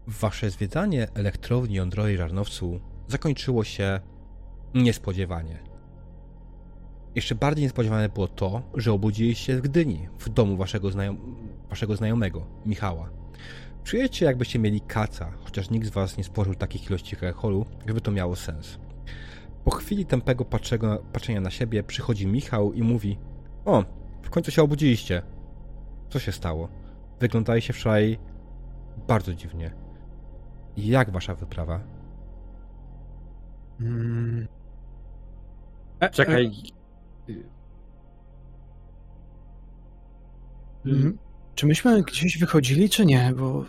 Wasze zwiedzanie elektrowni jądrowej w Żarnowcu zakończyło się niespodziewanie. Jeszcze bardziej niespodziewane było to, że obudziliście się w Gdyni, w domu waszego znajomego, Michała. Czujecie, jakbyście mieli kaca, chociaż nikt z was nie spożył takich ilości alkoholu, jakby to miało sens. Po chwili tępego patrzenia na siebie przychodzi Michał i mówi: o, w końcu się obudziliście. Co się stało? Wyglądaliście wczoraj bardzo dziwnie. Jak wasza wyprawa? Czekaj. Czy myśmy gdzieś wychodzili, czy nie? Bo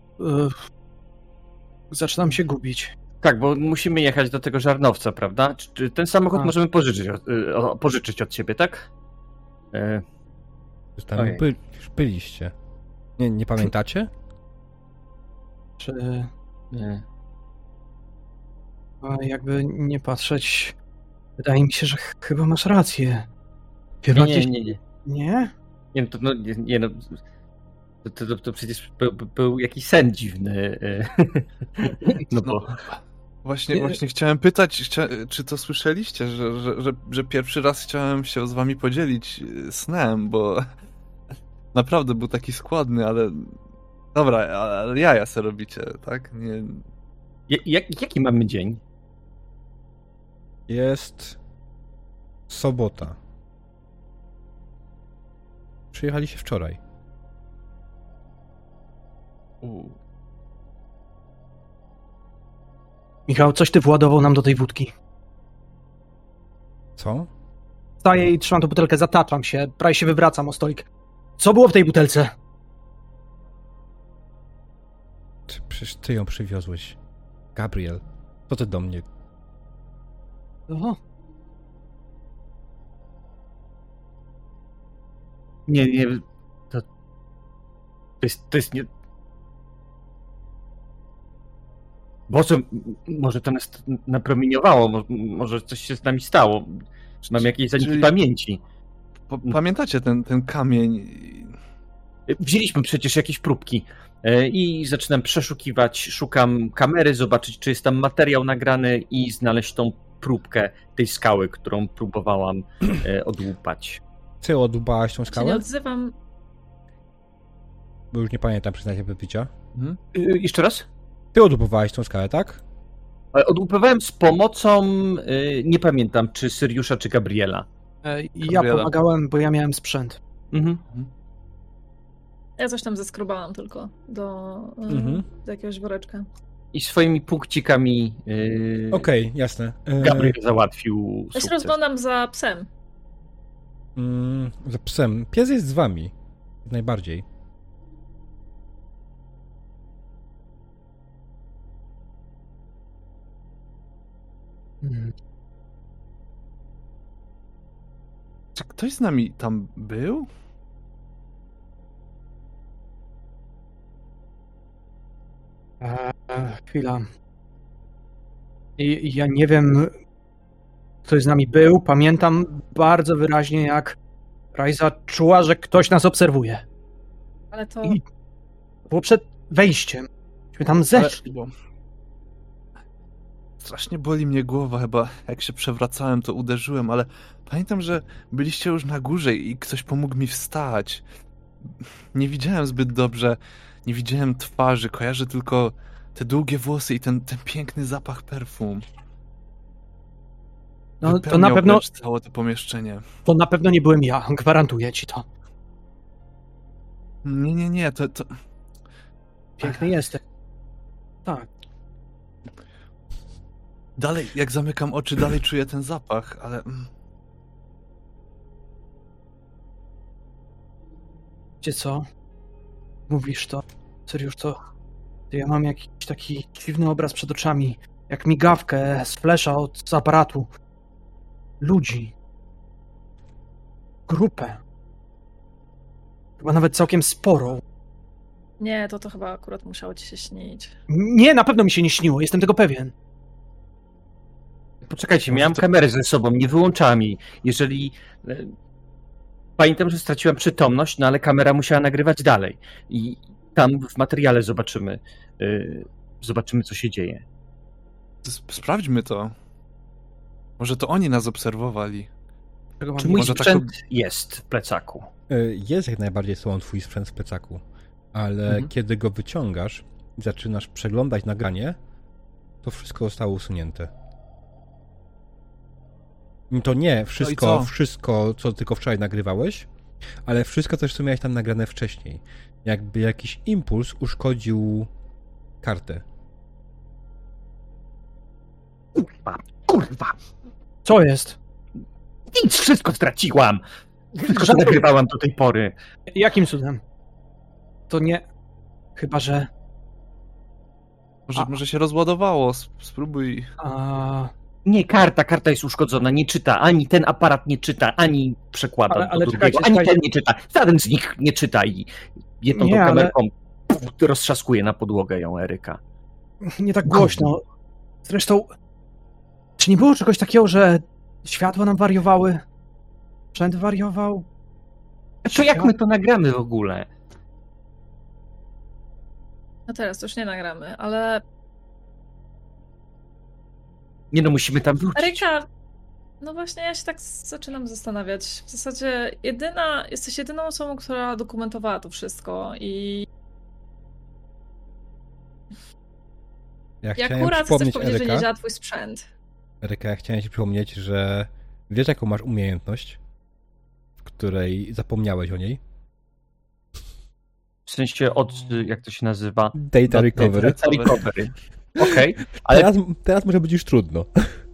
zaczynam się gubić. Tak, bo musimy jechać do tego Żarnowca, prawda? Czy ten samochód możemy pożyczyć od ciebie, tak? Już tam już byliście. Nie pamiętacie? Czy... Nie. A jakby nie patrzeć, wydaje mi się, że chyba masz rację. Nie. Nie? To przecież był jakiś sen dziwny. No bo... Właśnie chciałem pytać, czy to słyszeliście, że pierwszy raz chciałem się z wami podzielić snem, bo naprawdę był taki składny, ale dobra, ale jaja se robicie, tak? Nie... Jaki mamy dzień? Jest sobota. Przyjechaliście wczoraj. Michał, coś ty władował nam do tej wódki. Co? Staję i trzymam tę butelkę, zataczam się, prawie się wywracam o stolik. Co było w tej butelce? Przecież ty ją przywiozłeś. Gabriel, co ty do mnie? Oho. Nie, to jest nie... Boże, może to nas napromieniowało, może coś się z nami stało. Czy mamy jakieś zaniki pamięci? Pamiętacie ten kamień? Wzięliśmy przecież jakieś próbki i zaczynam przeszukiwać, szukam kamery, zobaczyć, czy jest tam materiał nagrany i znaleźć tą próbkę tej skały, którą próbowałam odłupać. Ty odłupałaś tą Się skałę? nie odzywam. Bo już nie pamiętam, przyznaję wypicia. Jeszcze raz? Ty odłupowałeś tą skałę, tak? Odłupywałem z pomocą, nie pamiętam, czy Syriusza, czy Gabriela. Ja pomagałem, bo ja miałem sprzęt. Ja coś tam zeskrobałam tylko do jakiegoś woreczka. I swoimi punkcikami Okej, jasne. Gabriel załatwił Ja się sukces. rozglądam za psem. Za psem. Pies jest z wami. Najbardziej. Czy ktoś z nami tam był? Chwila. Ja nie wiem, kto z nami był. Pamiętam bardzo wyraźnie, jak Rajza czuła, że ktoś nas obserwuje. Ale to... I było przed wejściem. Myśmy tam zeszli. Bo... Strasznie boli mnie głowa, chyba jak się przewracałem, to uderzyłem, ale pamiętam, że byliście już na górze i ktoś pomógł mi wstać. Nie widziałem zbyt dobrze, nie widziałem twarzy, kojarzę tylko te długie włosy i ten piękny zapach perfum. No to na pewno całe to pomieszczenie. To na pewno nie byłem ja, gwarantuję ci to. Nie, to... Piękny jesteś. Tak. Dalej, jak zamykam oczy, dalej czuję ten zapach, ale... Wiecie co? Mówisz to. Serio, to ja mam jakiś taki dziwny obraz przed oczami. Jak migawkę z flesza z aparatu. Ludzi. Grupę. Chyba nawet całkiem sporą. Nie, to chyba akurat musiało ci się śnić. Nie, na pewno mi się nie śniło, jestem tego pewien. Poczekajcie, miałem kamerę ze sobą, nie wyłączałem jej. Jeżeli... Pamiętam, że straciłem przytomność, no ale kamera musiała nagrywać dalej. I tam w materiale zobaczymy, co się dzieje. Sprawdźmy to. Może to oni nas obserwowali. Czy mój Może sprzęt jest w plecaku? Jest jak najbardziej sobą twój sprzęt w plecaku, ale kiedy go wyciągasz i zaczynasz przeglądać nagranie, to wszystko zostało usunięte. To nie wszystko, co tylko wczoraj nagrywałeś, ale wszystko też, co miałeś tam nagrane wcześniej. Jakby jakiś impuls uszkodził kartę. Kurwa! Co jest? Nic, wszystko straciłam! Wszystko, co nagrywałam do tej pory. Jakim cudem? To nie... Chyba, że... Może się rozładowało. Spróbuj. Nie, karta jest uszkodzona, nie czyta. Ani ten aparat nie czyta, ani przekłada Ale do drugiego, czekajcie. ani ten nie czyta. Żaden z nich nie czyta i jedną tą kamerką roztrzaskuje na podłogę ją Eryka. Nie tak głośno. Zresztą... Czy nie było czegoś takiego, że światła nam wariowały? Sprzęt wariował? To jak my to nagramy w ogóle? No teraz to już nie nagramy, ale... Nie no, musimy tam wrócić. Eryka, no właśnie ja się tak zaczynam zastanawiać. W zasadzie jesteś jedyną osobą, która dokumentowała to wszystko i... I akurat chcesz powiedzieć, że nie działa twój sprzęt. Eryka, ja chciałem ci przypomnieć, że wiesz, jaką masz umiejętność, w której zapomniałeś o niej? W sensie jak to się nazywa? Data recovery. Data recovery. Okej, ale... Teraz może być już trudno.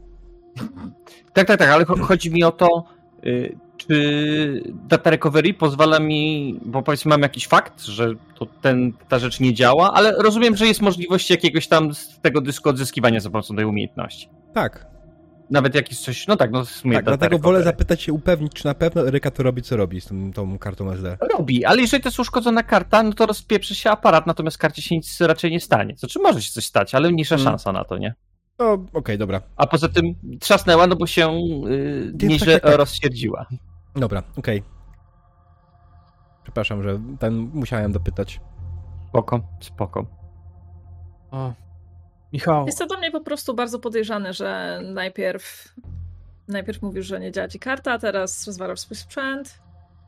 Tak, ale chodzi mi o to, czy data recovery pozwala mi, bo powiedzmy mam jakiś fakt, że ta rzecz nie działa, ale rozumiem, że jest możliwość jakiegoś tam z tego dysku odzyskiwania za pomocą tej umiejętności. Tak. Nawet jakieś coś, no tak, no w sumie tak, dlatego wolę zapytać się, upewnić, czy na pewno Eryka to robi, co robi z tą kartą SD. Robi, ale jeżeli to jest uszkodzona karta, no to rozpieprzy się aparat, natomiast karcie się nic raczej nie stanie. Znaczy może się coś stać, ale mniejsza szansa na to, nie? No, okej, dobra. A poza tym trzasnęła, no bo się nieźle rozsierdziła. Dobra, okej. Przepraszam, że musiałem dopytać. Spoko. O, Michał. Jest to dla mnie po prostu bardzo podejrzane, że najpierw mówisz, że nie działa ci karta, a teraz rozwalasz swój sprzęt.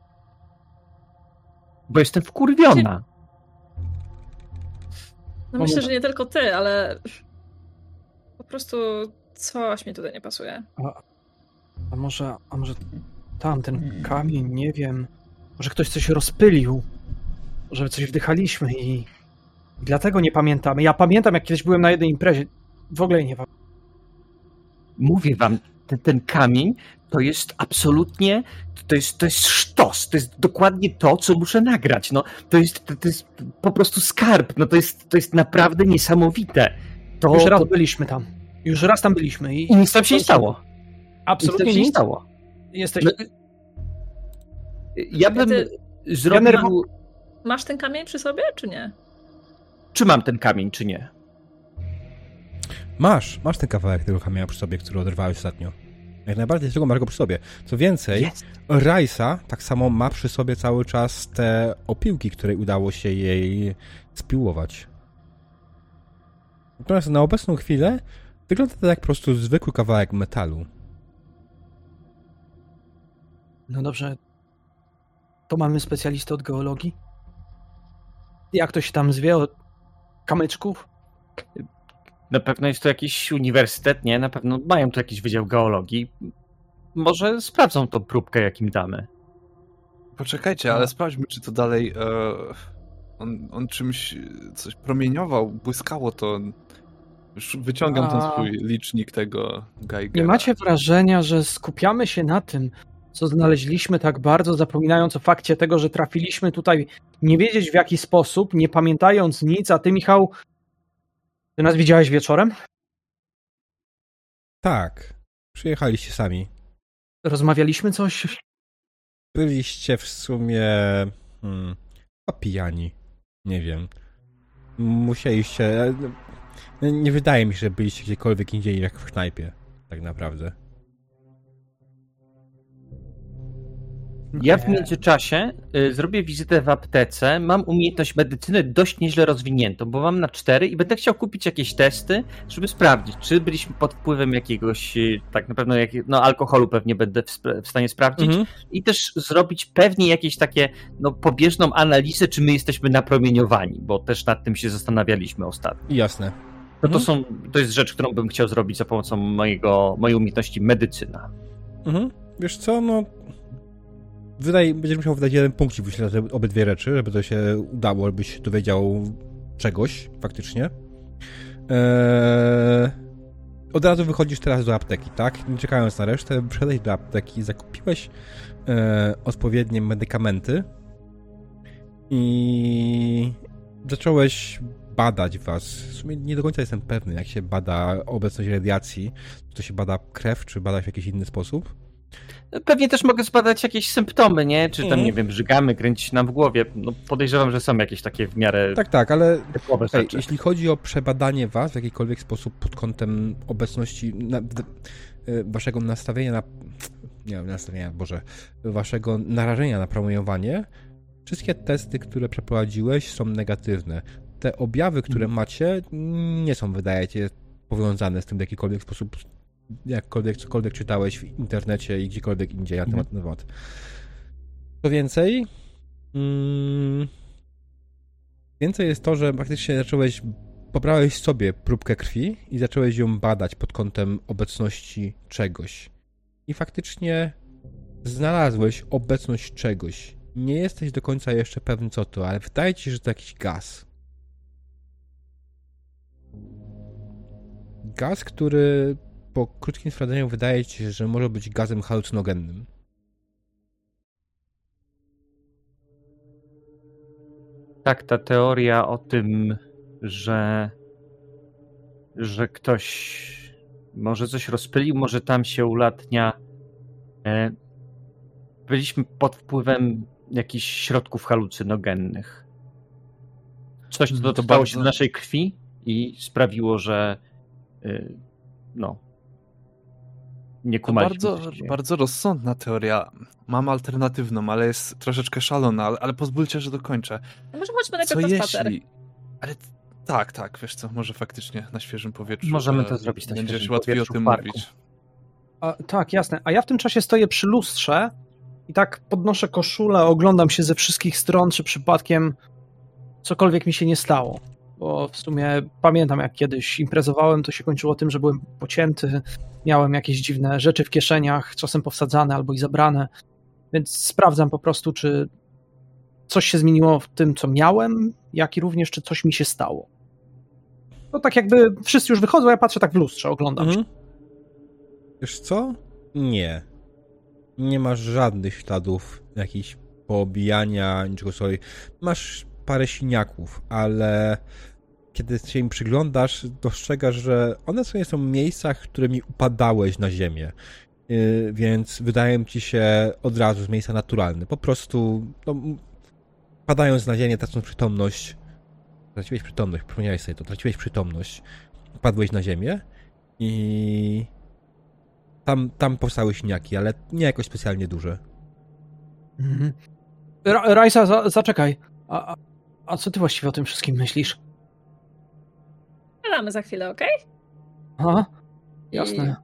Bo jestem wkurwiona. No myślę, że nie tylko ty, ale po prostu coś mi tutaj nie pasuje. A może tamten kamień, nie wiem. Może ktoś coś rozpylił. Może coś wdychaliśmy i dlatego nie pamiętamy. Ja pamiętam, jak kiedyś byłem na jednej imprezie. W ogóle nie pamiętam. Mówię wam, ten kamień to jest absolutnie, to jest sztos, to jest dokładnie to, co muszę nagrać. No, to jest po prostu skarb, no to jest naprawdę niesamowite. Już raz byliśmy tam. Już raz tam byliśmy. I nic tam się nie stało. Absolutnie nic się nie stało. Jesteś... Ja bym zrobił... Masz ten kamień przy sobie, czy nie? Czy mam ten kamień, czy nie? Masz ten kawałek tego kamienia przy sobie, który oderwałeś ostatnio. Jak najbardziej z tego masz go przy sobie. Co więcej, Rajsa tak samo ma przy sobie cały czas te opiłki, które udało się jej spiłować. Natomiast na obecną chwilę wygląda to jak po prostu zwykły kawałek metalu. No dobrze. To mamy specjalistę od geologii? Jak to się tam zwie? Od kamyczków? Na pewno jest to jakiś uniwersytet, nie? Na pewno mają tu jakiś wydział geologii. Może sprawdzą tą próbkę, jakim damy. Poczekajcie, ale sprawdźmy, czy to dalej... On czymś coś promieniował, błyskało to. Już wyciągam ten swój licznik tego Geigera. Nie macie wrażenia, że skupiamy się na tym, co znaleźliśmy tak bardzo, zapominając o fakcie tego, że trafiliśmy tutaj nie wiedzieć w jaki sposób, nie pamiętając nic, a ty, Michał, ty nas widziałeś wieczorem? Tak. Przyjechaliście sami. Rozmawialiśmy coś? Byliście w sumie... pijani. Nie wiem. Musieliście... Nie wydaje mi się, że byliście gdziekolwiek indziej jak w knajpie. Tak naprawdę. Ja w międzyczasie zrobię wizytę w aptece. Mam umiejętność medycyny dość nieźle rozwiniętą, bo mam na 4 i będę chciał kupić jakieś testy, żeby sprawdzić, czy byliśmy pod wpływem jakiegoś, tak na pewno alkoholu pewnie będę w stanie sprawdzić i też zrobić pewnie jakieś takie pobieżną analizę, czy my jesteśmy napromieniowani, bo też nad tym się zastanawialiśmy ostatnio. Jasne. To jest rzecz, którą bym chciał zrobić za pomocą mojej umiejętności medycyna. Wiesz co, będziesz musiał wydać 1 punkcik wyśle za obydwie rzeczy, żeby to się udało, żebyś dowiedział czegoś faktycznie. Od razu wychodzisz teraz do apteki, tak? Nie czekając na resztę, wszedłeś do apteki, zakupiłeś odpowiednie medykamenty i zacząłeś badać was. W sumie nie do końca jestem pewny, jak się bada obecność radiacji. Czy to się bada krew, czy bada w jakiś inny sposób? Pewnie też mogę zbadać jakieś symptomy, nie? Czy tam, nie wiem, żygamy, kręci się nam w głowie. Podejrzewam, że są jakieś takie w miarę Tak, ale typowe rzeczy. Jeśli chodzi o przebadanie was w jakikolwiek sposób pod kątem obecności waszego nastawienia waszego narażenia na promieniowanie, wszystkie testy, które przeprowadziłeś, są negatywne. Te objawy, które macie, nie są, wydaje się, powiązane z tym w jakikolwiek sposób, cokolwiek czytałeś w internecie i gdziekolwiek indziej na temat. Co więcej, jest to, że faktycznie pobrałeś sobie próbkę krwi i zacząłeś ją badać pod kątem obecności czegoś. I faktycznie znalazłeś obecność czegoś. Nie jesteś do końca jeszcze pewny, co to, ale wydaje ci się, że to jakiś gaz. Gaz, który po krótkim sprawdzeniu wydaje ci się, że może być gazem halucynogennym. Tak, ta teoria o tym, że ktoś może coś rozpylił, może tam się ulatnia. Byliśmy pod wpływem jakichś środków halucynogennych. Coś, co dostało się do naszej krwi i sprawiło, że nie kumaliśmy. To bardzo rozsądna teoria. Mam alternatywną, ale jest troszeczkę szalona, ale pozwólcie, że dokończę. Może chodźmy najpierw na spacer. Ale tak, wiesz co, może faktycznie na świeżym powietrzu. Możemy to zrobić na będzie świeżym się łatwiej o tym mówić. Tak, jasne. A ja w tym czasie stoję przy lustrze i tak podnoszę koszulę, oglądam się ze wszystkich stron, czy przypadkiem cokolwiek mi się nie stało. Bo w sumie pamiętam, jak kiedyś imprezowałem, to się kończyło tym, że byłem pocięty, miałem jakieś dziwne rzeczy w kieszeniach, czasem powsadzane albo i zabrane, więc sprawdzam po prostu, czy coś się zmieniło w tym, co miałem, jak i również, czy coś mi się stało. No tak jakby wszyscy już wychodzą, ja patrzę tak w lustrze, oglądam się. Wiesz co? Nie. Nie masz żadnych śladów jakichś poobijania, niczego sobie. Masz parę siniaków, ale kiedy się im przyglądasz, dostrzegasz, że one są w miejscach, którymi upadałeś na ziemię. Więc wydają ci się od razu z miejsca naturalne. Po prostu padając na ziemię, tracąc przytomność. Traciłeś przytomność, przypomniałeś sobie to. Traciłeś przytomność. Padłeś na ziemię i tam powstały siniaki, ale nie jakoś specjalnie duże. Rajsa, zaczekaj. A co ty właściwie o tym wszystkim myślisz? Gadamy za chwilę, okej? Aha, jasne.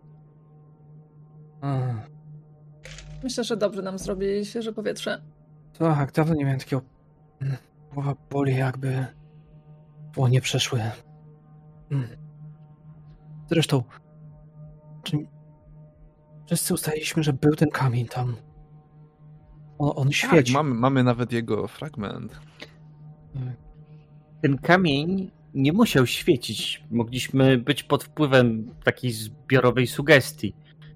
Myślę, że dobrze nam zrobi świeże powietrze. Tak, dawno nie miałem takiego... Głowa boli, jakby płonie przeszły. Zresztą, czy wszyscy ustaliliśmy, że był ten kamień tam. On świeci. Tak, mamy nawet jego fragment. Ten kamień nie musiał świecić. Mogliśmy być pod wpływem takiej zbiorowej sugestii.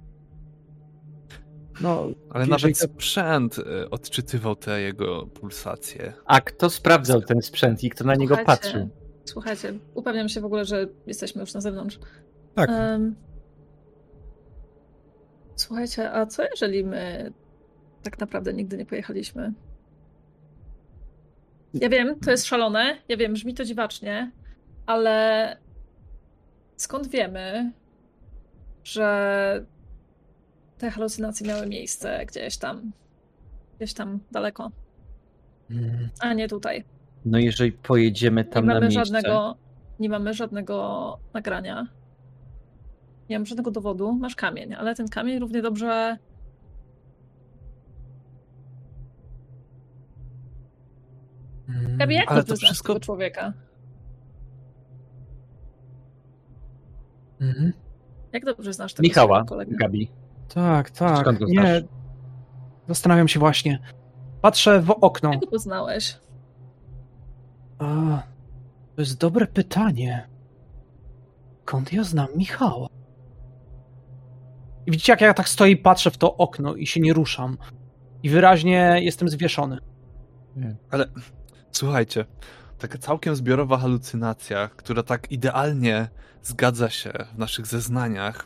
No, ale nawet sprzęt odczytywał te jego pulsacje. A kto sprawdzał ten sprzęt i kto na niego patrzył? Słuchajcie, upewniam się w ogóle, że jesteśmy już na zewnątrz. Tak. Słuchajcie, a co jeżeli my tak naprawdę nigdy nie pojechaliśmy? Ja wiem, to jest szalone, ja wiem, brzmi to dziwacznie, ale skąd wiemy, że te halucynacje miały miejsce gdzieś tam gdzieś tam daleko, Mm. a nie tutaj. No jeżeli pojedziemy tam na miejsce... Nie mamy żadnego nagrania. Nie mam żadnego dowodu. Masz kamień, ale ten kamień równie dobrze... Gabi, jak Ale dobrze to znasz wszystko- tego człowieka? Mhm. Jak dobrze znasz tego Michała, swojego kolegę? Gabi. Tak, tak. Skąd go Nie, znasz? zastanawiam się właśnie. Patrzę w okno. Jak go poznałeś? A, to jest dobre pytanie. Skąd ja znam Michała? I widzicie, jak ja tak stoję i patrzę w to okno i się nie ruszam. I wyraźnie jestem zwieszony. Ale słuchajcie, taka całkiem zbiorowa halucynacja, która tak idealnie zgadza się w naszych zeznaniach,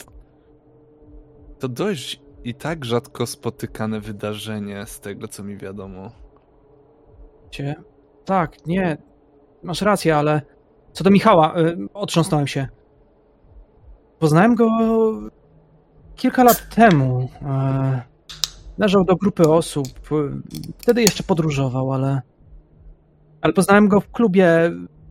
to dość i tak rzadko spotykane wydarzenie z tego, co mi wiadomo. Cię? Tak, nie. Masz rację, ale co do Michała, otrząsnąłem się. Poznałem go kilka lat temu. Należał do grupy osób. Wtedy jeszcze podróżował, ale poznałem go w klubie.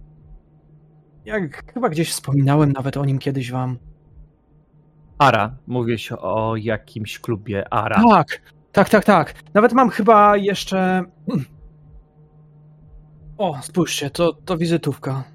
Jak chyba gdzieś wspominałem nawet o nim kiedyś wam. Ara. Mówisz o jakimś klubie Ara. Tak. Nawet mam chyba jeszcze... O, spójrzcie, to wizytówka.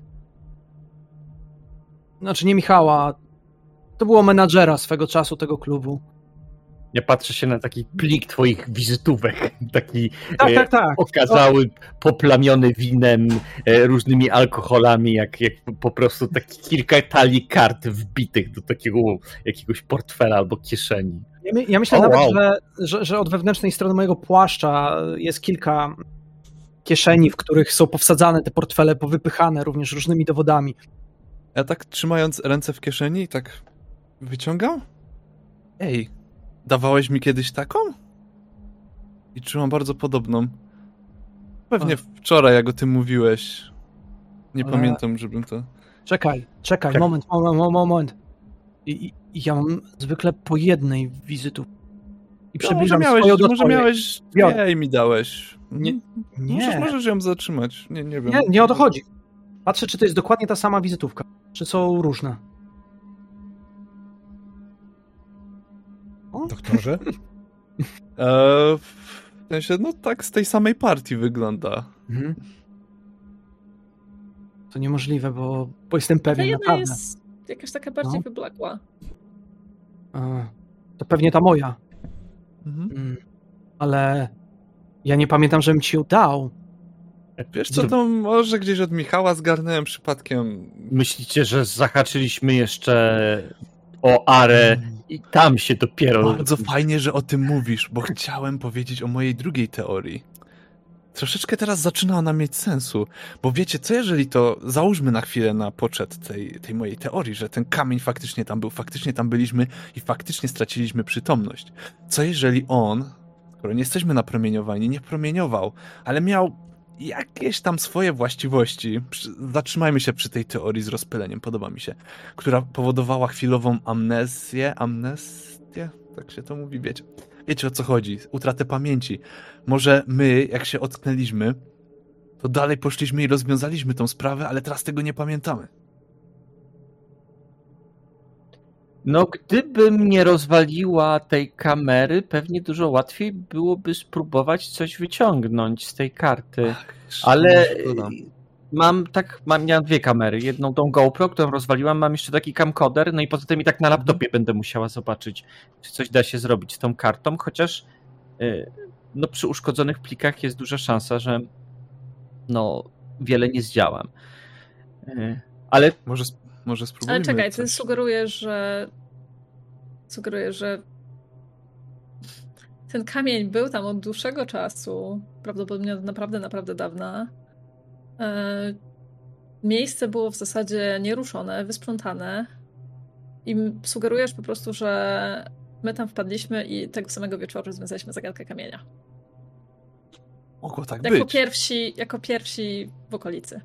Znaczy nie Michała. To było menadżera swego czasu tego klubu. Ja patrzę się na taki plik twoich wizytówek. Taki Tak. okazały, poplamiony winem, różnymi alkoholami, jak po prostu taki kilka talii kart wbitych do takiego jakiegoś portfela albo kieszeni. Ja myślę O, nawet, wow. że od wewnętrznej strony mojego płaszcza jest kilka kieszeni, w których są powsadzane te portfele, powypychane również różnymi dowodami. Ja tak trzymając ręce w kieszeni, tak wyciągam? Ej, dawałeś mi kiedyś taką? I trzymam bardzo podobną. Pewnie wczoraj, jak o tym mówiłeś. Nie Ale- pamiętam, żebym to... Czekaj, Tak. moment. I ja mam zwykle po jednej wizytówce. I No, przybliżam swoją do może twojej. miałeś Biorę. dwie i mi dałeś. Nie. Możesz ją zatrzymać. Nie wiem. Nie o to chodzi. Patrzę, czy to jest dokładnie ta sama wizytówka. Czy są różne. Doktorze? W sensie, no tak z tej samej partii wygląda. Mhm. To niemożliwe, bo jestem Ta pewien, jedna naprawdę. jest jakaś taka bardziej No. wyblakła. To pewnie ta moja. Mhm. Ale ja nie pamiętam, żebym ci ją dał. Wiesz co, to może gdzieś od Michała zgarnąłem przypadkiem. Myślicie, że zahaczyliśmy jeszcze o Arę i tam się dopiero... Bardzo fajnie, że o tym mówisz, bo chciałem powiedzieć o mojej drugiej teorii. Troszeczkę teraz zaczyna ona mieć sensu, bo wiecie, co jeżeli to, załóżmy na chwilę na poczet tej mojej teorii, że ten kamień faktycznie tam był, faktycznie tam byliśmy i faktycznie straciliśmy przytomność. Co jeżeli on, skoro nie jesteśmy napromieniowani, nie promieniował, ale miał jakieś tam swoje właściwości, zatrzymajmy się przy tej teorii z rozpyleniem, podoba mi się, która powodowała chwilową amnestię, tak się to mówi, wiecie. Wiecie, o co chodzi, utratę pamięci. Może my, jak się ocknęliśmy, to dalej poszliśmy i rozwiązaliśmy tą sprawę, ale teraz tego nie pamiętamy. No, gdybym nie rozwaliła tej kamery, pewnie dużo łatwiej byłoby spróbować coś wyciągnąć z tej karty. Ale miałem dwie kamery. Jedną tą GoPro, którą rozwaliłam, mam jeszcze taki camcorder, no i poza tym i tak na laptopie będę musiała zobaczyć, czy coś da się zrobić z tą kartą, chociaż no, przy uszkodzonych plikach jest duża szansa, że no, wiele nie zdziałam. Ale Może spróbujmy. Ale czekaj, ty coś. sugerujesz, że ten kamień był tam od dłuższego czasu, prawdopodobnie od naprawdę dawna. Miejsce było w zasadzie nieruszone, wysprzątane i sugerujesz po prostu, że my tam wpadliśmy i tego samego wieczoru rozwiązaliśmy zagadkę kamienia. Mogło tak Jako być. pierwsi w okolicy.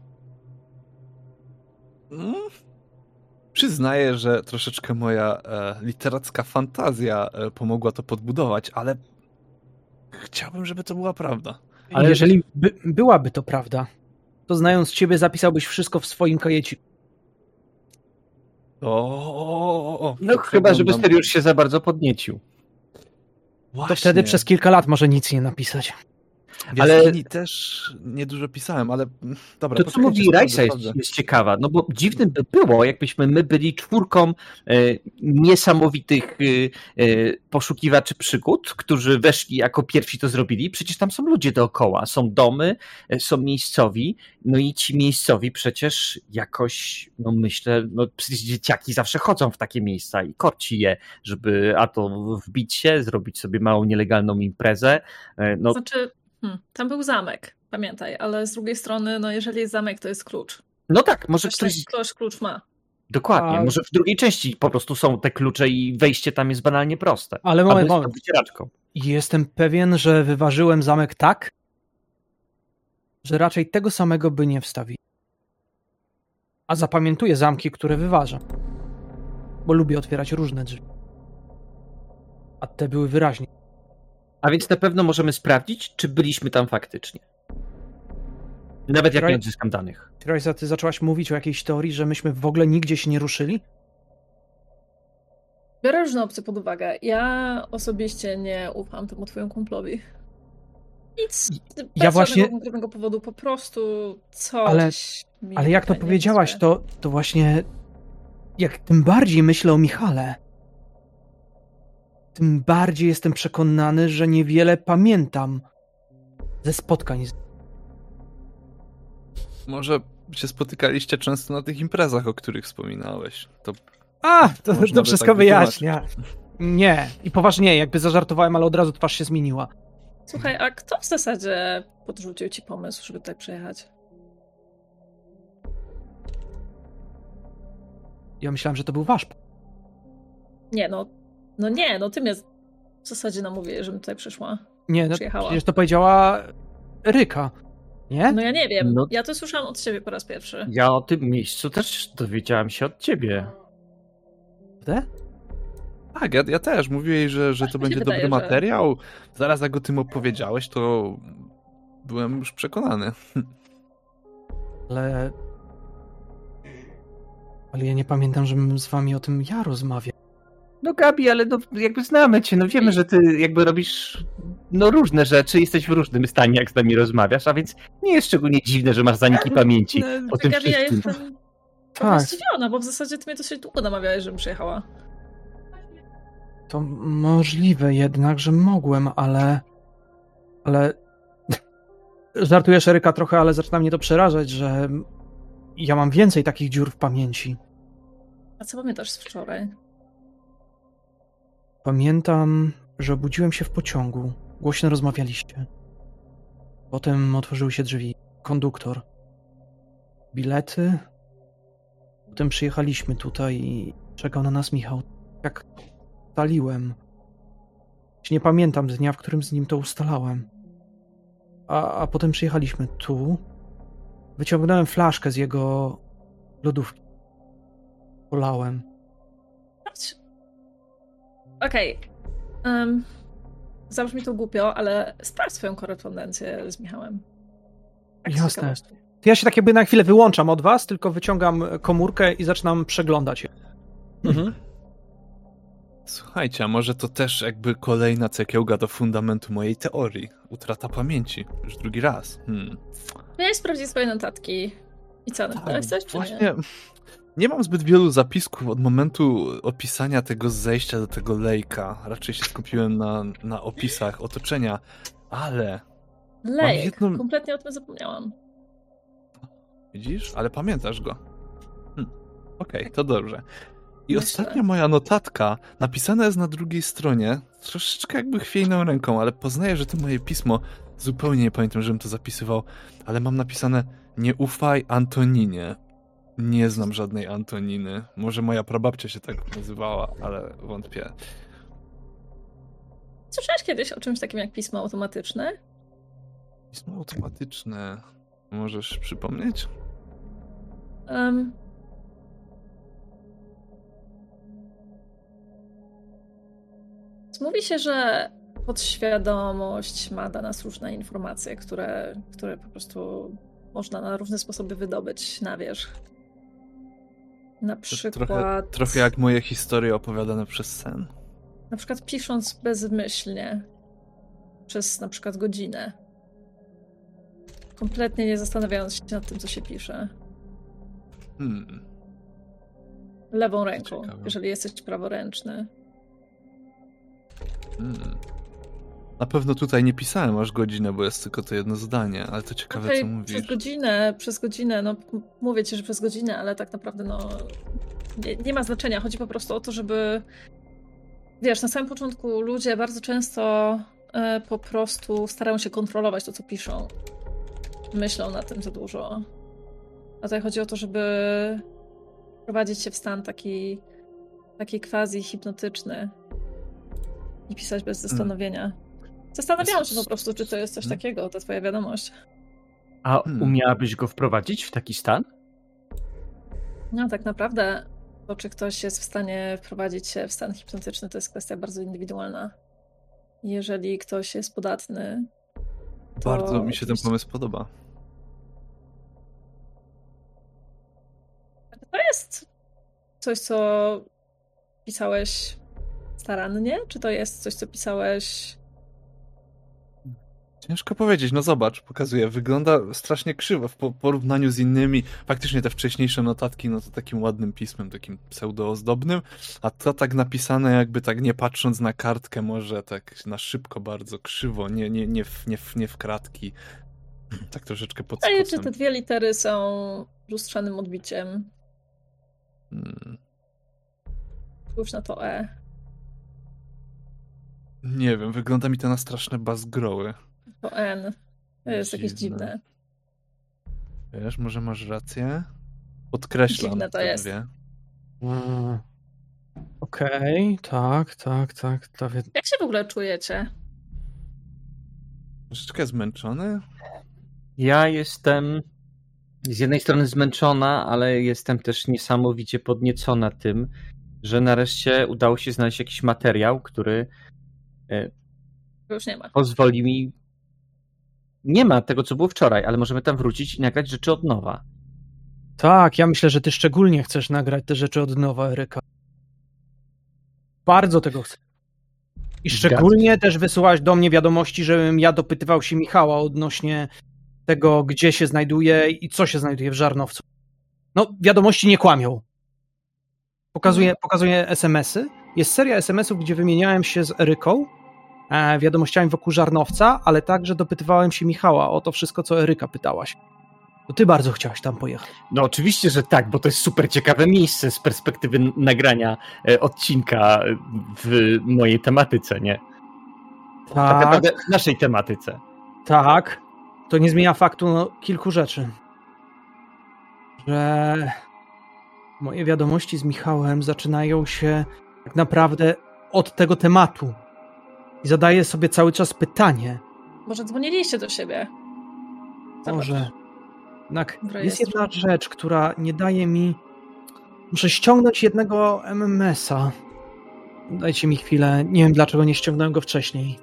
Przyznaję, że troszeczkę moja literacka fantazja pomogła to podbudować, ale chciałbym, żeby to była prawda. Ale jeżeli byłaby to prawda, to znając ciebie zapisałbyś wszystko w swoim kajecie. No chyba, żeby Seriusz się za bardzo podniecił. To wtedy przez kilka lat może nic nie napisać. W jaskini też niedużo pisałem, ale dobra. To, co mówi Rajsa, jest ciekawa, no bo dziwnym by było, jakbyśmy my byli czwórką niesamowitych poszukiwaczy przygód, którzy weszli jako pierwsi to zrobili. Przecież tam są ludzie dookoła, są domy, są miejscowi, no i ci miejscowi przecież jakoś, no myślę, no przecież dzieciaki zawsze chodzą w takie miejsca i korci je, żeby a to wbić się, zrobić sobie małą nielegalną imprezę. No. Znaczy, tam był zamek, pamiętaj, ale z drugiej strony, no jeżeli jest zamek, to jest klucz. No tak, może ktoś klucz ma. Dokładnie, może w drugiej części po prostu są te klucze i wejście tam jest banalnie proste. Ale moment. Jestem pewien, że wyważyłem zamek tak, że raczej tego samego by nie wstawili. A zapamiętuję zamki, które wyważam. Bo lubię otwierać różne drzwi. A te były wyraźnie. A więc na pewno możemy sprawdzić, czy byliśmy tam faktycznie. Nawet jak nie odzyskam danych. Teresa, ty zaczęłaś mówić o jakiejś teorii, że myśmy w ogóle nigdzie się nie ruszyli? Biorę różne opcje pod uwagę. Ja osobiście nie ufam temu twojemu kumplowi. Nic. Bez żadnego konkretnego powodu, po prostu coś. Ale jak to powiedziałaś, to właśnie jak tym bardziej myślę o Michale, tym bardziej jestem przekonany, że niewiele pamiętam ze spotkań. Może się spotykaliście często na tych imprezach, o których wspominałeś. To wszystko tak wyjaśnia. Nie, i poważnie, jakby zażartowałem, ale od razu twarz się zmieniła. Słuchaj, a kto w zasadzie podrzucił ci pomysł, żeby tutaj przyjechać? Ja myślałem, że to był wasz. Nie, ty mnie w zasadzie namówiłeś, żebym tutaj przyszła. Nie, przyjechała. Przecież to powiedziała Ryka, nie? No ja nie wiem, ja to słyszałam od ciebie po raz pierwszy. Ja o tym miejscu też dowiedziałam się od ciebie. Ty? Tak, ja też. Mówiłeś, że to będzie dobry materiał. Zaraz jak o tym opowiedziałeś, to byłem już przekonany. Ale ja nie pamiętam, żebym z wami o tym ja rozmawiał. No Gabi, ale jakby znamy cię, wiemy, że ty jakby robisz różne rzeczy, jesteś w różnym stanie, jak z nami rozmawiasz, a więc nie jest szczególnie dziwne, że masz zaniki pamięci o tym Gabi, wszystkim. Ja jestem zdziwiona, bo w zasadzie ty mnie dosyć długo namawiałeś, żebym przyjechała. To możliwe jednak, że mogłem, ale żartujesz, Eryka, trochę, ale zaczyna mnie to przerażać, że ja mam więcej takich dziur w pamięci. A co pamiętasz z wczoraj? Pamiętam, że obudziłem się w pociągu. Głośno rozmawialiście. Potem otworzyły się drzwi. Konduktor. Bilety. Potem przyjechaliśmy tutaj i czekał na nas Michał. Jak ustaliłem. Nie pamiętam dnia, w którym z nim to ustalałem. A potem przyjechaliśmy tu. Wyciągnąłem flaszkę z jego lodówki. Polałem. Okej. Zabrzmi to głupio, ale sprawdź swoją korespondencję z Michałem. Tak. Jasne. Ja się tak jakby na chwilę wyłączam od was, tylko wyciągam komórkę i zaczynam przeglądać je. Mhm. Słuchajcie, a może to też jakby kolejna cegiełka do fundamentu mojej teorii. Utrata pamięci. Już drugi raz. Miałeś sprawdzić swoje notatki i co? Napisałeś coś, czy właśnie nie mam zbyt wielu zapisków od momentu opisania tego zejścia do tego lejka. Raczej się skupiłem na opisach otoczenia, ale... Lejk, kompletnie o tym zapomniałam. Widzisz? Ale pamiętasz go. Okej, to dobrze. I ostatnia moja notatka napisana jest na drugiej stronie, troszeczkę jakby chwiejną ręką, ale poznaję, że to moje pismo, zupełnie nie pamiętam, żebym to zapisywał, ale mam napisane: nie ufaj Antoninie. Nie znam żadnej Antoniny. Może moja prababcia się tak nazywała, ale wątpię. Słyszałeś kiedyś o czymś takim jak pismo automatyczne? Pismo automatyczne. Możesz przypomnieć? Mówi się, że podświadomość ma dla nas różne informacje, które po prostu można na różne sposoby wydobyć na wierzch. Na przykład... Trochę jak moje historie opowiadane przez sen. Na przykład pisząc bezmyślnie przez na przykład godzinę. Kompletnie nie zastanawiając się nad tym, co się pisze. Lewą ręką, Ciekawe. jeżeli jesteś praworęczny. Na pewno tutaj nie pisałem aż godzinę, bo jest tylko to jedno zdanie, ale to ciekawe, Okej, co mówisz. Przez godzinę, no mówię ci, że przez godzinę, ale tak naprawdę no nie ma znaczenia. Chodzi po prostu o to, żeby wiesz, na samym początku ludzie bardzo często po prostu starają się kontrolować to, co piszą. Myślą na tym za dużo. A tutaj chodzi o to, żeby wprowadzić się w stan taki quasi hipnotyczny i pisać bez zastanowienia. Zastanawiałam się po prostu, czy to jest coś takiego, ta twoja wiadomość. A umiałabyś go wprowadzić w taki stan? No tak naprawdę to, czy ktoś jest w stanie wprowadzić się w stan hipnotyczny, to jest kwestia bardzo indywidualna. Jeżeli ktoś jest podatny, to Bardzo mi się ten oczywiście- pomysł podoba. To jest coś, co pisałeś starannie? Czy to jest coś, co pisałeś... Ciężko powiedzieć, no zobacz, pokazuję, wygląda strasznie krzywo w porównaniu z innymi. Faktycznie te wcześniejsze notatki, no to takim ładnym pismem, takim pseudoozdobnym, a to tak napisane jakby tak nie patrząc na kartkę, może tak na szybko bardzo, krzywo, nie w kratki. Tak troszeczkę pod Pytanie, czy skosem. te dwie litery są lustrzanym odbiciem? Spójrz na to E. Nie wiem, wygląda mi to na straszne bazgroły. To N. To jest jakieś dziwne. Wiesz, może masz rację? Podkreślam. Dziwne to te jest. dwie. Okej, tak. Jak się w ogóle czujecie? Troszeczkę zmęczony? Ja jestem z jednej strony zmęczona, ale jestem też niesamowicie podniecona tym, że nareszcie udało się znaleźć jakiś materiał, który Już nie ma. pozwoli mi... Nie ma tego, co było wczoraj, ale możemy tam wrócić i nagrać rzeczy od nowa. Tak, ja myślę, że ty szczególnie chcesz nagrać te rzeczy od nowa, Eryka. Bardzo tego chcę. I szczególnie też wysyłałaś do mnie wiadomości, żebym ja dopytywał się Michała odnośnie tego, gdzie się znajduje i co się znajduje w Żarnowcu. No, wiadomości nie kłamią. Pokazuję SMS-y. Jest seria SMS-ów, gdzie wymieniałem się z Eryką wiadomościami wokół Żarnowca, ale także dopytywałem się Michała o to wszystko, co Eryka pytałaś. To ty bardzo chciałaś tam pojechać. No oczywiście, że tak, bo to jest super ciekawe miejsce z perspektywy nagrania odcinka w mojej tematyce, nie? Tak naprawdę w naszej tematyce. Tak. To nie zmienia faktu kilku rzeczy. Że moje wiadomości z Michałem zaczynają się tak naprawdę od tego tematu. I zadaję sobie cały czas pytanie. Może dzwoniliście do siebie? Zobacz. Może. Jednak W jest rejestrze. jedna rzecz, która nie daje mi... Muszę ściągnąć jednego MMS-a. Dajcie mi chwilę. Nie wiem, dlaczego nie ściągnąłem go wcześniej.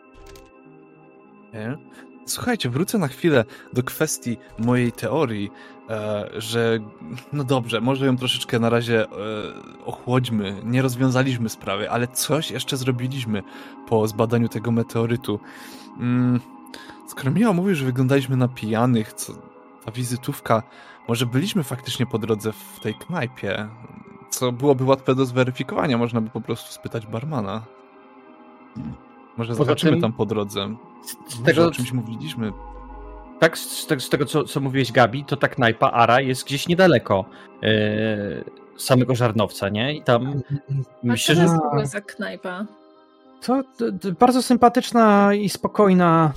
Nie? Słuchajcie, wrócę na chwilę do kwestii mojej teorii, że no dobrze, może ją troszeczkę na razie ochłodźmy, nie rozwiązaliśmy sprawy, ale coś jeszcze zrobiliśmy po zbadaniu tego meteorytu. Skoro Miła mówi, że wyglądaliśmy na pijanych, ta wizytówka, może byliśmy faktycznie po drodze w tej knajpie, co byłoby łatwe do zweryfikowania, można by po prostu spytać barmana. Może Poza zobaczymy tym- tam po drodze. Z Może tego, o czymś mówiliśmy. tak, z tego co mówiłeś, Gabi, to ta knajpa Ara jest gdzieś niedaleko samego Żarnowca, nie? I tam myślę, A co to że... jest w ogóle za knajpa? To bardzo sympatyczna i spokojna.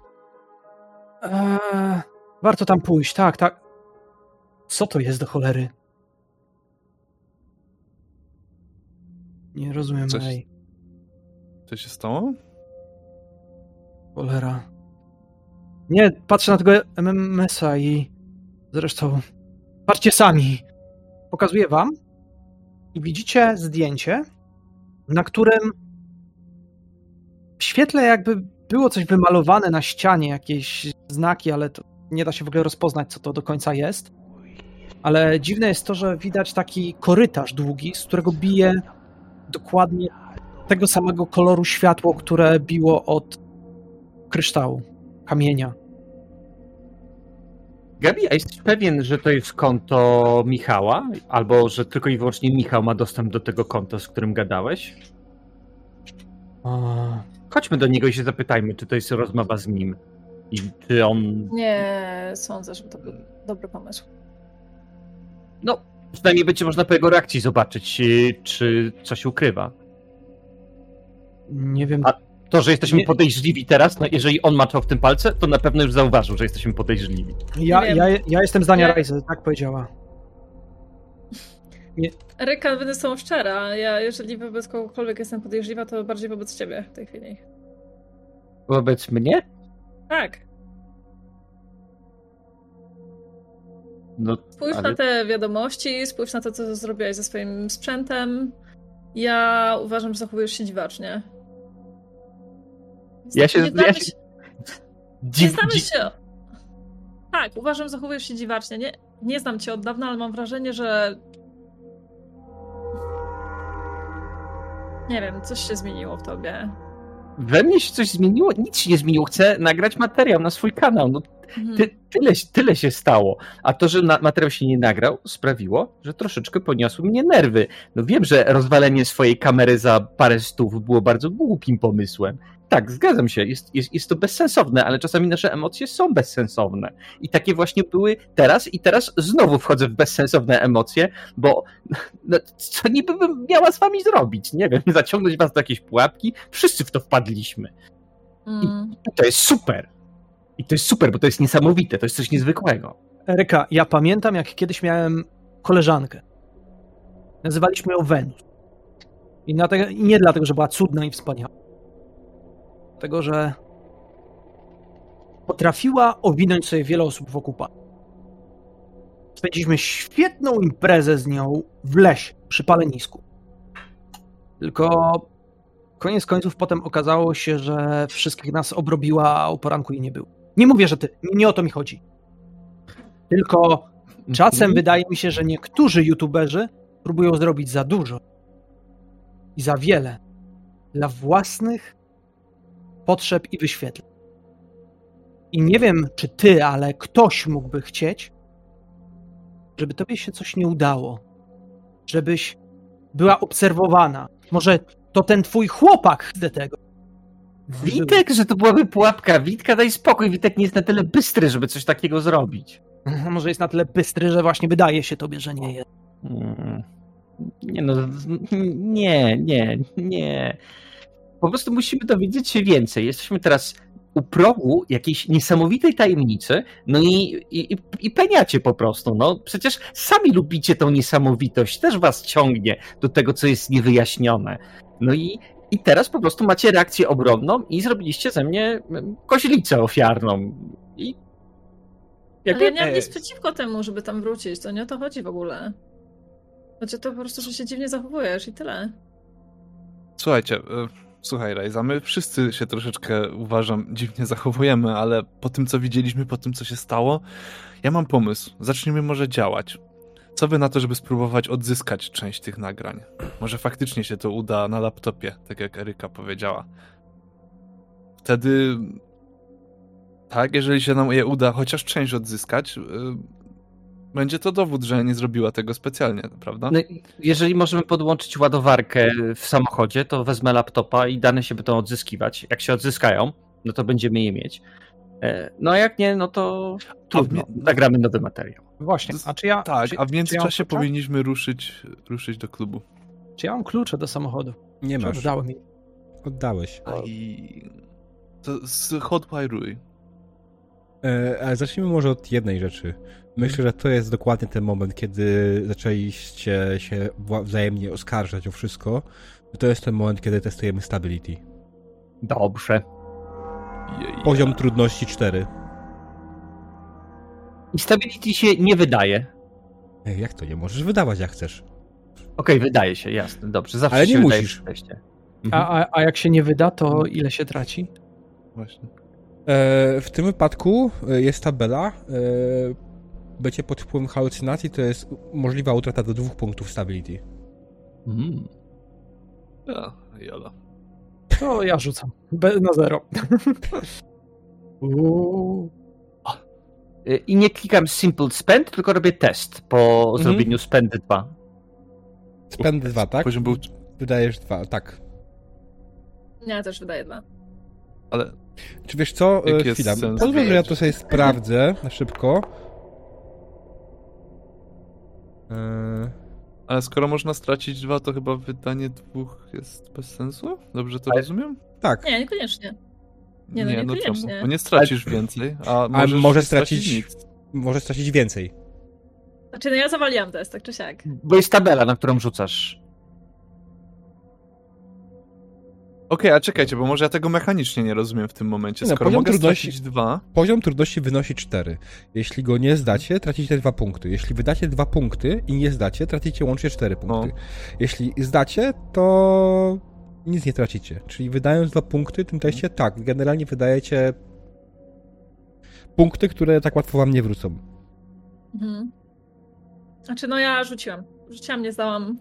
Warto tam pójść, tak. Co to jest do cholery? Nie rozumiem, Coś- ej. Co się stało? Cholera. Nie, patrzę na tego MMS-a i zresztą patrzcie sami. Pokazuję wam i widzicie zdjęcie, na którym w świetle jakby było coś wymalowane na ścianie, jakieś znaki, ale to nie da się w ogóle rozpoznać, co to do końca jest. Ale dziwne jest to, że widać taki korytarz długi, z którego bije dokładnie tego samego koloru światło, które biło od kryształu, kamienia. Gabi, a jesteś pewien, że to jest konto Michała? Albo że tylko i wyłącznie Michał ma dostęp do tego konta, z którym gadałeś? Chodźmy do niego i się zapytajmy, czy to jest rozmowa z nim. I czy on... Nie sądzę, żeby to był dobry pomysł. No, przynajmniej będzie można po jego reakcji zobaczyć, czy coś ukrywa. Nie wiem. A to, że jesteśmy Nie. podejrzliwi teraz, no jeżeli on maczał w tym palce, to na pewno już zauważył, że jesteśmy podejrzliwi. Ja jestem zdania Ja- Rajzy, tak powiedziała. Eryka, będę z tobą szczera. Ja, jeżeli wobec kogokolwiek jestem podejrzliwa, to bardziej wobec ciebie w tej chwili. Wobec mnie? Tak. No, Spójrz ale... na te wiadomości, spójrz na to, co zrobiłaś ze swoim sprzętem. Ja uważam, że zachowujesz się dziwacznie. Ja się... Nie znamy Ja się... się... Nie znamy się... Tak, uważam, że zachowujesz się dziwacznie. Nie znam cię od dawna, ale mam wrażenie, że... Nie wiem, coś się zmieniło w tobie. We mnie się coś zmieniło? Nic się nie zmieniło. Chcę nagrać materiał na swój kanał. No, tyle się stało. A to, że materiał się nie nagrał, sprawiło, że troszeczkę poniosły mnie nerwy. No wiem, że rozwalenie swojej kamery za parę stów było bardzo głupim pomysłem. Tak, zgadzam się, jest to bezsensowne, ale czasami nasze emocje są bezsensowne. I takie właśnie były teraz i teraz znowu wchodzę w bezsensowne emocje, bo no, co niby bym miała z wami zrobić? Nie wiem, zaciągnąć was do jakiejś pułapki? Wszyscy w to wpadliśmy. I to jest super. I to jest super, bo to jest niesamowite, to jest coś niezwykłego. Eryka, ja pamiętam, jak kiedyś miałem koleżankę. Nazywaliśmy ją Wenus. I nie dlatego, że była cudna i wspaniała. Dlatego, że potrafiła owinąć sobie wiele osób wokół pana. Spędziliśmy świetną imprezę z nią w lesie, przy palenisku. Tylko koniec końców potem okazało się, że wszystkich nas obrobiła, a o poranku jej nie było. Nie mówię, że ty, nie o to mi chodzi. Tylko czasem wydaje mi się, że niektórzy youtuberzy próbują zrobić za dużo i za wiele dla własnych potrzeb i wyświetleń. I nie wiem, czy ty, ale ktoś mógłby chcieć, żeby tobie się coś nie udało. Żebyś była obserwowana. Może to ten twój chłopak chce tego. Witek, że to byłaby pułapka. Witka, daj spokój. Witek nie jest na tyle bystry, żeby coś takiego zrobić. Może jest na tyle bystry, że właśnie wydaje się tobie, że nie jest. Nie no, nie. Po prostu musimy dowiedzieć się więcej. Jesteśmy teraz u progu jakiejś niesamowitej tajemnicy, no i peniacie po prostu. No przecież sami lubicie tą niesamowitość, też was ciągnie do tego, co jest niewyjaśnione. No i teraz po prostu macie reakcję obronną i zrobiliście ze mnie koźlicę ofiarną. I Ale ja nie mam nic przeciwko temu, żeby tam wrócić. To nie o to chodzi w ogóle. Chodzi o to po prostu, że się dziwnie zachowujesz i tyle. Słuchajcie, słuchaj Rajza, my wszyscy się troszeczkę, uważam, dziwnie zachowujemy, ale po tym, co widzieliśmy, po tym, co się stało, ja mam pomysł. Zacznijmy może działać. Co wy na to, żeby spróbować odzyskać część tych nagrań? Może faktycznie się to uda na laptopie, tak jak Eryka powiedziała. Wtedy, tak, jeżeli się nam je uda chociaż część odzyskać, będzie to dowód, że nie zrobiła tego specjalnie, prawda? No, jeżeli możemy podłączyć ładowarkę w samochodzie, to wezmę laptopa i dane się będą odzyskiwać. Jak się odzyskają, no to będziemy je mieć. No a jak nie, no to trudno. Nagramy nowy materiał. Właśnie, a czy ja... Tak, a w międzyczasie czy ja mam powinniśmy ruszyć do klubu. Czy ja mam klucze do samochodu? Nie masz. Oddałem mi. Oddałeś. I to zhodłajruj. Ale zacznijmy może od jednej rzeczy. Myślę, że to jest dokładnie ten moment, kiedy zaczęliście się wzajemnie oskarżać o wszystko. To jest ten moment, kiedy testujemy stability. Dobrze. Poziom trudności 4. I stability się nie wydaje. Jak to nie możesz wydawać, jak chcesz? Okej, wydaje się, jasne, dobrze. Zawsze Ale się nie wydaje musisz. w teście. A jak się nie wyda, to ile się traci? Właśnie. W tym wypadku jest tabela. Bycie pod wpływem halucynacji to jest możliwa utrata do 2 punktów stability. Ja, jolo. To ja rzucam. Na 0. I nie klikam Simple Spend, tylko robię test po zrobieniu Spend 2. Spend 2, tak? Poziom był... Wydajesz 2, tak. Ja też wydaję 2. Ale... Czy wiesz co? Jaki jest Chwila. sens Pozwól, że ja wiedzieć? to sobie sprawdzę na szybko. Ale skoro można stracić 2, to chyba wydanie 2 jest bez sensu? Dobrze to Ale- rozumiem? Tak. Nie, niekoniecznie. Nie, no czemu? niekoniecznie. Bo nie stracisz więcej, a Ale możesz może nie stracić stracić... nic. Może stracić więcej. Znaczy, no ja zawaliłam test, tak czy siak. Bo jest tabela, na którą rzucasz. Okej, a czekajcie, bo może ja tego mechanicznie nie rozumiem w tym momencie. No, Skoro poziom mogę trudności- stracić 2, Poziom trudności wynosi 4. Jeśli go nie zdacie, tracicie 2 punkty. Jeśli wydacie 2 punkty i nie zdacie, tracicie łącznie 4 punkty. No. Jeśli zdacie, to nic nie tracicie. Czyli wydając 2 punkty w tym teście, tak, generalnie wydajecie punkty, które tak łatwo wam nie wrócą. Mhm. Znaczy, no ja rzuciłam. Rzuciłam, nie zdałam.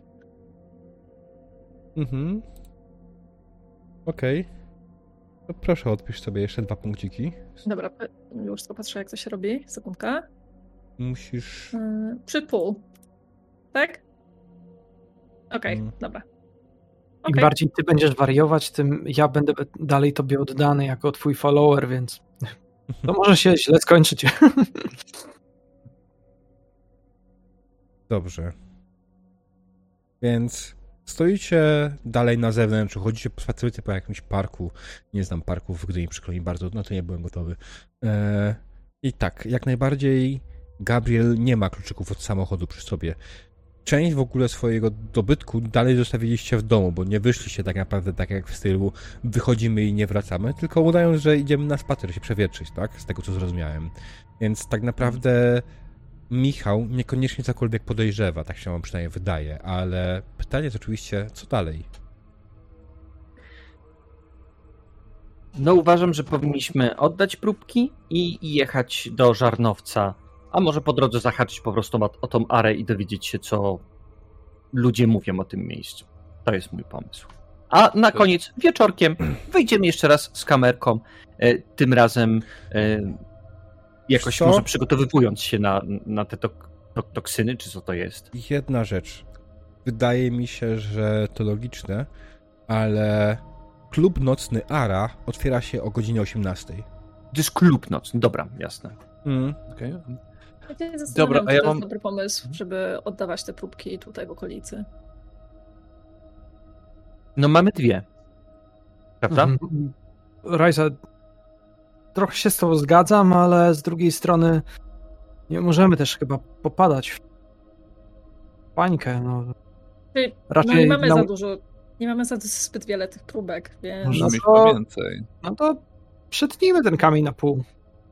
Mhm. Okej. To proszę, odpisz sobie jeszcze 2 punkciki. Dobra, już tylko patrzę, jak to się robi. Sekundka. Musisz... Przy pół. Tak? Okej, Mm. dobra. Im Okej. bardziej ty będziesz wariować, tym ja będę dalej tobie oddany jako twój follower, więc to może się źle skończyć. Dobrze. Więc stoicie dalej na zewnątrz, chodzicie, spacerujecie po jakimś parku. Nie znam parków w Gdyni, przykro mi bardzo, no to nie byłem gotowy. I tak, jak najbardziej Gabriel nie ma kluczyków od samochodu przy sobie. Część w ogóle swojego dobytku dalej zostawiliście w domu, bo nie wyszliście tak naprawdę tak jak w stylu wychodzimy i nie wracamy, tylko udając, że idziemy na spacer się przewietrzyć, tak? Z tego co zrozumiałem. Więc tak naprawdę Michał niekoniecznie cokolwiek podejrzewa, tak się wam przynajmniej wydaje, ale pytanie jest oczywiście, co dalej? No uważam, że powinniśmy oddać próbki i jechać do Żarnowca, a może po drodze zahaczyć po prostu o tą arę i dowiedzieć się, co ludzie mówią o tym miejscu. To jest mój pomysł. A na koniec, wieczorkiem, wyjdziemy jeszcze raz z kamerką, tym razem jakoś Co? może przygotowywując się na te toksyny, czy co to jest. Jedna rzecz. Wydaje mi się, że to logiczne, ale klub nocny Ara otwiera się o godzinie 18. To jest klub nocny, dobra, jasne. Okej. Ja się Dobra, zastanawiam, a czy ja to mam- jest dobry pomysł, żeby oddawać te próbki tutaj w okolicy. No mamy 2. Prawda? Mhm. Rajza, trochę się z tobą zgadzam, ale z drugiej strony nie możemy też chyba popadać w pańkę. No. Czyli Raczej no, nie mamy na- za dużo, nie mamy za zbyt wiele tych próbek, więc... Może No mieć to- to więcej. No to przetnijmy ten kamień na pół.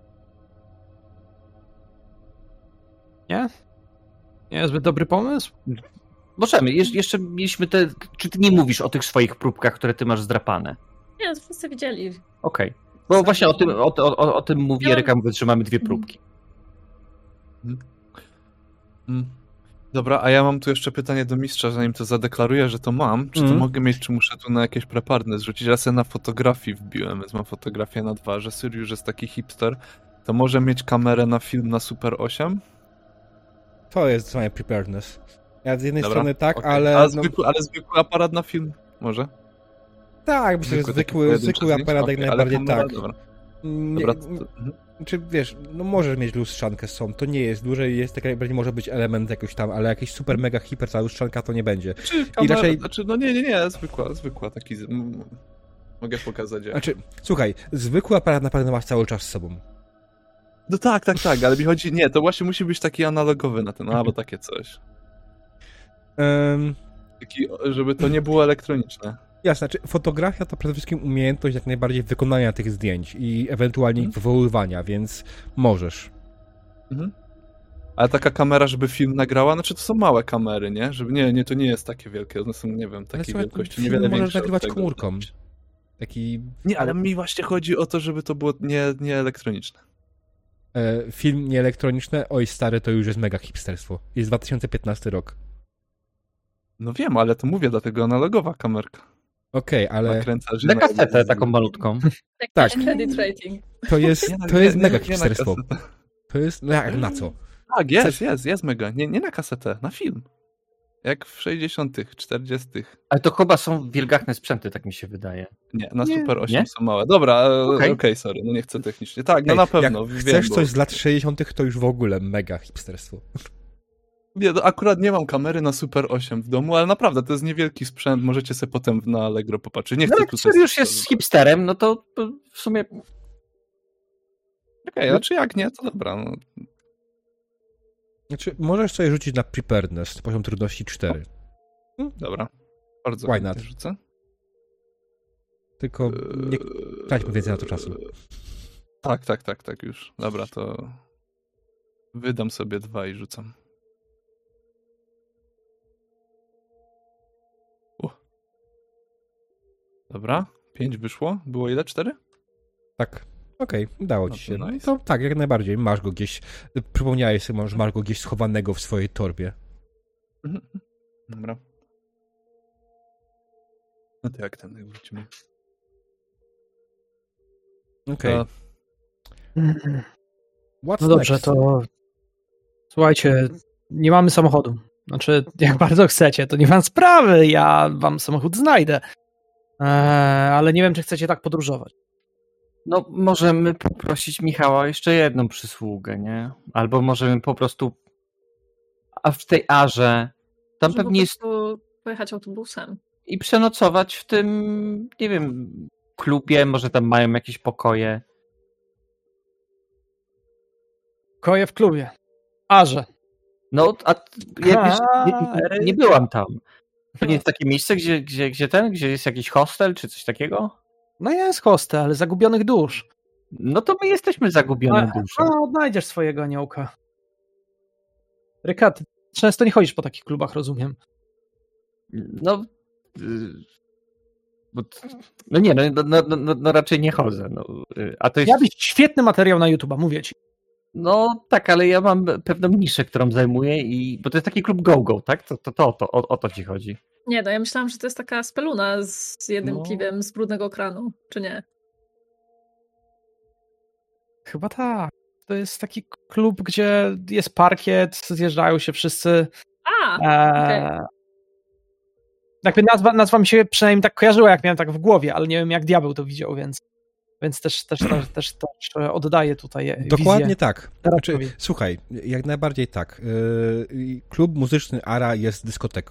Nie? Nie jest zbyt dobry pomysł? Możemy, jeszcze mieliśmy te... Czy ty nie mówisz o tych swoich próbkach, które ty masz zdrapane? Nie, wszyscy widzieli. Okej. Bo właśnie o tym mówi Ja mam- Eryka, mówiąc, że mamy 2 próbki. Dobra, a ja mam tu jeszcze pytanie do mistrza, zanim to zadeklaruję, że to mam. Czy to mogę mieć, czy muszę tu na jakieś preparne zrzucić? Ja sobie na fotografii wbiłem, więc mam fotografię na 2, że Syriusz jest taki hipster. To może mieć kamerę na film na Super 8? To jest moje preparedness. Ja z jednej Dobra, strony tak, okej. ale... Ale, no, zwykły aparat na film? Może? tak, myślę, że taki zwykły pojedynczy zdjęć? aparat jak Okej, ale najbardziej kamera, tak. Dobra, Nie, dobra czy wiesz, no możesz mieć lustrzankę z sobą, to nie jest duże, jest taka, może być element jakoś tam, ale jakiś super mega hiper cała lustrzanka to nie będzie. Czy kamera, raczej- znaczy, no nie, zwykła, taki... Mogę pokazać jak. Znaczy, słuchaj, zwykły aparat na pewno masz cały czas z sobą. No tak, ale mi chodzi, nie, to właśnie musi być taki analogowy na ten, albo takie coś. Taki, żeby to nie było elektroniczne. Jasne, znaczy fotografia to przede wszystkim umiejętność jak najbardziej wykonania tych zdjęć i ewentualnie ich wywoływania, więc możesz. Ale taka kamera, żeby film nagrała, znaczy to są małe kamery, nie? Żeby, nie, to nie jest takie wielkie, one są, nie wiem, takiej słuchaj, wielkości, film niewiele możesz większe od nagrywać tego. komórką. Taki Nie, ale mi właśnie chodzi o to, żeby to było nie elektroniczne. film nieelektroniczny, oj stary, to już jest mega hipsterstwo. Jest 2015 rok. No wiem, ale to mówię, dlatego analogowa kamerka. Okej, ale Nakręcasz Na na- kasetę taką malutką. Tak. Credit rating. to jest, Nie na- to jest nie- mega nie na hipsterstwo. kasetę. To jest, no jak, na co? Tak, jest mega. Nie na kasetę, na film. Jak w 60., 40. Ale to chyba są wielgachne sprzęty, tak mi się wydaje. Nie, na Nie. Super 8 Nie? są małe. Dobra, okej, Okej. sorry, no nie chcę technicznie. Tak, no Ej, na pewno. Jak wiem, chcesz bo- coś z lat 60., to już w ogóle mega hipsterstwo. Nie, no akurat nie mam kamery na Super 8 w domu, ale naprawdę to jest niewielki sprzęt, możecie sobie potem na Allegro popatrzeć. Nie No chcę jak tutaj... już jest hipsterem, no to w sumie... Okej, znaczy jak nie, to dobra. No. Znaczy, możesz sobie rzucić na preparedness, poziom trudności 4. Dobra. Bardzo Why chętnie not? rzucę. Tylko nie traćmy więcej na to czasu. Tak, już. Dobra, to wydam sobie 2 i rzucam. Dobra, 5 wyszło. Było ile? 4? Tak. Okej, udało No ci to się. No nice. to tak, jak najbardziej. Masz go gdzieś, przypomniałeś sobie, że masz go gdzieś schowanego w swojej torbie. Dobra. No to jak ten, jak wrócimy? Okej. To- What's No dobrze, next? to słuchajcie, nie mamy samochodu. Znaczy, jak bardzo chcecie, to nie mam sprawy, ja wam samochód znajdę. Ale nie wiem, czy chcecie tak podróżować. No, możemy poprosić Michała o jeszcze jedną przysługę, nie? Albo możemy po prostu... A w tej Arze tam Może pewnie jest... po prostu pojechać autobusem. I przenocować w tym, nie wiem, klubie, może tam mają jakieś pokoje. Koje w klubie. Arze. No, a ja wiesz, nie byłam tam. To nie jest takie miejsce, gdzie jest jakiś hostel, czy coś takiego? No jest hostel, ale zagubionych dusz. No to my jesteśmy zagubione dusze. Odnajdziesz swojego aniołka. Ryka, ty często nie chodzisz po takich klubach, rozumiem. No, no nie, no raczej nie chodzę. No, a to jest... Miałbyś świetny materiał na YouTube'a, mówię ci. No tak, ale ja mam pewną niszę, którą zajmuję bo to jest taki klub go-go, tak? O to ci chodzi. Nie, no ja myślałam, że to jest taka speluna z jednym No. piwem z brudnego kranu, czy nie? Chyba tak. To jest taki klub, gdzie jest parkiet, zjeżdżają się wszyscy. A, okej. Jakby nazwa mi się przynajmniej tak kojarzyła, jak miałem tak w głowie, ale nie wiem, jak diabeł to widział, więc też oddaję tutaj Dokładnie wizję. tak. Znaczy, słuchaj, jak najbardziej tak. Klub muzyczny Ara jest dyskoteką.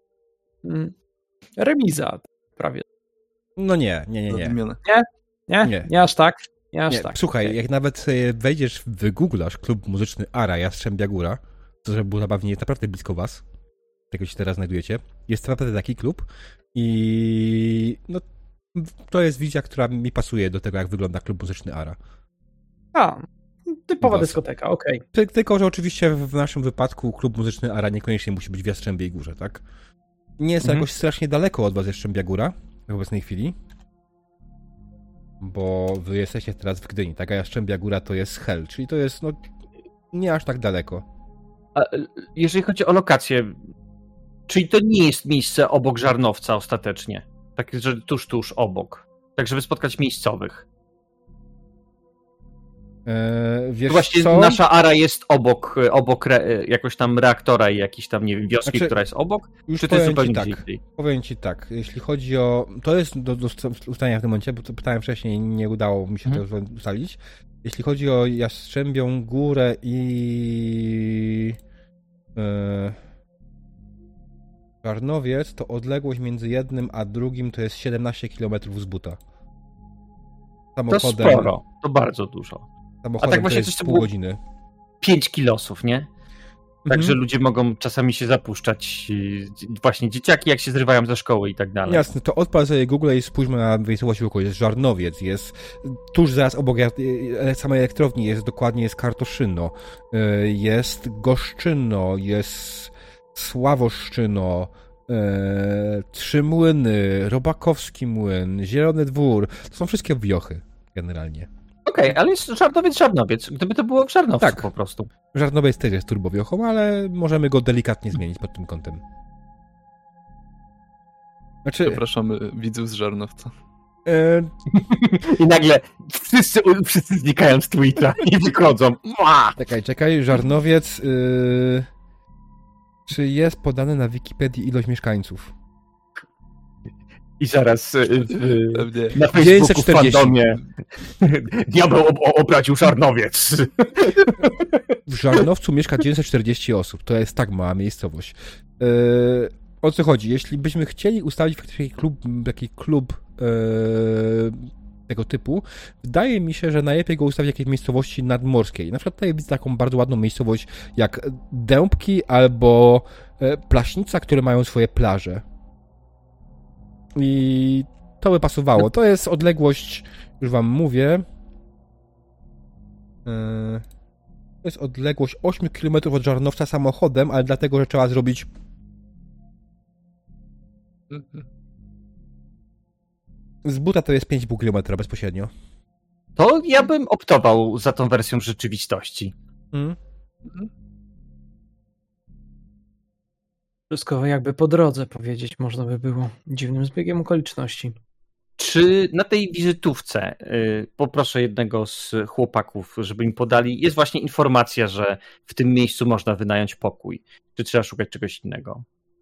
Remiza prawie. No nie. Zadumione. Nie aż tak. Nie aż Nie, tak. słuchaj, Okej. jak nawet sobie wejdziesz, wygooglasz klub muzyczny Ara Jastrzębia Góra, to żeby było zabawnie, jest naprawdę blisko was, tego się teraz znajdujecie, jest naprawdę taki klub i no to jest wizja, która mi pasuje do tego, jak wygląda klub muzyczny Ara. Typowa Was. dyskoteka, okej. Tylko, że oczywiście w naszym wypadku klub muzyczny Ara niekoniecznie musi być w Jastrzębiej Górze, tak? Nie jest to jakoś strasznie daleko od was Jastrzębia Góra w obecnej chwili, bo wy jesteście teraz w Gdyni, tak? A Jastrzębia Góra to jest Hel, czyli to jest no nie aż tak daleko. A jeżeli chodzi o lokację, czyli to nie jest miejsce obok Żarnowca ostatecznie? Tak, że tuż obok. Tak, żeby spotkać miejscowych. Wiesz Właśnie co? nasza Ara jest obok jakoś tam reaktora i jakiejś tam, nie wiem, wioski, Znaczy, która jest obok? Już Czy to jest powiem ci zupełnie tak, gdzie indziej? powiem ci tak, jeśli chodzi o... To jest do ustalenia w tym momencie, bo to pytałem wcześniej, nie udało mi się tego ustalić. Jeśli chodzi o Jastrzębią Górę i... Żarnowiec, to odległość między jednym a drugim to jest 17 km z buta. To sporo, to bardzo dużo. Samochodem A tak właśnie to jest coś, co pół było- godziny. 5 kilosów, nie? Także ludzie mogą czasami się zapuszczać, właśnie dzieciaki jak się zrywają ze szkoły i tak dalej. Jasne, to odpal sobie Google i spójrzmy na miejscowość wokół. Jest Żarnowiec, jest tuż zaraz obok samej elektrowni, jest Kartoszyno, jest Goszczyno, jest Sławoszczyno, Trzy Młyny, Robakowski Młyn, Zielony Dwór. To są wszystkie wiochy generalnie. Okej, ale jest Żarnowiec. Gdyby to było w Żarnowcu Tak. po prostu. Żarnowiec też jest turbowiochą, ale możemy go delikatnie zmienić pod tym kątem. Znaczy, Zapraszamy widzów z Żarnowca. I nagle wszyscy znikają z Twittera i wychodzą. Czekaj, Żarnowiec. Czy jest podane na Wikipedii ilość mieszkańców? I zaraz Pewnie. na Facebooku 940. w fandomie diabeł obraził Żarnowiec. W Żarnowcu mieszka 940 osób. To jest tak mała miejscowość. O co chodzi? Jeśli byśmy chcieli ustalić taki klub tego typu, wydaje mi się, że najlepiej go ustawić w jakiejś miejscowości nadmorskiej. Na przykład tutaj widzę taką bardzo ładną miejscowość jak Dębki albo Plaśnica, które mają swoje plaże. I to by pasowało. To jest odległość, już wam mówię. To jest odległość 8 km od Żarnowca samochodem, ale dlatego, że trzeba zrobić z buta to jest 5,5 km bezpośrednio. To ja bym optował za tą wersją rzeczywistości. Wszystko jakby po drodze powiedzieć można by było. Dziwnym zbiegiem okoliczności. Czy na tej wizytówce, poproszę jednego z chłopaków, żeby mi podali, jest właśnie informacja, że w tym miejscu można wynająć pokój? Czy trzeba szukać czegoś innego?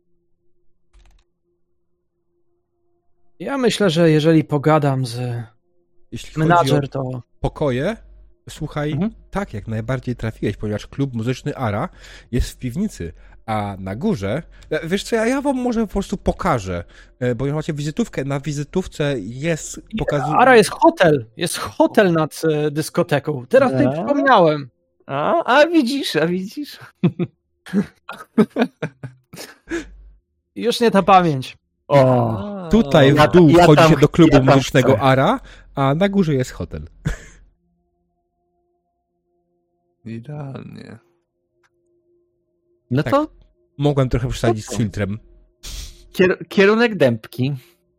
Ja myślę, że jeżeli pogadam z Jeśli menadżer, chodzi o to pokoje, słuchaj, tak, jak najbardziej trafiłeś, ponieważ klub muzyczny Ara jest w piwnicy, a na górze, wiesz co, ja wam może po prostu pokażę, bo macie wizytówkę, na wizytówce jest Ara jest hotel nad dyskoteką. Teraz tutaj przypomniałem. A widzisz. Już nie ta pamięć. Tutaj w dół wchodzi się do klubu muzycznego Ara, a na górze jest hotel. Idealnie. No Tak. to Mogłem trochę przesadzić z filtrem. kierunek Dębki.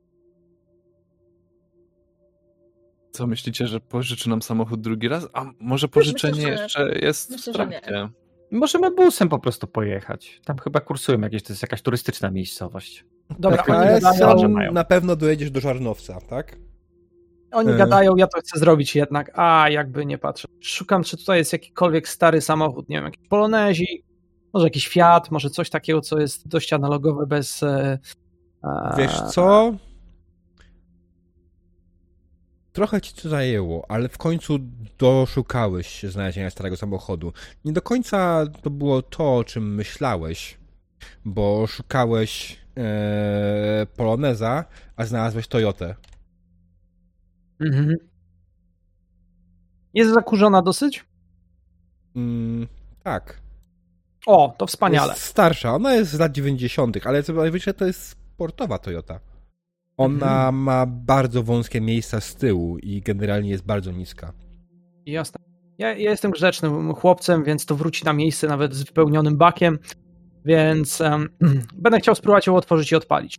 Co, myślicie, że pożyczy nam samochód drugi raz? A może pożyczenie Myślę, że- jeszcze jest myślę, w że trakcie? Możemy busem po prostu pojechać. Tam chyba kursują to jest jakaś turystyczna miejscowość. Dobra, Tak, oni ale gadają, że mają. na pewno dojedziesz do Żarnowca, tak? ja to chcę zrobić jednak. Jakby nie patrzę. Szukam, czy tutaj jest jakikolwiek stary samochód, nie wiem, jakiś Polonezi, może jakiś Fiat, może coś takiego, co jest dość analogowe bez... Wiesz co? Trochę ci to zajęło, ale w końcu doszukałeś się znalezienia starego samochodu. Nie do końca to było to, o czym myślałeś, bo szukałeś Poloneza, a znalazłeś Toyotę. Mhm. Jest zakurzona dosyć? Tak. O, to wspaniale. Jest starsza, ona jest z lat 90., ale co najwyższe to jest sportowa Toyota. Ona ma bardzo wąskie miejsca z tyłu i generalnie jest bardzo niska. Jasne. Ja jestem grzecznym chłopcem, więc to wróci na miejsce nawet z wypełnionym bakiem, więc będę chciał spróbować ją otworzyć i odpalić.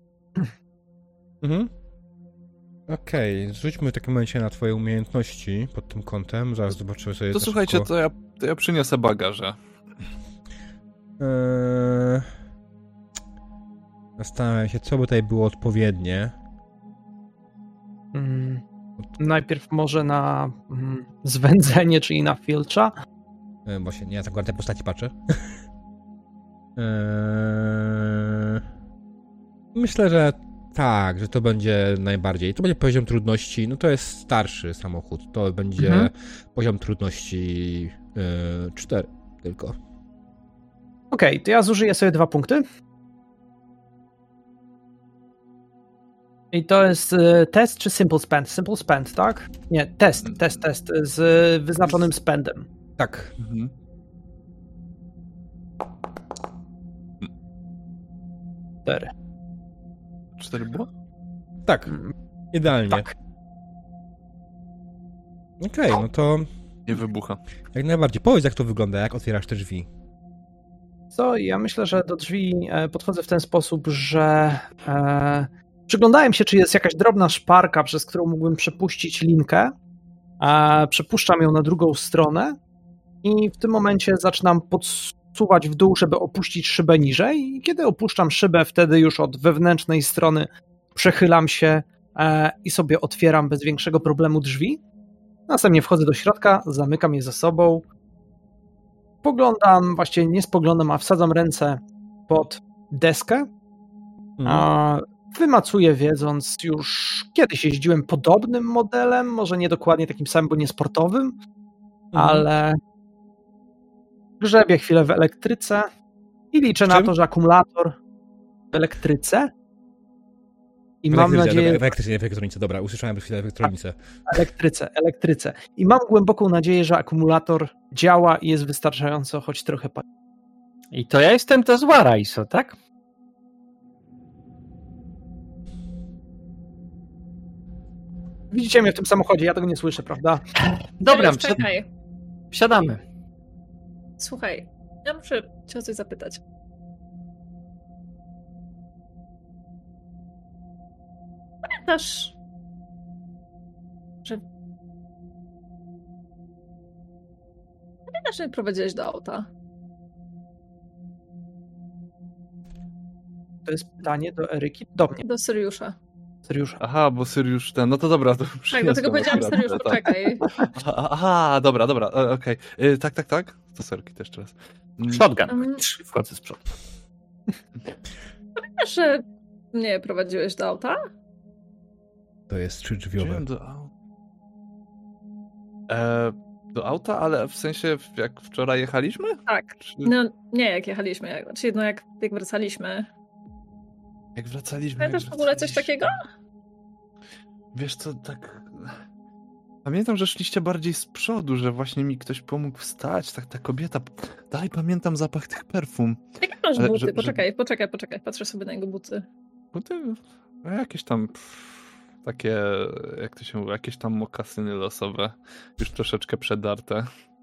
Okej, rzućmy w takim momencie na twoje umiejętności pod tym kątem. Zaraz zobaczymy sobie To słuchajcie, szybko. to ja przyniosę bagaże. Zastanawiam się, co by tutaj było odpowiednie. Najpierw może na zwędzenie, czyli na filcza. Właśnie, nie, tak na te postaci patrzę. Myślę, że tak, że to będzie najbardziej. To będzie poziom trudności, no to jest starszy samochód. To będzie poziom trudności 4 tylko. Okej, to ja zużyję sobie 2 punkty. I to jest test czy simple spend? Simple spend, tak? Nie, test z wyznaczonym spendem. Tak. 4. 4 było? Tak, idealnie. Tak. Okej, no to Nie wybucha. jak najbardziej. Powiedz, jak to wygląda, jak otwierasz te drzwi. Co, ja myślę, że do drzwi podchodzę w ten sposób, że przyglądałem się, czy jest jakaś drobna szparka, przez którą mógłbym przepuścić linkę. Przepuszczam ją na drugą stronę i w tym momencie zaczynam podsuwać w dół, żeby opuścić szybę niżej. I kiedy opuszczam szybę, wtedy już od wewnętrznej strony przechylam się i sobie otwieram bez większego problemu drzwi. Następnie wchodzę do środka, zamykam je za sobą. Spoglądam, właściwie nie spoglądam, a wsadzam ręce pod deskę. Wymacuję, wiedząc, już kiedyś jeździłem podobnym modelem, może nie dokładnie takim samym, bo nie sportowym, ale grzebię chwilę w elektryce i liczę na to, że akumulator w elektryce i mam nadzieję... W elektryce, nie w elektronice, dobra, usłyszałem chwilę w elektronice. Elektryce. I mam głęboką nadzieję, że akumulator działa i jest wystarczająco choć trochę... I to ja jestem ta zła Raiso, tak? Widzicie mnie w tym samochodzie, ja tego nie słyszę, prawda? Dobra, czekaj. wsiadamy. Słuchaj, ja muszę cię o coś zapytać. Pamiętasz, że mnie prowadziłeś do auta? To jest pytanie do Eryki, do mnie. Do Syriusza. Syriusza. Aha, bo Syriusz ten, no to dobra. To Tak, dlatego powiedziałam akurat, Syriusz, poczekaj. Aha, dobra, okej. Tak. To Serki też teraz. Shotgun. Wchodzę z przodu. Pamiętasz, że mnie prowadziłeś do auta? To jest 3-drzwiowe. Do auta, ale w sensie jak wczoraj jechaliśmy? Tak. Czy... No nie, jak jechaliśmy. Znaczy, no jak wracaliśmy. Jak wracaliśmy. Pamiętasz w ogóle coś takiego? Wiesz co, tak... Pamiętam, że szliście bardziej z przodu, że właśnie mi ktoś pomógł wstać, tak ta kobieta... Dalej pamiętam zapach tych perfum. Jakie masz Ale, buty? Poczekaj. Patrzę sobie na jego buty. Buty? Jakieś tam... Takie, jak to się mówi, jakieś tam mokasyny losowe. Już troszeczkę przedarte.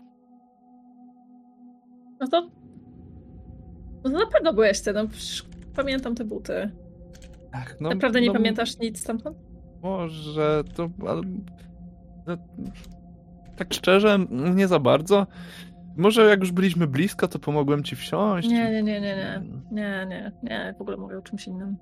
No to na pewno byłeś ty, no przecież pamiętam te buty. Ach, no, Naprawdę nie pamiętasz nic stamtąd? Może to... Ale, no, tak szczerze, nie za bardzo. Może jak już byliśmy blisko, to pomogłem ci wsiąść. Nie, w ogóle mówię o czymś innym.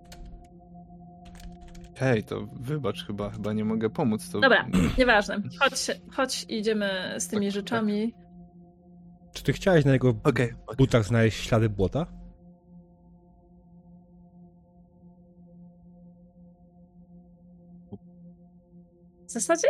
Hej, to wybacz, chyba nie mogę pomóc. To... Dobra, nieważne. Chodź, idziemy z tymi rzeczami. Czy ty chciałeś na jego butach znaleźć ślady błota? W zasadzie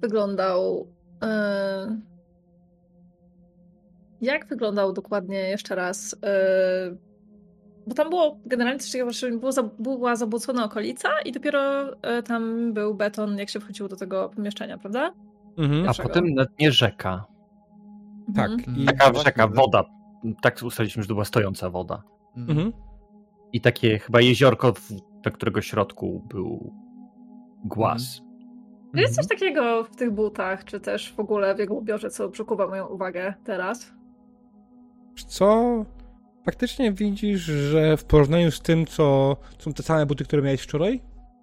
jak wyglądał dokładnie jeszcze raz? Bo tam było generalnie coś takiego, że była zabłocona okolica i dopiero tam był beton, jak się wchodziło do tego pomieszczenia, prawda? A potem na dnie rzeka. Tak. I taka rzeka, woda. Tak ustaliliśmy, że to była stojąca woda. I takie chyba jeziorko, do którego środku był głaz. Czy jest coś takiego w tych butach, czy też w ogóle w jego ubiorze, co przykuwa moją uwagę teraz? Co? Faktycznie widzisz, że w porównaniu z tym, co są te same buty, które miałeś wczoraj?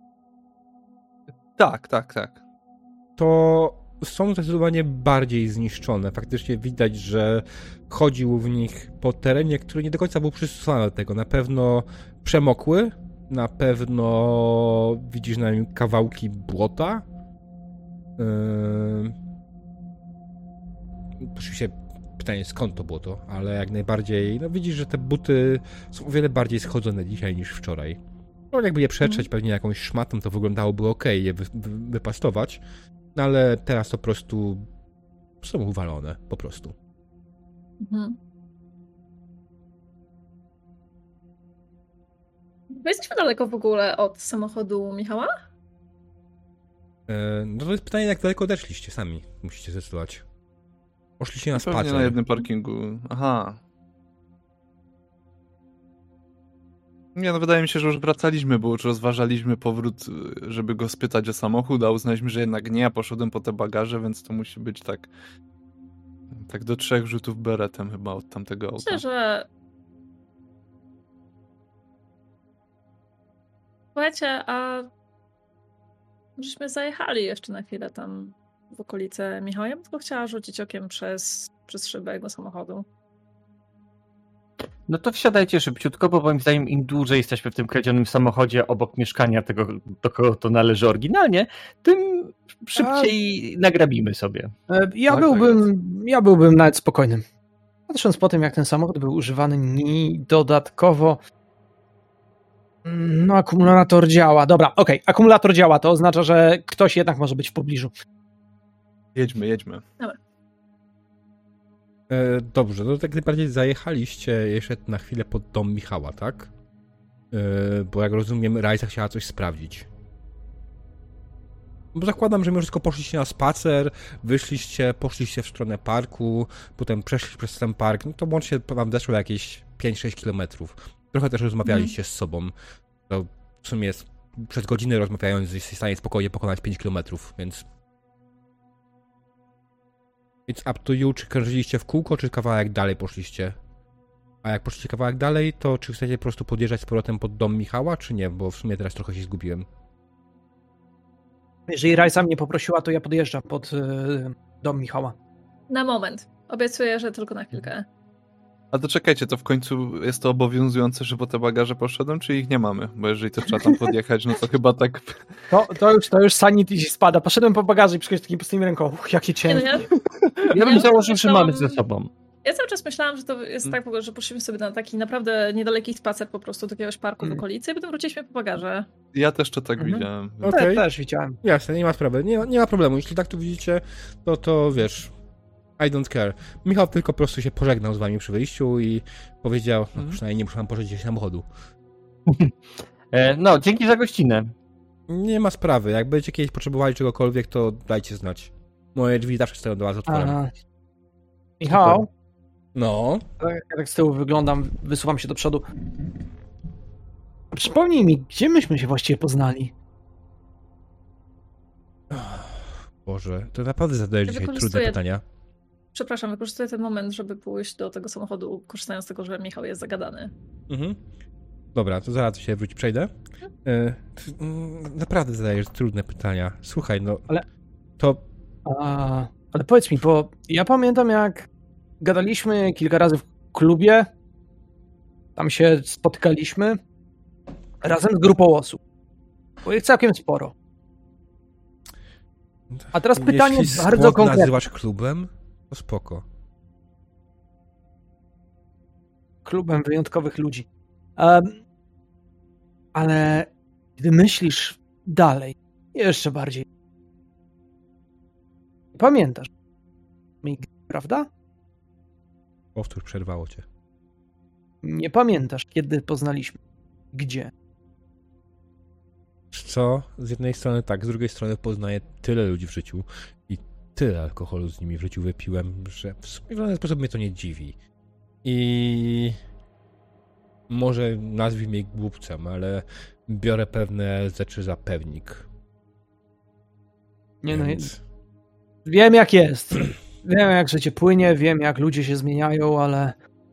Tak. To są zdecydowanie bardziej zniszczone. Faktycznie widać, że chodził w nich po terenie, który nie do końca był przystosowany do tego. Na pewno przemokły, na pewno widzisz na nim kawałki błota. Oczywiście pytanie, skąd to błoto, ale jak najbardziej, no widzisz, że te buty są o wiele bardziej schodzone dzisiaj niż wczoraj. No jakby je przetrzeć pewnie jakąś szmatą, to wyglądałoby okej, je wypastować, no ale teraz to po prostu są uwalone, po prostu. My jesteśmy daleko w ogóle od samochodu Michała? No to jest pytanie, jak daleko odeszliście sami, musicie zdecydować. Poszliście na spacer. Pewnie na jednym parkingu. Aha. Nie, no wydaje mi się, że już wracaliśmy, bo już rozważaliśmy powrót, żeby go spytać o samochód, a uznaliśmy, że jednak nie, ja poszedłem po te bagaże, więc to musi być tak do 3 rzutów beretem chyba od tamtego auta. Myślę, że... Słuchajcie, a żeśmy zajechali jeszcze na chwilę tam w okolice Michała. Ja bym tylko chciała rzucić okiem przez szybę jego samochodu. No to wsiadajcie szybciutko, bo moim zdaniem im dłużej jesteśmy w tym kradzionym samochodzie obok mieszkania tego, do kogo to należy oryginalnie, tym szybciej nagrabimy sobie. Ja byłbym nawet spokojnym. Patrząc po tym, jak ten samochód był używany, dodatkowo no akumulator działa. Dobra, okej, akumulator działa, to oznacza, że ktoś jednak może być w pobliżu. Jedźmy. Dobra. Dobrze, no tak najbardziej zajechaliście jeszcze na chwilę pod dom Michała, tak? Bo jak rozumiem, Rajsa chciała coś sprawdzić. Bo zakładam, że mimo wszystko poszliście na spacer, wyszliście, poszliście w stronę parku, potem przeszliście przez ten park, no to łącznie wam zeszło jakieś 5-6 kilometrów. Trochę też rozmawialiście z sobą. To w sumie jest, przez godzinę rozmawiając, jesteście w stanie spokojnie pokonać 5 kilometrów, więc... It's up to you, czy krążyliście w kółko, czy kawałek dalej poszliście? A jak poszliście kawałek dalej, to czy chcecie po prostu podjeżdżać z powrotem pod dom Michała, czy nie? Bo w sumie teraz trochę się zgubiłem. Jeżeli Rajsa mnie poprosiła, to ja podjeżdżam pod dom Michała. Na moment. Obiecuję, że tylko na chwilkę. A to czekajcie, to w końcu jest to obowiązujące, że po te bagaże poszedłem, czy ich nie mamy? Bo jeżeli to trzeba tam podjechać, no to chyba tak... To już sanity się spada. Poszedłem po bagaże i przychodzę takim pustymi ręką. Jakie ciężkie. Ja bym założył, że mamy ze sobą. Ja cały czas myślałam, że to jest tak w ogóle, że poszliśmy sobie na taki naprawdę niedaleki spacer po prostu do jakiegoś parku w okolicy i potem wróciliśmy po bagaże. Ja też to tak widziałem. Okej. Też widziałem. Jasne, nie ma sprawy, nie ma problemu. Jeśli tak tu widzicie, to wiesz, I don't care. Michał tylko po prostu się pożegnał z wami przy wyjściu i powiedział, no przynajmniej nie muszę wam pożyczyć samochodu. No, dzięki za gościnę. Nie ma sprawy, jak będziecie kiedyś potrzebowali czegokolwiek, to dajcie znać. Moje drzwi zawsze stoją do was otworem. Michał? No? Ja tak z tyłu wyglądam, wysuwam się do przodu. Przypomnij mi, gdzie myśmy się właściwie poznali? Boże, to naprawdę zadajesz dzisiaj trudne pytania. Przepraszam, wykorzystuję ten moment, żeby pójść do tego samochodu, korzystając z tego, że Michał jest zagadany. Mhm. Dobra, to zaraz się przejdę. Naprawdę zadajesz trudne pytania. Słuchaj, no... Ale... To... Ale powiedz mi, bo ja pamiętam, jak gadaliśmy kilka razy w klubie, tam się spotykaliśmy razem z grupą osób. Bo ich całkiem sporo. A teraz pytanie jeśli bardzo konkretne. nazywasz klubem, to spoko. Klubem wyjątkowych ludzi. Ale gdy myślisz dalej, jeszcze bardziej, pamiętasz mi, prawda? Powtórz, przerwało cię. Nie pamiętasz, kiedy poznaliśmy. Gdzie? Co? Z jednej strony tak, z drugiej strony poznaję tyle ludzi w życiu i tyle alkoholu z nimi w życiu wypiłem, że w sumie w żaden sposób mnie to nie dziwi. I może nazwij mnie głupcem, ale biorę pewne rzeczy za pewnik. Nie Więc... no, wiem jak jest. Wiem jak życie płynie, wiem jak ludzie się zmieniają, ale...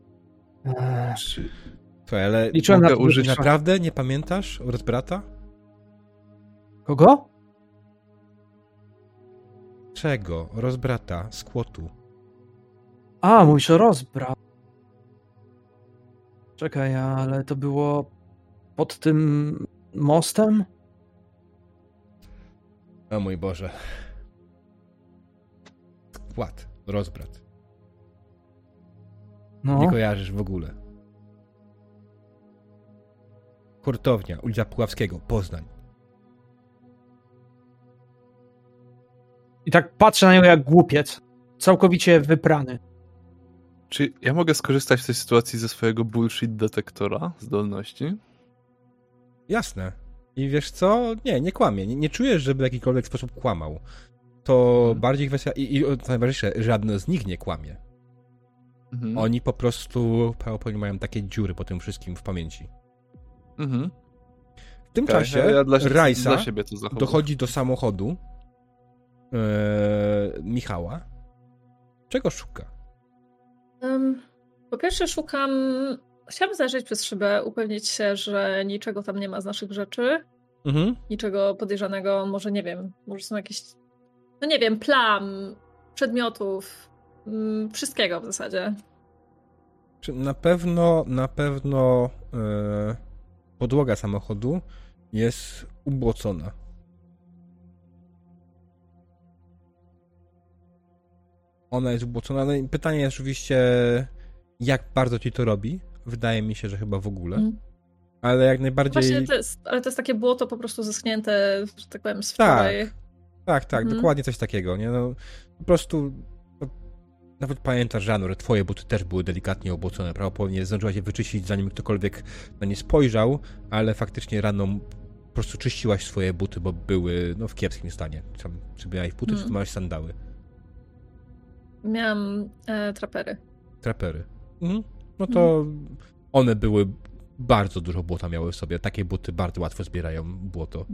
Słuchaj, ale liczyłem mogę na to, użyć że- naprawdę? Nie pamiętasz Rozbrata? Kogo? Czego? Rozbrata, skłotu. A, mówisz o rozbrat. Czekaj, ale to było pod tym mostem? O mój Boże. Skład, rozbrat. No. Nie kojarzysz w ogóle. Hurtownia, ulica Puławskiego, Poznań. I tak patrzę na niego jak głupiec. Całkowicie wyprany. Czy ja mogę skorzystać w tej sytuacji ze swojego bullshit detektora zdolności? Jasne. I wiesz co? Nie kłamie. Nie czujesz, żeby w jakikolwiek sposób kłamał. To bardziej kwestia... I najważniejsze, żadne z nich nie kłamie. Mhm. Oni po prostu mają takie dziury po tym wszystkim w pamięci. Mhm. W tym Okej, czasie ja dla Rajsa siebie to zachowuję. dochodzi do samochodu Michała. Czego szuka? Po pierwsze szukam... Chciałabym zajrzeć przez szybę, upewnić się, że niczego tam nie ma z naszych rzeczy. Mhm. Niczego podejrzanego. Może nie wiem, może są jakieś... No nie wiem, plam, przedmiotów, wszystkiego w zasadzie. Czy na pewno podłoga samochodu jest ubłocona. Ona jest ubłocona. No i pytanie jest oczywiście, jak bardzo ci to robi. Wydaje mi się, że chyba w ogóle. Ale jak najbardziej... Właśnie to jest takie błoto po prostu zeschnięte, że tak powiem, z wczoraj. Tak, dokładnie coś takiego, nie? No, po prostu nawet pamiętasz, Żanu, że twoje buty też były delikatnie obłocone. Prawdopodobnie zdążyłaś je wyczyścić, zanim ktokolwiek na nie spojrzał, ale faktycznie rano po prostu czyściłaś swoje buty, bo były w kiepskim stanie. Czy miałeś buty, czy miałeś sandały? Miałam trapery. Trapery. No to one były... Bardzo dużo błota miały w sobie. Takie buty bardzo łatwo zbierają błoto.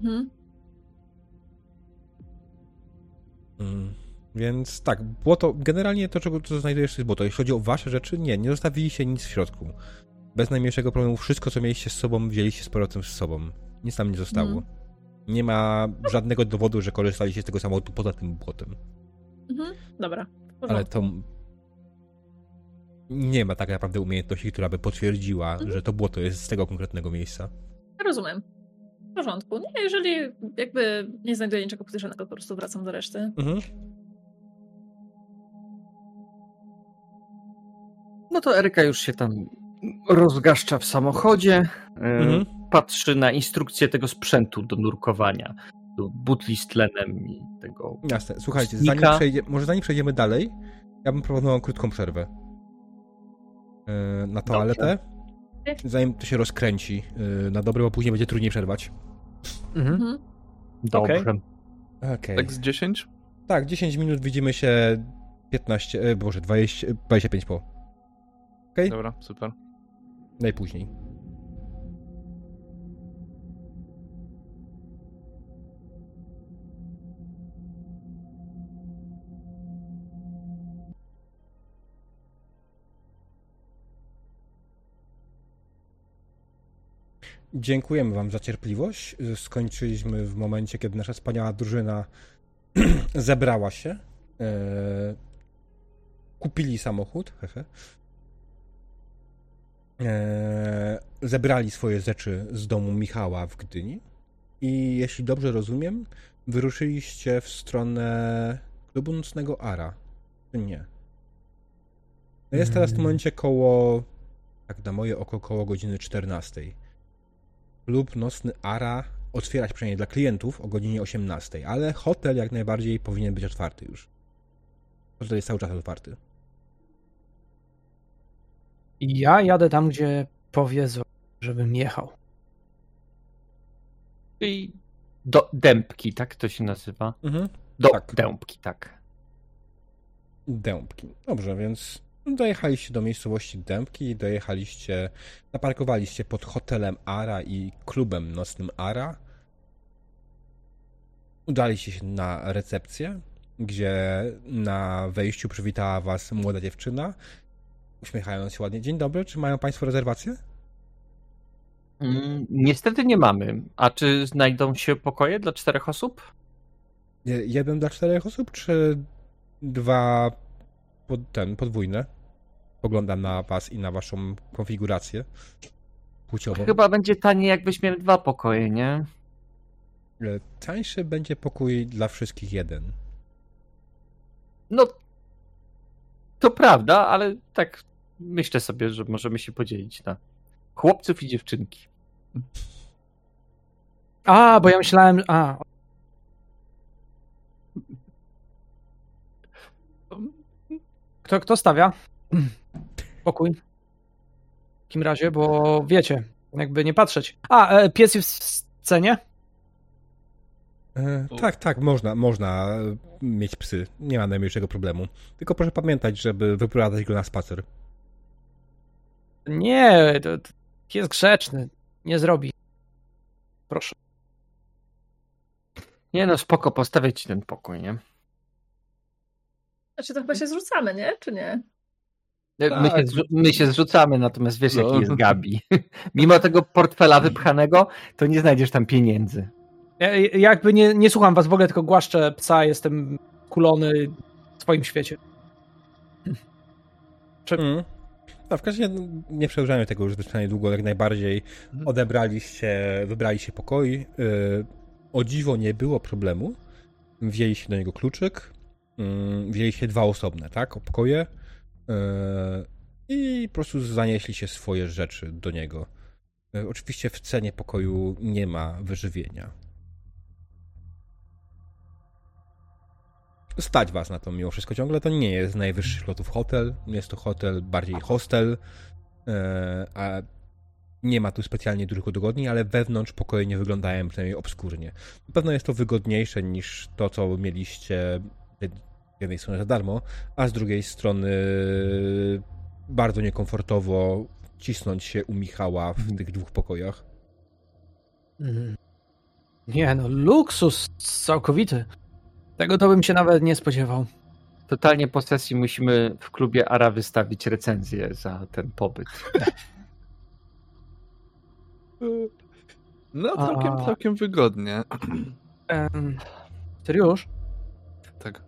Więc tak, błoto, generalnie to, co znajdujesz, to jest błoto. Jeśli chodzi o wasze rzeczy, nie zostawiliście nic w środku. Bez najmniejszego problemu. Wszystko, co mieliście z sobą, wzięliście z powrotem z sobą. Nic tam nie zostało. Nie ma żadnego dowodu, że korzystaliście z tego samochodu poza tym błotem. Dobra. Ale to... Nie ma tak naprawdę umiejętności, która by potwierdziła, że to błoto jest z tego konkretnego miejsca. Rozumiem. W porządku. Nie, jeżeli jakby nie znajduję niczego podejrzanego, po prostu wracam do reszty. No to Eryka już się tam rozgaszcza w samochodzie. Patrzy na instrukcję tego sprzętu do nurkowania. Do butli z tlenem i tego... Jasne. Słuchajcie, Snika. zanim przejdziemy dalej, ja bym proponował krótką przerwę. Na toaletę. Zanim to się rozkręci na dobre, bo później będzie trudniej przerwać. Dobrze. Okay. Tak z 10? Tak, 10 minut, widzimy się 25 po. Okej? Dobra, super. Najpóźniej. Dziękujemy wam za cierpliwość. Skończyliśmy w momencie, kiedy nasza wspaniała drużyna zebrała się. Kupili samochód. Zebrali swoje rzeczy z domu Michała w Gdyni. I jeśli dobrze rozumiem, wyruszyliście w stronę klubu nocnego Ara. Czy nie? Jest teraz w tym momencie tak na moje oko, koło godziny 14. Klub nocny Ara otwiera się przynajmniej dla klientów o godzinie 18, ale hotel jak najbardziej powinien być otwarty już. Hotel jest cały czas otwarty. Ja jadę tam, gdzie powiedzą, żebym jechał. I do Dębki, tak to się nazywa? Tak. Dębki, tak. Dębki. Dobrze, więc dojechaliście do miejscowości Dębki, zaparkowaliście pod hotelem Ara i klubem nocnym Ara. Udaliście się na recepcję, gdzie na wejściu przywitała was młoda dziewczyna, uśmiechając się ładnie. Dzień dobry, czy mają państwo rezerwację? Niestety nie mamy. A czy znajdą się pokoje dla 4 osób? Jeden dla 4 osób, czy 2 podwójne? Poglądam na was i na waszą konfigurację płciową. Chyba będzie taniej, jakbyśmy mieli 2 pokoje, nie? Tańszy będzie pokój dla wszystkich jeden. No, to prawda, ale tak myślę sobie, że możemy się podzielić na chłopców i dziewczynki. Bo ja myślałem... Kto stawia pokój? W takim razie, bo wiecie, jakby nie patrzeć. Pies jest w scenie? Tak, można mieć psy. Nie ma najmniejszego problemu. Tylko proszę pamiętać, żeby wyprowadzać go na spacer. Nie, to jest grzeczny. nie zrobi. Proszę. Nie no, spoko, postawię ci ten pokój, nie? Znaczy to chyba się zrzucamy, nie? Czy nie? My się zrzucamy, natomiast wiesz, No. jaki jest Gabi. Mimo tego portfela wypchanego, to nie znajdziesz tam pieniędzy. Ja jakby nie słucham was w ogóle, tylko głaszczę psa, jestem kulony w swoim świecie. No, w każdym razie nie przełożamy tego już zbyt długo, jak najbardziej wybraliście pokój. O dziwo nie było problemu. Wzięliście do niego kluczyk. Wzięliście 2 osobne, tak? Pokoje. I po prostu zanieśli się swoje rzeczy do niego. Oczywiście w cenie pokoju nie ma wyżywienia. Stać was na to mimo wszystko ciągle. To nie jest z najwyższych lotów hotel. Jest to hotel, bardziej hostel. A nie ma tu specjalnie dużych udogodnień, ale wewnątrz pokoje nie wyglądają przynajmniej obskurnie. Na pewno jest to wygodniejsze niż to, co mieliście z jednej strony za darmo, a z drugiej strony bardzo niekomfortowo cisnąć się u Michała w tych 2 pokojach. Nie no, luksus całkowity. Tego to bym się nawet nie spodziewał. Totalnie po sesji musimy w klubie Ara wystawić recenzję za ten pobyt. No, całkiem wygodnie. Seriusz? Tak.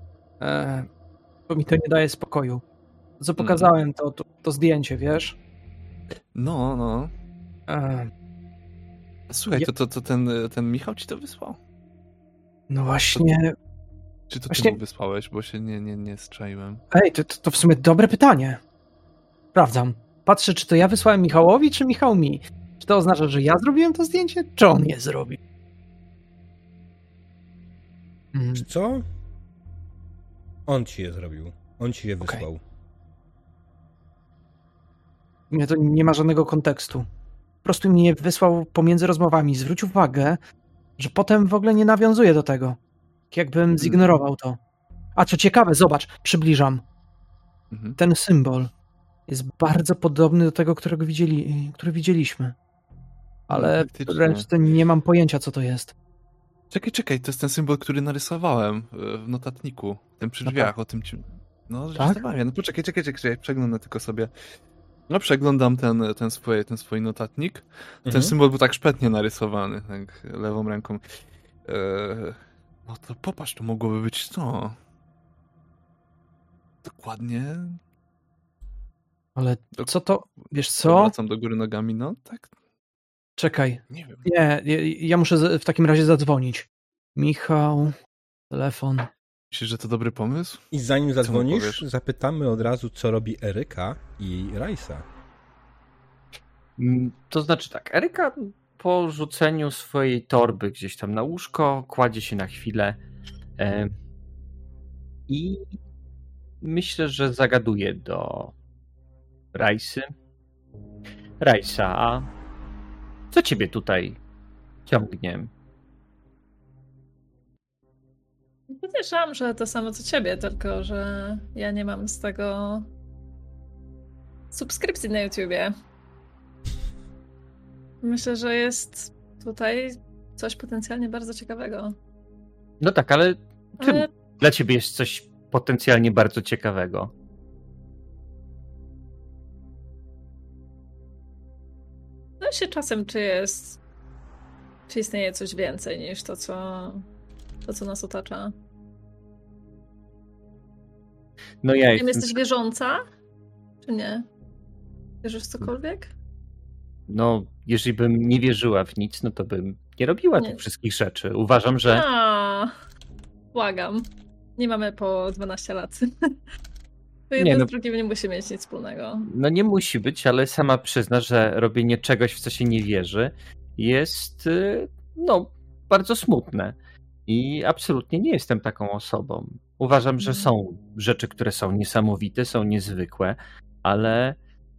Bo mi to nie daje spokoju. Co pokazałem, to zdjęcie, wiesz? No. E, Słuchaj, to ten Michał ci to wysłał? no właśnie... Czy to Właśnie- ty mu wysłałeś, bo się nie strzaiłem. Ej, to w sumie dobre pytanie. Sprawdzam. Patrzę, czy to ja wysłałem Michałowi, czy Michał mi. Czy to oznacza, że ja zrobiłem to zdjęcie, czy on je zrobił? Co? On ci je zrobił. On ci je Okej. wysłał. Nie, to nie ma żadnego kontekstu. Po prostu mi je wysłał pomiędzy rozmowami. Zwróć uwagę, że potem w ogóle nie nawiązuje do tego. Tak jakbym zignorował to. A co ciekawe, zobacz, przybliżam. Mhm. Ten symbol jest bardzo podobny do tego, który widzieliśmy. Ale faktycznie. reszty nie mam pojęcia, co to jest. Czekaj, to jest ten symbol, który narysowałem w notatniku. Ten przy No drzwiach, o tym ci... No, Tak? rysowałem. No poczekaj, przeglądam tylko sobie. No, przeglądam ten swój notatnik. Ten symbol był tak szpetnie narysowany, tak lewą ręką. No to popatrz, to mogłoby być to. Dokładnie. Ale co to? Wiesz co? Wracam do góry nogami, no tak, Czekaj. nie wiem. Nie, ja muszę w takim razie zadzwonić. Michał, telefon. Myślisz, że to dobry pomysł? I zanim zadzwonisz, powiesz? zapytamy od razu, co robi Eryka i Rajsa. To znaczy tak, Eryka po rzuceniu swojej torby gdzieś tam na łóżko kładzie się na chwilę i myślę, że zagaduje do Rajsy. Rajsa, a co ciebie tutaj ciągnie? Podejrzewam, że to samo co ciebie, tylko że ja nie mam z tego subskrypcji na YouTubie. Myślę, że jest tutaj coś potencjalnie bardzo ciekawego. No tak, ale czym Ale dla ciebie jest coś potencjalnie bardzo ciekawego? no się czasem, czy istnieje coś więcej niż to, co nas otacza. No ja Nie wiem, jestem... jesteś wierząca? Czy nie? Wierzysz w cokolwiek? No, jeżeli bym nie wierzyła w nic, no to bym nie robiła Nie. tych wszystkich rzeczy. Uważam, że... Błagam. Nie mamy po 12 lat. To Nie, jedno no- z drugim nie musi mieć nic wspólnego. No nie musi być, ale sama przyzna, że robienie czegoś, w co się nie wierzy, jest no bardzo smutne. I absolutnie nie jestem taką osobą. Uważam, że są rzeczy, które są niesamowite, są niezwykłe, ale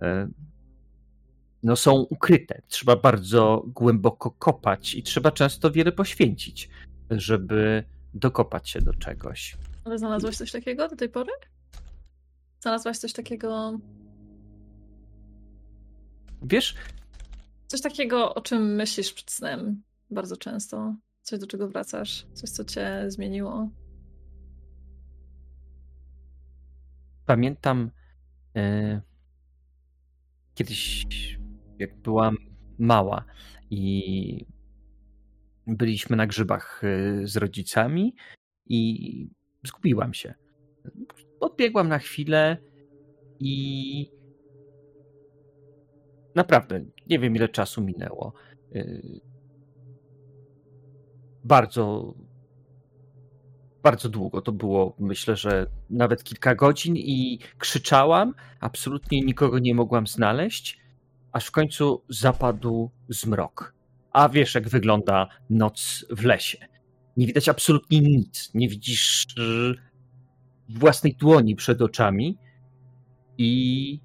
no są ukryte. Trzeba bardzo głęboko kopać i trzeba często wiele poświęcić, żeby dokopać się do czegoś. Ale znalazłaś coś takiego do tej pory? Znalazłaś coś takiego... Wiesz, Coś takiego, o czym myślisz przed snem bardzo często. Coś, do czego wracasz. Coś, co cię zmieniło. Pamiętam kiedyś, jak byłam mała i byliśmy na grzybach z rodzicami i zgubiłam się. Odbiegłam na chwilę i naprawdę nie wiem, ile czasu minęło. Bardzo, bardzo długo to było. Myślę, że nawet kilka godzin i krzyczałam. Absolutnie nikogo nie mogłam znaleźć, aż w końcu zapadł zmrok. A wiesz, jak wygląda noc w lesie. Nie widać absolutnie nic. Nie widzisz własnej dłoni przed oczami i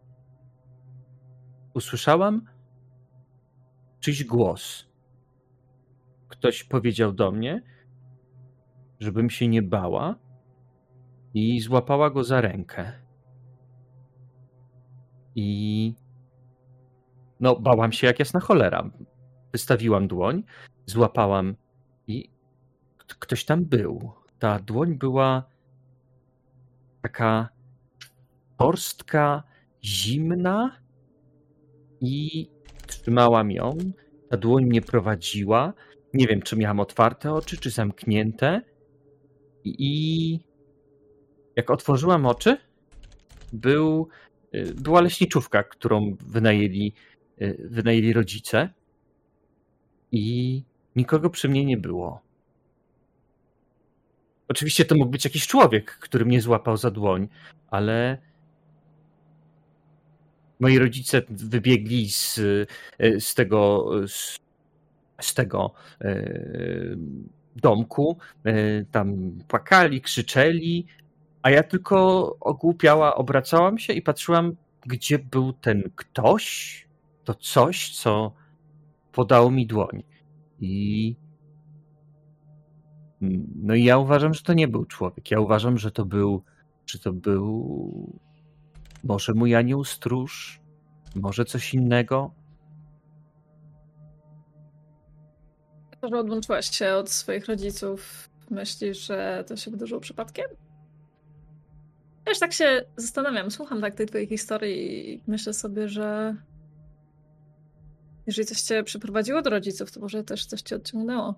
usłyszałam czyjś głos. Ktoś powiedział do mnie, żebym się nie bała i złapała go za rękę. I no, bałam się jak jasna cholera. Wystawiłam dłoń, złapałam i ktoś tam był. Ta dłoń była taka szorstka, zimna i trzymałam ją. Ta dłoń mnie prowadziła. Nie wiem, czy miałam otwarte oczy, czy zamknięte. I jak otworzyłam oczy, była leśniczówka, którą wynajęli rodzice. I nikogo przy mnie nie było. Oczywiście to mógł być jakiś człowiek, który mnie złapał za dłoń, ale moi rodzice wybiegli z tego domku, tam płakali, krzyczeli, a ja tylko ogłupiała obracałam się i patrzyłam, gdzie był ten ktoś, to coś, co podało mi dłoń. No i ja uważam, że to nie był człowiek. Ja uważam, że to był może mój anioł stróż, może coś innego. To, że odłączyłaś się od swoich rodziców, myślisz, że to się wydarzyło przypadkiem? Wiesz, tak się zastanawiam, słucham tak tej twojej historii i myślę sobie, że jeżeli coś cię przyprowadziło do rodziców, to może też coś cię odciągnęło.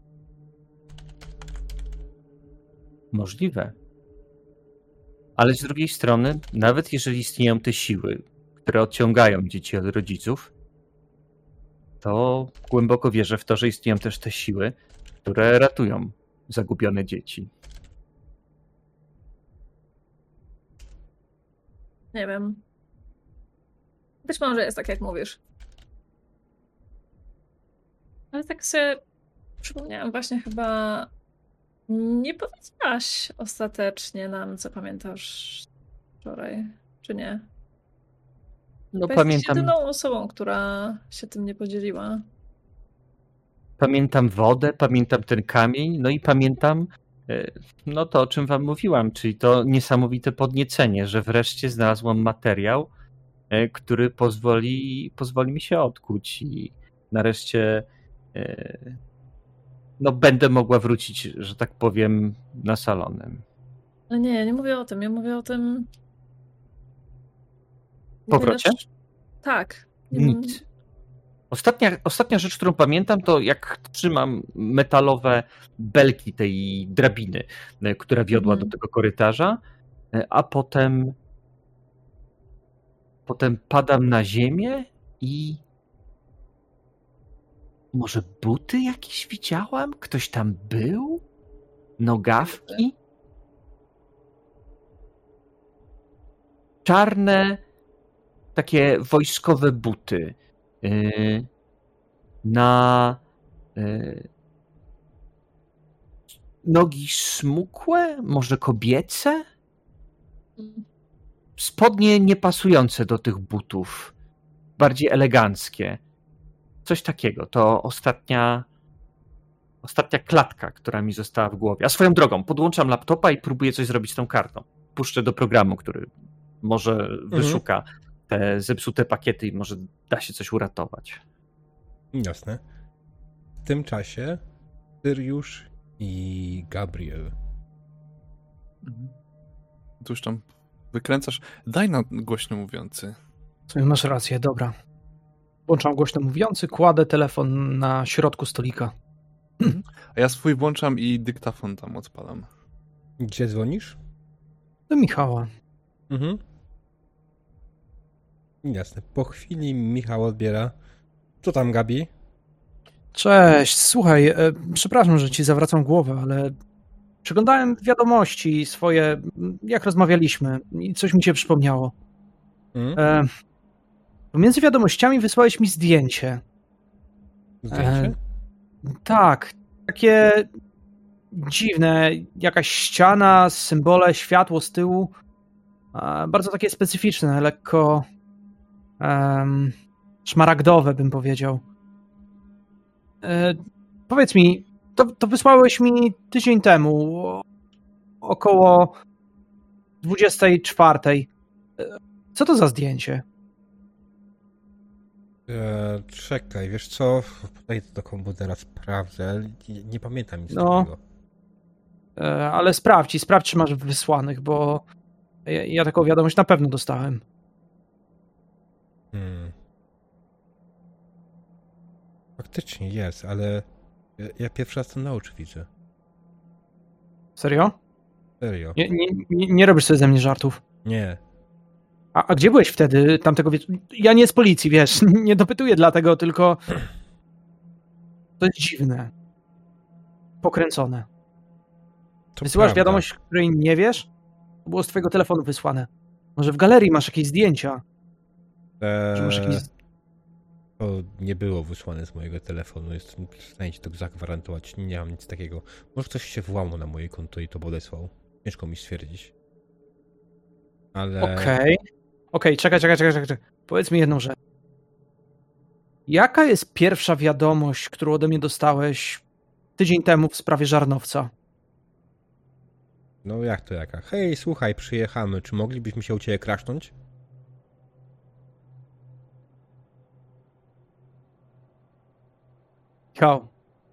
Możliwe. Ale z drugiej strony, nawet jeżeli istnieją te siły, które odciągają dzieci od rodziców, to głęboko wierzę w to, że istnieją też te siły, które ratują zagubione dzieci. Nie wiem. Być może jest tak, jak mówisz. Ale tak sobie przypomniałam właśnie chyba... Nie powiedziałaś ostatecznie nam, co pamiętasz wczoraj, czy nie? No Jesteś pamiętam, jedyną osobą, która się tym nie podzieliła. pamiętam wodę, pamiętam ten kamień, no i pamiętam no to, o czym wam mówiłam, czyli to niesamowite podniecenie, że wreszcie znalazłam materiał, który pozwoli mi się odkuć i nareszcie no będę mogła wrócić, że tak powiem, na salonem. Ale nie mówię o tym. Ja mówię o tym... Powrocie? Tak. Nic. Ostatnia rzecz, którą pamiętam, to jak trzymam metalowe belki tej drabiny, która wiodła do tego korytarza, a potem padam na ziemię i może buty jakieś widziałam? Ktoś tam był? Nogawki? Czarne, takie wojskowe buty. Na nogi smukłe, może kobiece? Spodnie niepasujące do tych butów, bardziej eleganckie. Coś takiego. To ostatnia klatka, która mi została w głowie. A swoją drogą, podłączam laptopa i próbuję coś zrobić z tą kartą. Puszczę do programu, który może wyszuka te zepsute pakiety i może da się coś uratować. Jasne. W tym czasie Syriusz i Gabriel. Tu już tam wykręcasz. Daj na głośno mówiący. W sumie masz rację, dobra. Włączam głośno mówiący, kładę telefon na środku stolika. A ja swój włączam i dyktafon tam odpalam. Gdzie dzwonisz? Do Michała. Mhm. Jasne. Po chwili Michał odbiera. Co tam, Gabi? Cześć, słuchaj, przepraszam, że ci zawracam głowę, ale przeglądałem wiadomości swoje, jak rozmawialiśmy i coś mi się przypomniało. Pomiędzy wiadomościami wysłałeś mi zdjęcie. Zdjęcie? Tak, takie dziwne, jakaś ściana, symbole, światło z tyłu. Bardzo takie specyficzne, lekko szmaragdowe, bym powiedział. Powiedz mi, to wysłałeś mi tydzień temu, około 24. Co to za zdjęcie? Czekaj, wiesz co? Podejdę do komputera, sprawdzę. Nie pamiętam nic No. takiego. Ale sprawdź, czy masz wysłanych, bo ja taką wiadomość na pewno dostałem. Faktycznie jest, ale ja pierwszy raz to na oczy widzę. Serio? Serio. Nie robisz sobie ze mnie żartów. Nie. A gdzie byłeś wtedy tamtego wieczoru? Ja nie z policji, wiesz, nie dopytuję dlatego, tylko to jest dziwne. Pokręcone. To Wysyłasz prawda. wiadomość, której nie wiesz? To było z twojego telefonu wysłane. Może w galerii masz jakieś zdjęcia? Czy masz jakieś... To nie było wysłane z mojego telefonu, jestem w stanie ci to zagwarantować. Nie mam nic takiego. Może ktoś się włamał na moje konto i to podesłał. Ciężko mi stwierdzić. Ale... Okej, czekaj. Powiedz mi jedną rzecz. Jaka jest pierwsza wiadomość, którą ode mnie dostałeś tydzień temu w sprawie Żarnowca? No jak to jaka? Hej, słuchaj, przyjechamy. Czy moglibyśmy się u ciebie krasznąć? Michał.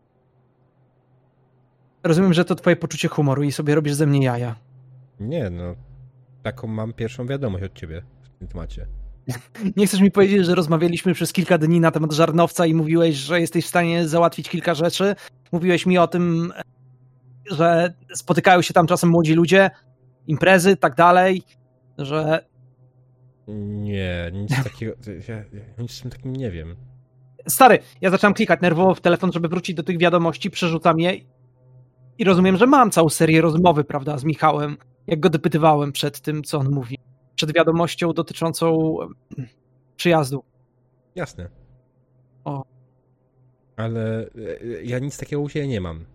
Rozumiem, że to twoje poczucie humoru i sobie robisz ze mnie jaja. Nie, no. Taką mam pierwszą wiadomość od ciebie w tym temacie. Nie chcesz mi powiedzieć, że rozmawialiśmy przez kilka dni na temat Żarnowca i mówiłeś, że jesteś w stanie załatwić kilka rzeczy? Mówiłeś mi o tym, że spotykają się tam czasem młodzi ludzie, imprezy, tak dalej, że... Nie, nic takiego. Ja nic z tym takim nie wiem. Stary, ja zacząłem klikać nerwowo w telefon, żeby wrócić do tych wiadomości, przerzucam je i rozumiem, że mam całą serię rozmowy, prawda, z Michałem, jak go dopytywałem przed tym, co on mówi. Przed wiadomością dotyczącą przyjazdu. Jasne. O. Ale ja nic takiego u siebie nie mam.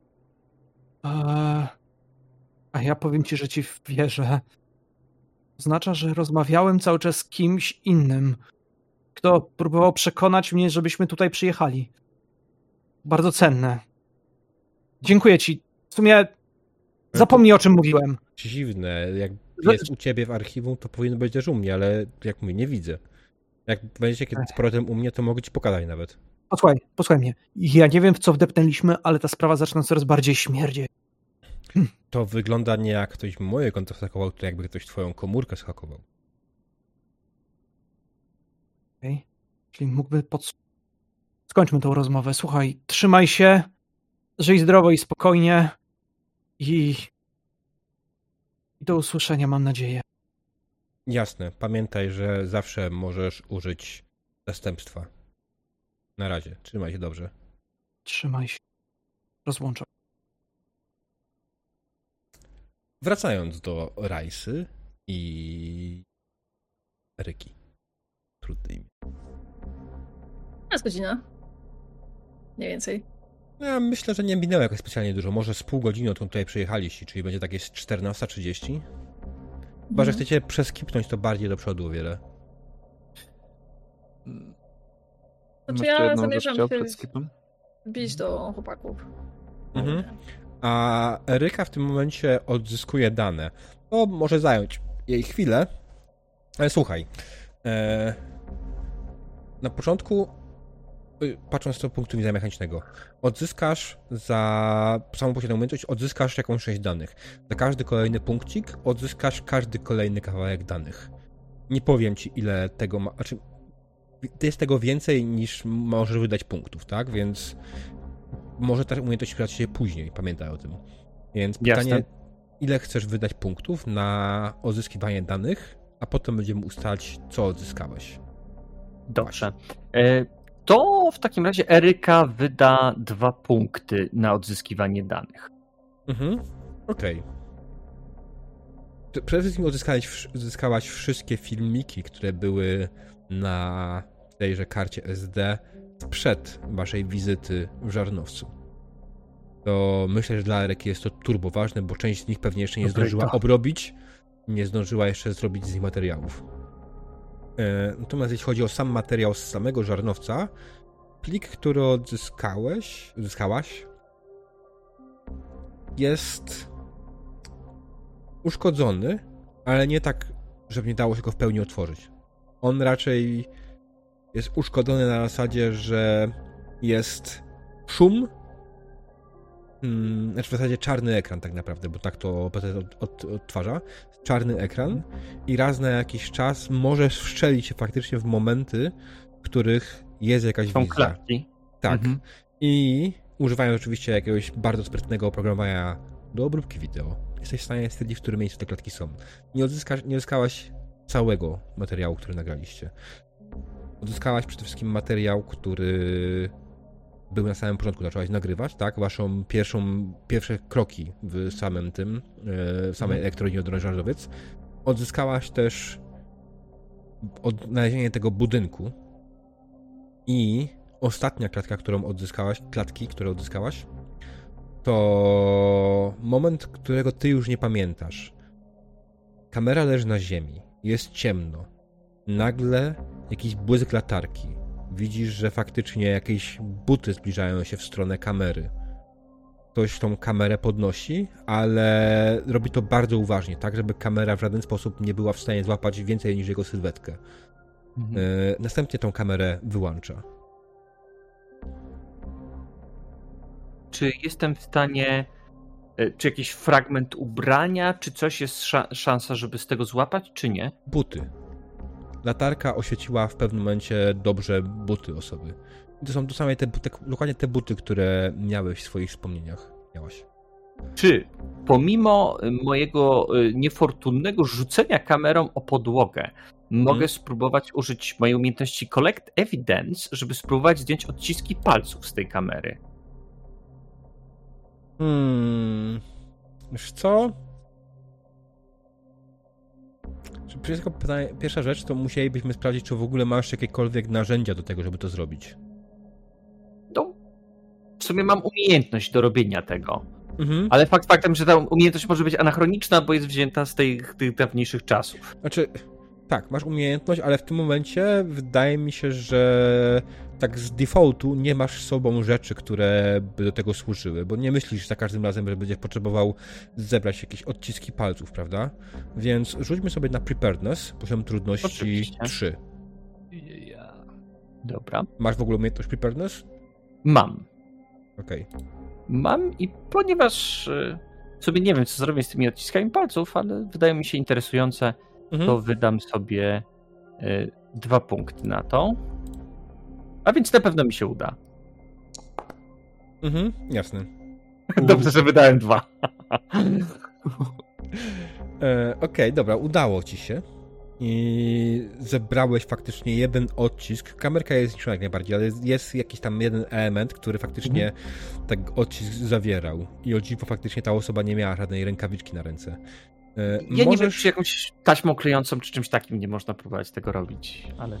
A ja powiem ci, że ci wierzę. Oznacza, że rozmawiałem cały czas z kimś innym, kto próbował przekonać mnie, żebyśmy tutaj przyjechali. Bardzo cenne. Dziękuję ci. W sumie zapomnij, o czym mówiłem. Dziwne. Jak jest u ciebie w archiwum, to powinno być też u mnie, ale jak mówię, nie widzę. Jak będziecie kiedyś z powrotem u mnie, to mogę ci pokazać nawet. Posłuchaj mnie. Ja nie wiem, w co wdepnęliśmy, ale ta sprawa zaczyna coraz bardziej śmierdzieć. To wygląda nie jak ktoś moje konto zhakował, to jakby ktoś twoją komórkę zhakował. Okej. Czyli mógłby skończmy tą rozmowę. Słuchaj, trzymaj się, żyj zdrowo i spokojnie i do usłyszenia, mam nadzieję. Jasne. Pamiętaj, że zawsze możesz użyć zastępstwa. Na razie. Trzymaj się dobrze. Trzymaj się. Rozłączam. Wracając do Rajsy i Eryki. Trudne imię. Jest godzina. Mniej więcej. Ja myślę, że nie minęło jakoś specjalnie dużo. Może z pół godziny, odkąd tutaj przyjechaliście, czyli będzie tak jest 14:30. Chyba, że chcecie przeskipnąć to bardziej do przodu o wiele. Znaczy Jeszcze ja jedną zamierzam rzecz się przed skipem. bić do chłopaków. Mhm. A Eryka w tym momencie odzyskuje dane. To może zająć jej chwilę, ale słuchaj. Na początku patrząc z tego punktu widzenia mechanicznego, odzyskasz za samą posiadaną umiejętność, odzyskasz jakąś część danych. Za każdy kolejny punkcik odzyskasz każdy kolejny kawałek danych. Nie powiem ci, ile tego ma... Znaczy, jest tego więcej, niż możesz wydać punktów, tak? Więc może ta umiejętność przydać się później, pamiętaj o tym. Więc pytanie, Jasne. ile chcesz wydać punktów na odzyskiwanie danych, a potem będziemy ustalać, co odzyskałeś. Dobrze. To w takim razie Eryka wyda 2 punkty na odzyskiwanie danych. Okej. Przede wszystkim odzyskałaś wszystkie filmiki, które były na tejże karcie SD sprzed waszej wizyty w Żarnowcu. To myślę, że dla Eryki jest to turbo ważne, bo część z nich pewnie jeszcze nie zdążyła obrobić, nie zdążyła jeszcze zrobić z nich materiałów. Natomiast jeśli chodzi o sam materiał z samego Żarnowca, plik, który odzyskałaś, jest uszkodzony, ale nie tak, żeby nie dało się go w pełni otworzyć. On raczej jest uszkodzony na zasadzie, że jest szum, znaczy w zasadzie czarny ekran tak naprawdę, bo tak to PC odtwarza. Czarny ekran i raz na jakiś czas możesz wszczelić się faktycznie w momenty, w których jest jakaś Są wizja. klatki. Tak. I używając oczywiście jakiegoś bardzo sprytnego oprogramowania do obróbki wideo, jesteś w stanie stwierdzić, w którym miejscu te klatki są. Nie odzyskałaś całego materiału, który nagraliście. Odzyskałaś przede wszystkim materiał, który był na samym początku, zaczęłaś nagrywać, tak? Pierwsze kroki w samym tym, w samej elektronice od Żarnowiec. Odzyskałaś też odnalezienie tego budynku i ostatnia klatka, które odzyskałaś, to moment, którego ty już nie pamiętasz. Kamera leży na ziemi, jest ciemno. Nagle jakiś błysk latarki. Widzisz, że faktycznie jakieś buty zbliżają się w stronę kamery. Ktoś tą kamerę podnosi, ale robi to bardzo uważnie, tak, żeby kamera w żaden sposób nie była w stanie złapać więcej niż jego sylwetkę. Następnie tą kamerę wyłącza. Czy jestem w stanie, czy jakiś fragment ubrania, czy coś jest szansa, żeby z tego złapać, czy nie? Buty. Latarka oświeciła w pewnym momencie dobrze buty osoby. To są dokładnie te buty, które miałeś w swoich wspomnieniach. Miałaś. Czy pomimo mojego niefortunnego rzucenia kamerą o podłogę, mogę spróbować użyć mojej umiejętności Collect Evidence, żeby spróbować zdjąć odciski palców z tej kamery? Wiesz co? Pierwsza rzecz, to musielibyśmy sprawdzić, czy w ogóle masz jakiekolwiek narzędzia do tego, żeby to zrobić. No, w sumie mam umiejętność do robienia tego. Ale faktem, że ta umiejętność może być anachroniczna, bo jest wzięta z tych dawniejszych czasów. Znaczy, tak, masz umiejętność, ale w tym momencie wydaje mi się, że tak z defaultu nie masz z sobą rzeczy, które by do tego służyły, bo nie myślisz za każdym razem, że będziesz potrzebował zebrać jakieś odciski palców, prawda? Więc rzućmy sobie na preparedness, poziom trudności Oczywiście. 3. Dobra. Masz w ogóle umiejętność preparedness? Mam. Okej. Mam i ponieważ sobie nie wiem, co zrobię z tymi odciskami palców, ale wydają mi się interesujące, to wydam sobie 2 punkty na to. A więc na pewno mi się uda. Jasne. Dobrze, że wydałem 2. Okej, dobra, udało ci się. I zebrałeś faktycznie jeden odcisk. Kamerka jest zniszczona jak najbardziej, ale jest jakiś tam jeden element, który faktycznie tak odcisk zawierał. I o dziwo faktycznie ta osoba nie miała żadnej rękawiczki na ręce. Ja nie wiem, czy jakąś taśmą klejącą, czy czymś takim nie można próbować tego robić, ale...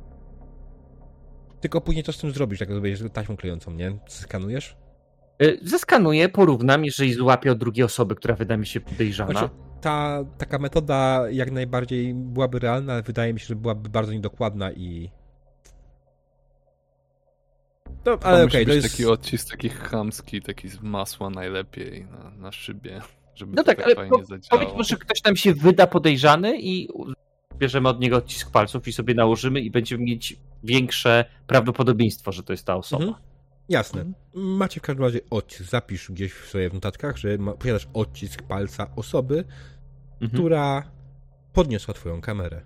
Tylko później co z tym zrobisz, jak zrobisz taśmą klejącą, nie? Skanujesz? Zeskanuję, porównam, jeżeli złapię od drugiej osoby, która wyda mi się podejrzana. Znaczy, taka metoda jak najbardziej byłaby realna, ale wydaje mi się, że byłaby bardzo niedokładna i... No, ale okej, to jest... taki odcisk, taki chamski, taki z masła najlepiej na szybie, żeby No to tak, ale fajnie zadziałało. powiedzmy, że ktoś tam się wyda podejrzany i bierzemy od niego odcisk palców i sobie nałożymy i będziemy mieć większe prawdopodobieństwo, że to jest ta osoba. Mhm. Jasne. Macie w każdym razie odcisk. Zapisz gdzieś sobie w notatkach, że posiadasz odcisk palca osoby, która podniosła twoją kamerę.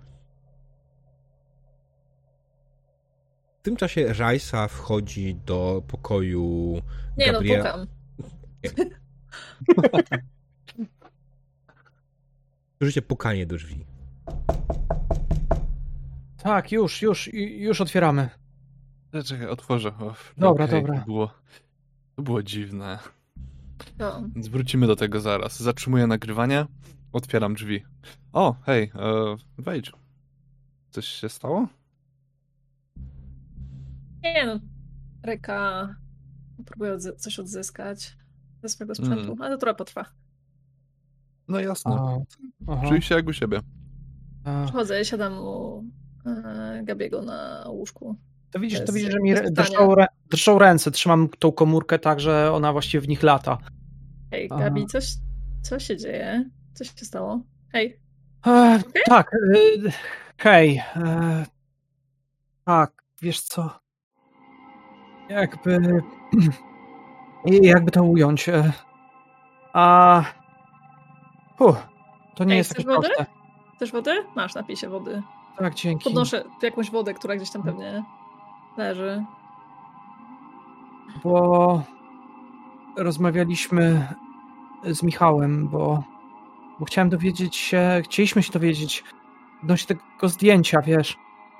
W tym czasie Rajsa wchodzi do pokoju Nie Gabriela. no, pukam. Słyszycie pukanie do drzwi. Tak, już otwieramy. Czekaj, otworzę. Dobra, Okej, dobra. To było dziwne. No. Więc wrócimy do tego zaraz. Zatrzymuję nagrywanie, otwieram drzwi. O, hej, wejdź. Coś się stało? Nie no, Reka próbuje coś odzyskać ze swojego sprzętu, ale to trochę potrwa. No jasne. Aha. Czuj się jak u siebie. Przychodzę, siadam u Gabiego na łóżku. To widzisz, Bez- że mi bez pytania. drżą ręce. Trzymam tą komórkę tak, że ona właściwie w nich lata. Hej, Aha. Gabi, co się dzieje? Co się stało? Hej. Tak, hej. Tak, wiesz co? Jakby to ująć? To nie Ej, jest takie chcesz wody? proste. Chcesz wody? Masz, napij się wody. Tak, dzięki. Podnoszę jakąś wodę, która gdzieś tam pewnie leży. Bo rozmawialiśmy z Michałem, bo chcieliśmy się dowiedzieć odnośnie tego zdjęcia, wiesz,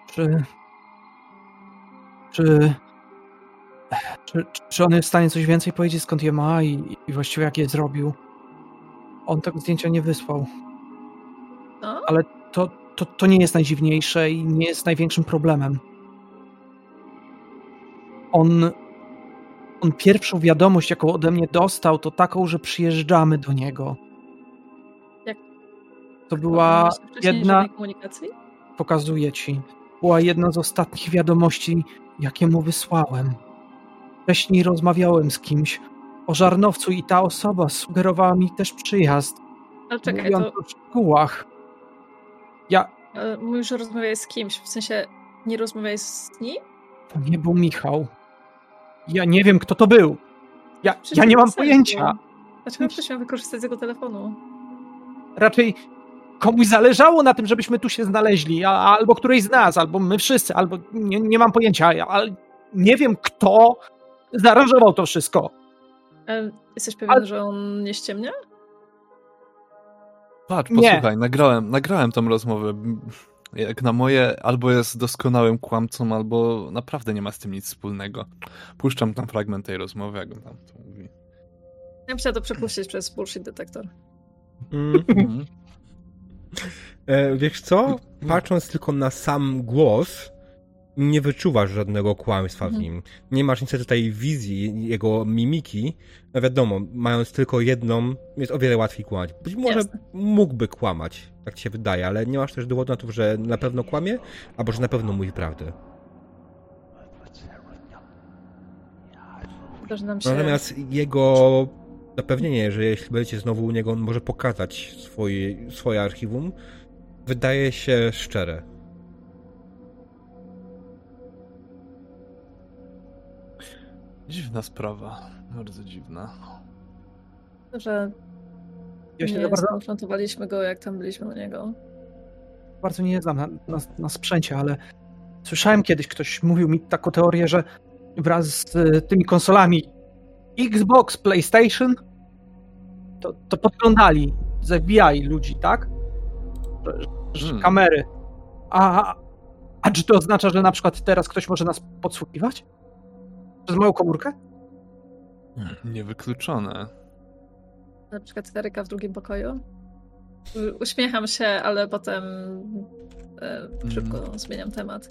czy on jest w stanie coś więcej powiedzieć, skąd je ma i właściwie jak je zrobił. On tego zdjęcia nie wysłał. No? Ale to nie jest najdziwniejsze i nie jest największym problemem. On pierwszą wiadomość, jaką ode mnie dostał, to taką, że przyjeżdżamy do niego. Jak? To była Wcześniej jedna... żadnej komunikacji? Pokazuję ci. Była jedna z ostatnich wiadomości, jakie mu wysłałem. Wcześniej rozmawiałem z kimś o Żarnowcu i ta osoba sugerowała mi też przyjazd. Ale czekaj, Mówiąc to o szczegółach. mówisz, że rozmawiałeś z kimś, w sensie nie rozmawiałeś z nim? To nie był Michał. Ja nie wiem, kto to był. Przecież Ja nie to mam bez sensu. pojęcia. Dlaczego ktoś miał wykorzystać z jego telefonu? Raczej komuś zależało na tym, żebyśmy tu się znaleźli, albo któryś z nas, albo my wszyscy, albo nie mam pojęcia, ale nie wiem, kto zaaranżował to wszystko. Jesteś pewien, że on nie ściemnia? Patrz, Nie. posłuchaj, nagrałem tą rozmowę. Jak na moje, albo jest doskonałym kłamcą, albo naprawdę nie ma z tym nic wspólnego. Puszczam tam fragment tej rozmowy, jak on tam to mówi. Ja bym chciała to przepuścić przez bullshit detektor. Wiesz co? Patrząc tylko na sam głos, nie wyczuwasz żadnego kłamstwa w nim. Nie masz niestety tej wizji, jego mimiki. No wiadomo, mając tylko jedną, jest o wiele łatwiej kłamać. Być może Jasne. mógłby kłamać, tak ci się wydaje, ale nie masz też dowodu na to, że na pewno kłamie, albo że na pewno mówi prawdę. Wydarzy nam się... Natomiast jego zapewnienie, że jeśli będziecie znowu u niego, on może pokazać swoje archiwum, wydaje się szczere. Dziwna sprawa, bardzo dziwna. że Ja się nie za bardzo, skonfrontowaliśmy go, jak tam byliśmy u niego. bardzo nie znam na sprzęcie, ale słyszałem kiedyś, ktoś mówił mi taką teorię, że wraz z tymi konsolami Xbox, PlayStation to podglądali, zabijali ludzi, tak? Że kamery. A czy to oznacza, że na przykład teraz ktoś może nas podsłuchiwać? Przez moją komórkę? Niewykluczone. Na przykład Eryka w drugim pokoju. Uśmiecham się, ale potem szybko zmieniam temat.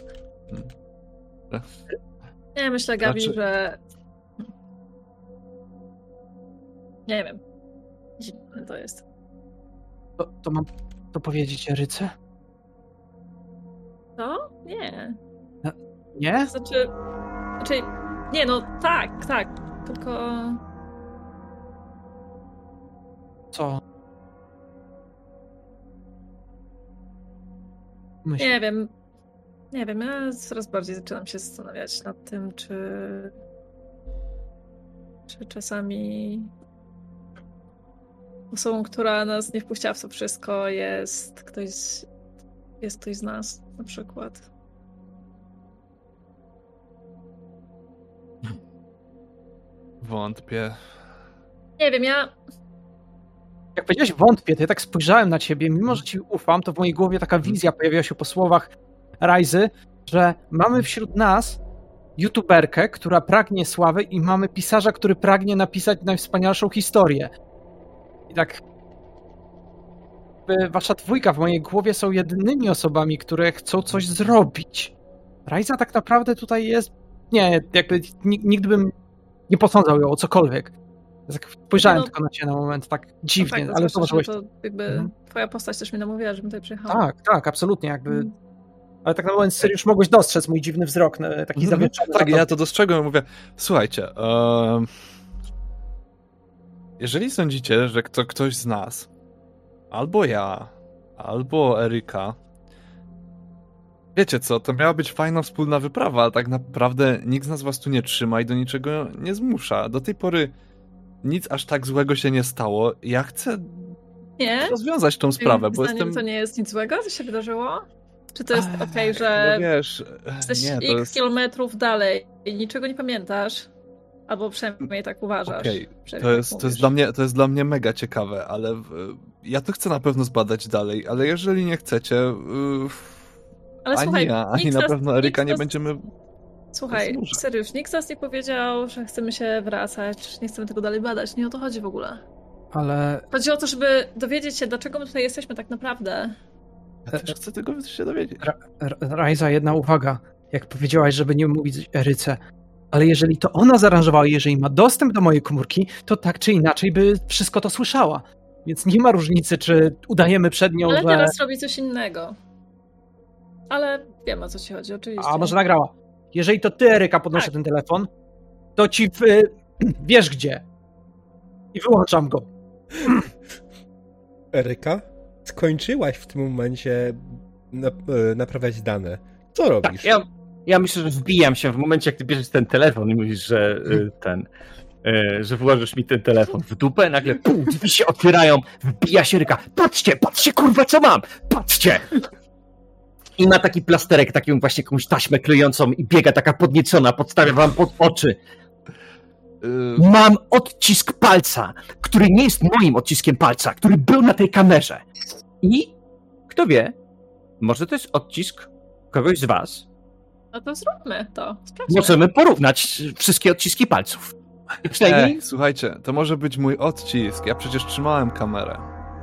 Nie, myślę, Gabi, że... Nie wiem. Dziwne to jest. To mam to powiedzieć Eryce? Co? Nie. Nie? Znaczy... Nie, no tak, tylko... Co? myśli? Nie wiem. Nie wiem, ja coraz bardziej zaczynam się zastanawiać nad tym, czy czasami osobą, która nas nie wpuściła w to wszystko, jest ktoś z nas, na przykład. Wątpię. Nie wiem, ja... Jak powiedziałeś wątpię, to ja tak spojrzałem na ciebie, mimo że ci ufam, to w mojej głowie taka wizja pojawiła się po słowach Rajzy, że mamy wśród nas youtuberkę, która pragnie sławy i mamy pisarza, który pragnie napisać najwspanialszą historię. I tak wasza dwójka w mojej głowie są jedynymi osobami, które chcą coś zrobić. Rajza tak naprawdę tutaj jest... Nie, jakby nigdy bym nie posądzał ją o cokolwiek. Tak spojrzałem tylko na ciebie na moment, tak dziwnie, tak, ale zwłaszcza, zauważyłeś... że to jakby twoja postać też mnie namówiła, żebym tutaj przyjechała. Tak, absolutnie, jakby... Ale tak na moment już mogłeś dostrzec mój dziwny wzrok, taki zawieszony. Tak, ja to dostrzegłem i mówię, słuchajcie, jeżeli sądzicie, że ktoś z nas, albo ja, albo Eryka, wiecie co, to miała być fajna wspólna wyprawa, ale tak naprawdę nikt z nas was tu nie trzyma i do niczego nie zmusza. Do tej pory nic aż tak złego się nie stało. Ja chcę rozwiązać tą sprawę, bo jestem... to nie jest nic złego, co się wydarzyło? Czy to jest okej, że no wiesz, jesteś nie, to x jest... kilometrów dalej i niczego nie pamiętasz? Albo przynajmniej tak uważasz. Okej, Przynajmniej to jest dla mnie mega ciekawe, ale ja to chcę na pewno zbadać dalej, ale jeżeli nie chcecie, ale ani słuchaj, ja, ani na pewno Eryka nie będziemy... Słuchaj, serio, nikt z nas nie powiedział, że chcemy się wracać, że nie chcemy tego dalej badać. Nie o to chodzi w ogóle. Ale... Chodzi o to, żeby dowiedzieć się, dlaczego my tutaj jesteśmy tak naprawdę. Ja też chcę tego się dowiedzieć. Rajza, jedna uwaga. Jak powiedziałaś, żeby nie mówić Eryce, ale jeżeli to ona zaaranżowała, jeżeli ma dostęp do mojej komórki, to tak czy inaczej by wszystko to słyszała. Więc nie ma różnicy, czy udajemy przed nią, Ale że... teraz robi coś innego. Ale wiem, o co ci chodzi, oczywiście. A może nagrała. Jeżeli to ty, Eryka, podnoszę ten telefon, to ci wiesz gdzie. I wyłączam go. Eryka, skończyłaś w tym momencie naprawiać dane. Co robisz? Tak, ja myślę, że wbijam się w momencie, jak ty bierzesz ten telefon i mówisz, że że włożysz mi ten telefon w dupę, nagle drzwi się otwierają, wbija się Eryka. Patrzcie, kurwa, co mam! Patrzcie! I ma taki plasterek, taką właśnie jakąś taśmę klejącą i biega taka podniecona, podstawia wam pod oczy. Mam odcisk palca, który nie jest moim odciskiem palca, który był na tej kamerze. I kto wie, może to jest odcisk kogoś z was. No to zróbmy to. Sprawdźmy. Możemy porównać wszystkie odciski palców. I przynajmniej... Słuchajcie, to może być mój odcisk. Ja przecież trzymałem kamerę.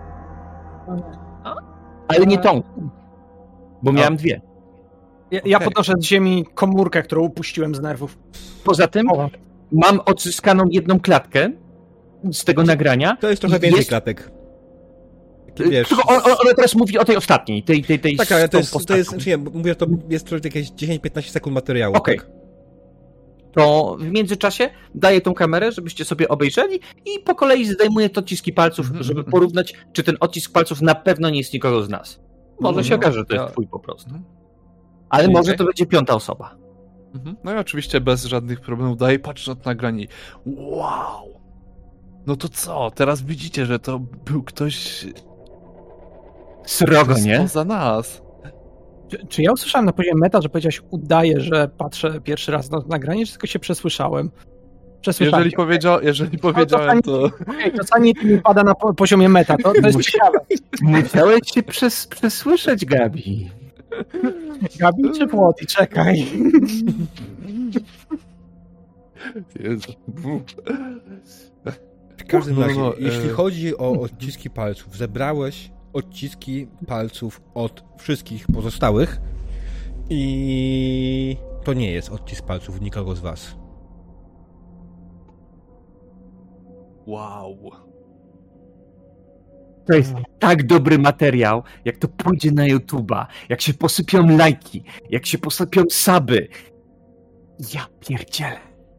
Ale nie tą. Bo miałem dwie. Ja podnoszę z ziemi komórkę, którą upuściłem z nerwów. Poza tym mam odzyskaną jedną klatkę z tego nagrania. To jest trochę więcej klatek. Wiesz, tylko ona teraz mówi o tej ostatniej, tej tak, ale to jest, postacią. znaczy nie, mówię, że to jest trochę jakieś 10-15 sekund materiału. Okej. Tak? To w międzyczasie daję tą kamerę, żebyście sobie obejrzeli i po kolei zdejmuję te odciski palców, żeby porównać, czy ten odcisk palców na pewno nie jest nikogo z nas. Może się okaże, że to jest twój po prostu. Ale może to będzie piąta osoba. No i oczywiście bez żadnych problemów daję, patrzę na nagranie. Wow! No to co? Teraz widzicie, że to był ktoś... Srogo, nie? Poza nas. Czy ja usłyszałem na poziomie meta, że powiedziałeś udaję, że patrzę pierwszy raz na nagranie, czy tylko się przesłyszałem? Jeżeli powiedziałem, to... Okej, czasami mi pada na poziomie meta, to jest ciekawe. Musiałeś się przesłyszeć, Gabi. Gabi czy Płoty? Czekaj. Jezu. W każdym razie, jeśli chodzi o odciski palców, zebrałeś odciski palców od wszystkich pozostałych i to nie jest odcisk palców nikogo z was. Wow. To jest tak dobry materiał, jak to pójdzie na YouTube'a, jak się posypią lajki, jak się posypią suby. Ja pierdzielę.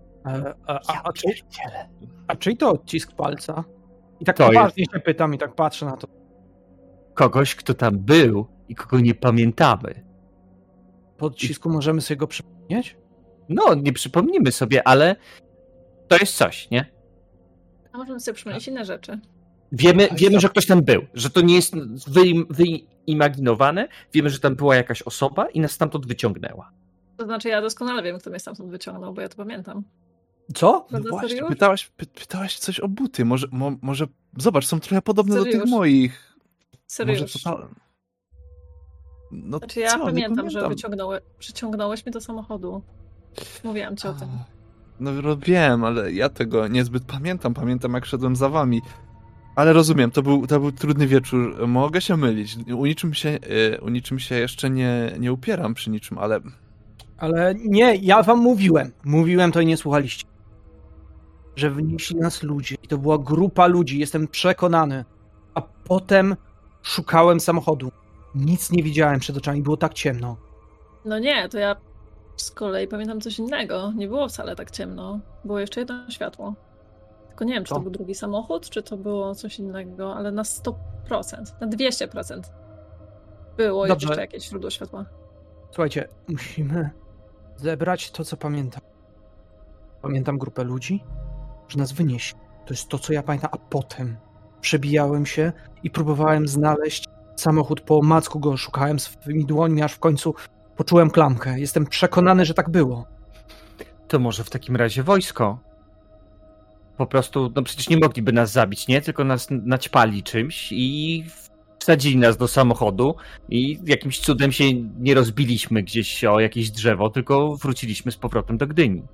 A czyj to odcisk palca? I tak To poważnie się pytam i tak patrzę na to. Kogoś, kto tam był i kogo nie pamiętamy. Po odcisku możemy sobie go przypomnieć? No, nie przypomnimy sobie, ale to jest coś, nie? A możemy sobie przypomnieć inne rzeczy. Wiemy, że ktoś tam był, że to nie jest wyimaginowane, wiemy, że tam była jakaś osoba i nas stamtąd wyciągnęła. To znaczy, ja doskonale wiem, kto mnie stamtąd wyciągnął, bo ja to pamiętam. Co? No Prawda, właśnie, Seriusz? pytałaś coś o buty. Może zobacz, są trochę podobne do tych Seriusz? moich. Seriusz. Może total... No Znaczy, ja co, nie pamiętam, że pamiętam. przyciągnąłeś mnie do samochodu. Mówiłam ci o tym. No wiem, ale ja tego niezbyt pamiętam. Pamiętam, jak szedłem za wami. Ale rozumiem, to był trudny wieczór. Mogę się mylić. U niczym się jeszcze nie upieram przy niczym, ale... Ale nie, ja wam mówiłem. Mówiłem to i nie słuchaliście. Że wnieśli nas ludzie i to była grupa ludzi, jestem przekonany. A potem szukałem samochodu. Nic nie widziałem przed oczami, było tak ciemno. No nie, to ja z kolei pamiętam coś innego. Nie było wcale tak ciemno. Było jeszcze jedno światło. Tylko nie wiem, czy to Co? był drugi samochód, czy to było coś innego, ale na 100%, na 200% było Dobrze. jeszcze jakieś źródło światła. Słuchajcie, musimy zebrać to, co pamiętam. Pamiętam grupę ludzi, że nas wynieśli. To jest to, co ja pamiętam, a potem przebijałem się i próbowałem znaleźć samochód, po omacku go szukałem swoimi dłońmi, aż w końcu poczułem klamkę. Jestem przekonany, że tak było. To może w takim razie wojsko. Po prostu, no przecież nie mogliby nas zabić, nie? Tylko nas naćpali czymś i wsadzili nas do samochodu i jakimś cudem się nie rozbiliśmy gdzieś o jakieś drzewo, tylko wróciliśmy z powrotem do Gdyni.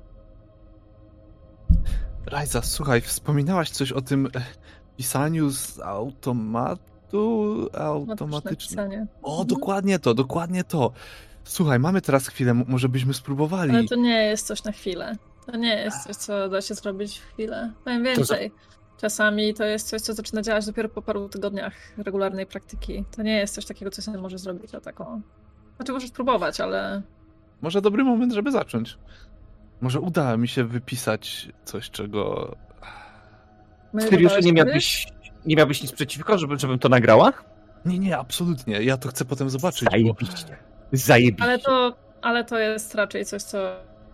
Rajza, słuchaj, wspominałaś coś o tym pisaniu z automatycznym. Pisanie. O, dokładnie to. Słuchaj, mamy teraz chwilę, może byśmy spróbowali. Ale to nie jest coś na chwilę. To nie jest coś, co da się zrobić w chwilę. Powiem więcej. Czasami to jest coś, co zaczyna działać dopiero po paru tygodniach regularnej praktyki. To nie jest coś takiego, co się może zrobić o taką... Znaczy możesz próbować, ale... Może dobry moment, żeby zacząć. Może uda mi się wypisać coś, czego... Seriusz, nie miałbyś nic przeciwko, żebym to nagrała? Nie, absolutnie. Ja to chcę potem zobaczyć. Zajebiście. Ale to jest raczej coś, co...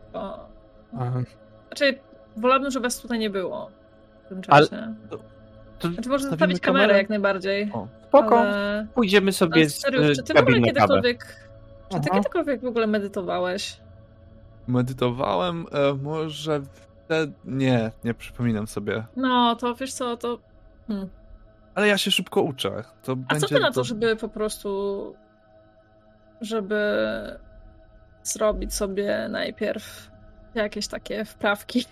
Znaczy, wolałabym, żeby was tutaj nie było w tym czasie. Znaczy, można zostawić kamerę jak najbardziej. Spoko. Ale... Pójdziemy sobie Seriusz, czy ty w ogóle kiedykolwiek... Czy ty kiedykolwiek w ogóle medytowałeś? Medytowałem, może wtedy... Nie przypominam sobie. No, to wiesz co, to... Ale ja się szybko uczę. A co ty na to, żeby po prostu... żeby zrobić sobie najpierw jakieś takie wprawki?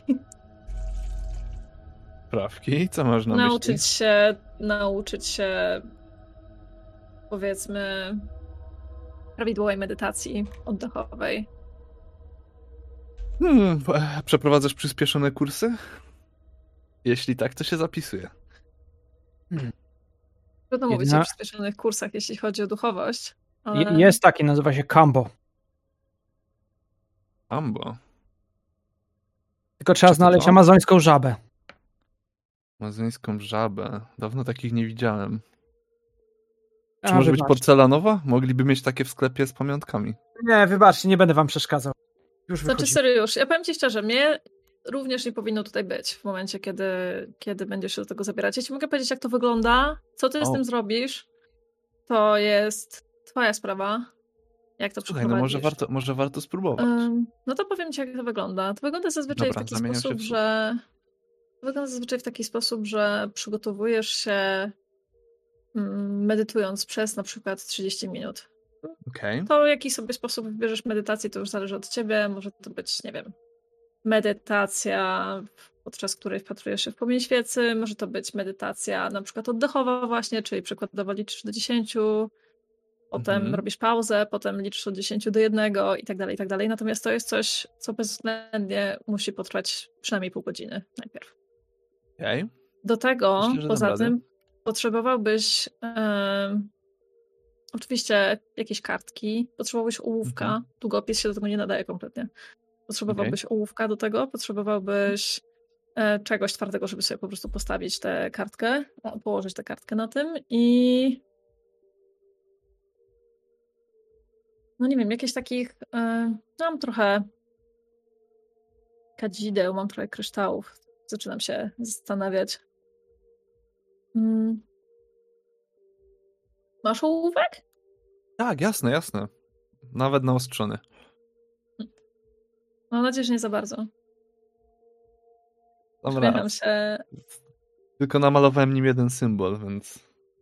Wprawki? Co masz na myśli? Nauczyć się, powiedzmy, prawidłowej medytacji oddechowej. Przeprowadzasz przyspieszone kursy? Jeśli tak, to się zapisuje. Trudno mówić o przyspieszonych kursach, jeśli chodzi o duchowość. Ale... Jest taki, nazywa się Kambo. Kambo? Tylko trzeba znaleźć amazońską żabę. Amazońską żabę. Dawno takich nie widziałem. Czy A, może być wybaczcie. porcelanowa? Mogliby mieć takie w sklepie z pamiątkami. Nie, wybaczcie, nie będę wam przeszkadzał. Już Znaczy wychodzi. Seriusz, ja powiem ci szczerze, mnie również nie powinno tutaj być w momencie, kiedy będziesz się do tego zabierać. Ja ci mogę powiedzieć, jak to wygląda, co ty z tym zrobisz, to jest twoja sprawa, jak to Słuchaj, no przeprowadzisz. może warto spróbować. No to powiem ci, jak to wygląda. To wygląda zazwyczaj Dobra, w taki zamieniam się sposób, w że przygotowujesz się medytując przez na przykład 30 minut. Okej. To w jaki sobie sposób wybierzesz medytację, to już zależy od ciebie. Może to być, nie wiem, medytacja, podczas której wpatrujesz się w płomień świecy. Może to być medytacja na przykład oddechowa właśnie, czyli przykładowo liczysz do 10, potem robisz pauzę, potem liczysz od 10 do 1 i tak dalej, i tak dalej. Natomiast to jest coś, co bezwzględnie musi potrwać przynajmniej pół godziny najpierw. Okay. Do tego, myślę, że poza tym, potrzebowałbyś oczywiście jakieś kartki, potrzebowałbyś ołówka, długopis się do tego nie nadaje kompletnie. Potrzebowałbyś ołówka do tego, potrzebowałbyś czegoś twardego, żeby sobie po prostu postawić tę kartkę, położyć tę kartkę na tym i no nie wiem, jakichś takich, mam trochę kadzideł, mam trochę kryształów. Zaczynam się zastanawiać. Masz ołówek? Tak, jasne, jasne. Nawet naostrzony. Mam nadzieję, że nie za bardzo. Dobra, Uśmiecham się. tylko namalowałem nim jeden symbol, więc...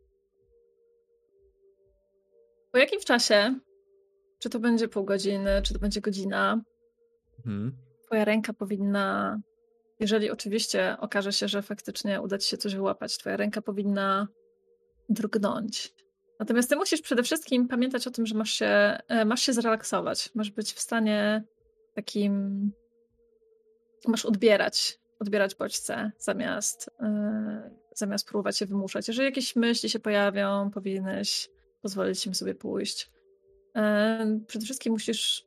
Po jakim czasie, czy to będzie pół godziny, czy to będzie godzina, twoja ręka powinna, jeżeli oczywiście okaże się, że faktycznie uda ci się coś wyłapać, twoja ręka powinna drgnąć. Natomiast ty musisz przede wszystkim pamiętać o tym, że masz się zrelaksować. Masz być w stanie takim... Masz odbierać bodźce zamiast próbować je wymuszać. Jeżeli jakieś myśli się pojawią, powinieneś pozwolić im sobie pójść. Przede wszystkim musisz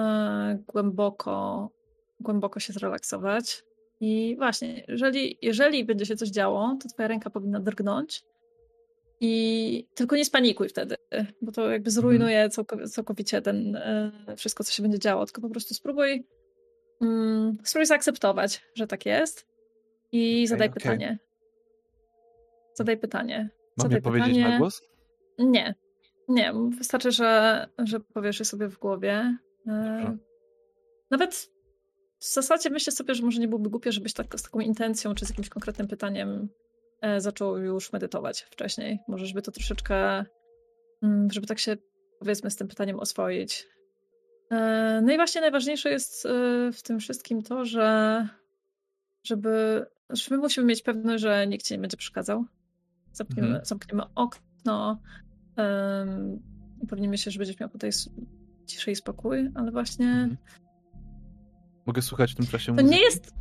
głęboko się zrelaksować. I właśnie, jeżeli będzie się coś działo, to twoja ręka powinna drgnąć. I tylko nie spanikuj wtedy, bo to jakby zrujnuje całkowicie wszystko, co się będzie działo. Tylko po prostu spróbuj zaakceptować, że tak jest i zadaj pytanie. Zadaj pytanie. Mam je powiedzieć na głos? Nie. Wystarczy, że powiesz je sobie w głowie. Nawet w zasadzie myślę sobie, że może nie byłoby głupie, żebyś z taką intencją czy z jakimś konkretnym pytaniem zaczął już medytować wcześniej. Może żeby to troszeczkę, żeby tak się, powiedzmy, z tym pytaniem oswoić. No i właśnie najważniejsze jest w tym wszystkim to, że my musimy mieć pewność, że nikt ci nie będzie przeszkadzał. Zamkniemy okno. Upewnimy się, że będziesz miał tutaj ciszę i spokój, ale właśnie... Mogę słuchać w tym czasie to muzyki? nie jest...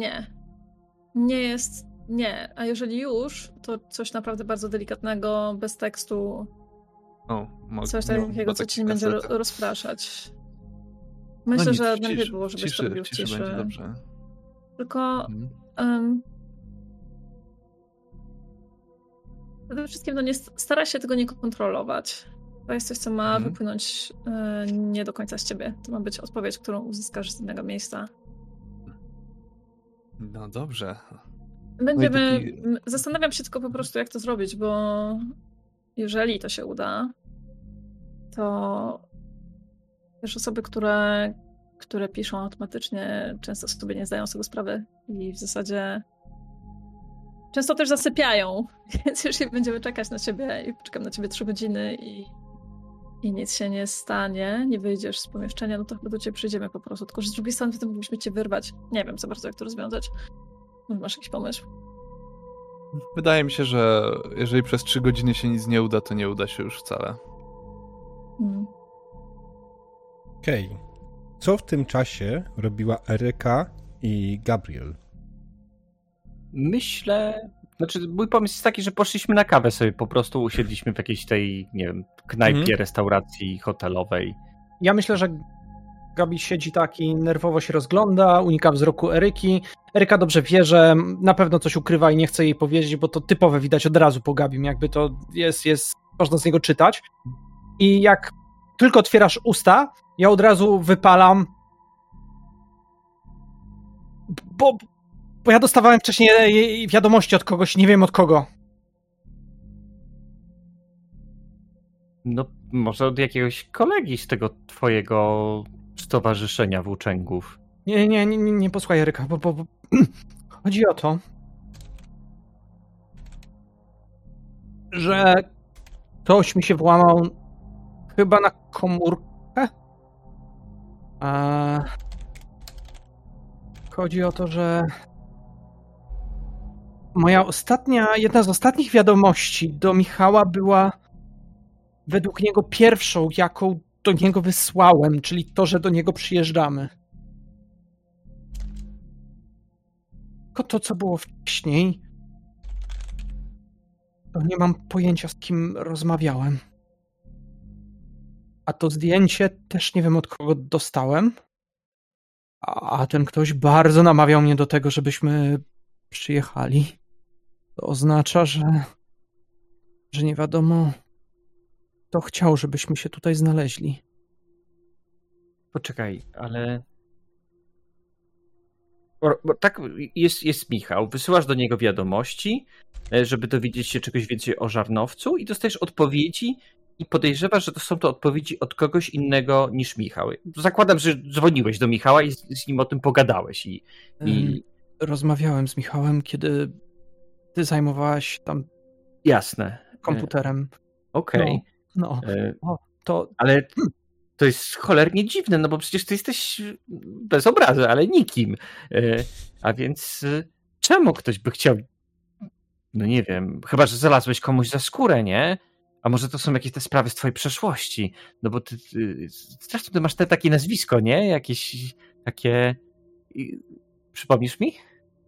Nie. A jeżeli już, to coś naprawdę bardzo delikatnego, bez tekstu. Coś takiego, co ci nie będzie rozpraszać. Myślę, że najlepiej było, żebyś to robił w ciszy. Będzie dobrze. Tylko przede wszystkim staraj się tego nie kontrolować. To jest coś, co ma wypłynąć nie do końca z ciebie. To ma być odpowiedź, którą uzyskasz z innego miejsca. No dobrze. Zastanawiam się tylko po prostu, jak to zrobić, bo jeżeli to się uda, to też osoby, które piszą automatycznie, często sobie nie zdają z tego sprawy i w zasadzie często też zasypiają, więc jeżeli będziemy czekać na ciebie i poczekam na ciebie 3 godziny i nic się nie stanie, nie wyjdziesz z pomieszczenia, no to chyba do ciebie przyjdziemy po prostu, tylko że z drugiej strony wtedy moglibyśmy cię wyrwać. Nie wiem za bardzo, jak to rozwiązać. Może masz jakiś pomysł? Wydaje mi się, że jeżeli przez 3 godziny się nic nie uda, to nie uda się już wcale. Okej. Co w tym czasie robiła Eryka i Gabriel? Mój pomysł jest taki, że poszliśmy na kawę sobie, po prostu usiedliśmy w jakiejś tej, nie wiem, knajpie, restauracji hotelowej. Ja myślę, że Gabi siedzi taki, nerwowo się rozgląda, unika wzroku Eryki. Eryka dobrze wie, że na pewno coś ukrywa i nie chce jej powiedzieć, bo to typowe widać od razu po Gabim, jakby to jest można z niego czytać. I jak tylko otwierasz usta, ja od razu wypalam, bo ja dostawałem wcześniej wiadomości od kogoś, nie wiem od kogo. No, może od jakiegoś kolegi z tego twojego stowarzyszenia włóczęgów. Nie posłuchaj, Eryka, bo chodzi o to, że ktoś mi się włamał chyba na komórkę. Chodzi o to, że jedna z ostatnich wiadomości do Michała była według niego pierwszą, jaką do niego wysłałem, czyli to, że do niego przyjeżdżamy. Tylko to, co było wcześniej, to nie mam pojęcia, z kim rozmawiałem. A to zdjęcie też nie wiem, od kogo dostałem. A ten ktoś bardzo namawiał mnie do tego, żebyśmy przyjechali. To oznacza, że nie wiadomo, kto chciał, żebyśmy się tutaj znaleźli. Poczekaj, ale... Bo tak, jest Michał, wysyłasz do niego wiadomości, żeby dowiedzieć się czegoś więcej o Żarnowcu i dostajesz odpowiedzi i podejrzewasz, że to są to odpowiedzi od kogoś innego niż Michał. Zakładam, że dzwoniłeś do Michała i z nim o tym pogadałeś. Rozmawiałem z Michałem, kiedy ty zajmowałaś tam Jasne. komputerem. Okej. No, to... Ale to jest cholernie dziwne, no bo przecież ty jesteś bez obrazy, ale nikim. A więc czemu ktoś by chciał... No nie wiem, chyba że znalazłeś komuś za skórę, nie? A może to są jakieś te sprawy z twojej przeszłości? No bo zresztą ty masz takie nazwisko, nie? Jakieś takie... Przypomnisz mi?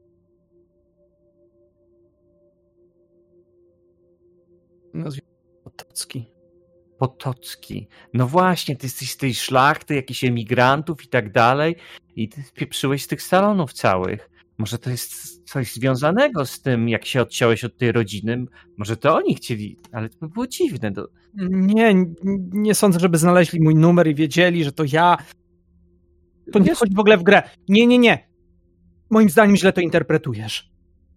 Nazwijmy Potocki. Potocki. No właśnie, ty jesteś z tej szlachty, jakichś emigrantów i tak dalej i ty spieprzyłeś z tych salonów całych. Może to jest coś związanego z tym, jak się odciąłeś od tej rodziny? Może to oni chcieli, ale to by było dziwne. Nie sądzę, żeby znaleźli mój numer i wiedzieli, że to ja. To nie wchodzi w ogóle w grę. Nie. Moim zdaniem źle to interpretujesz.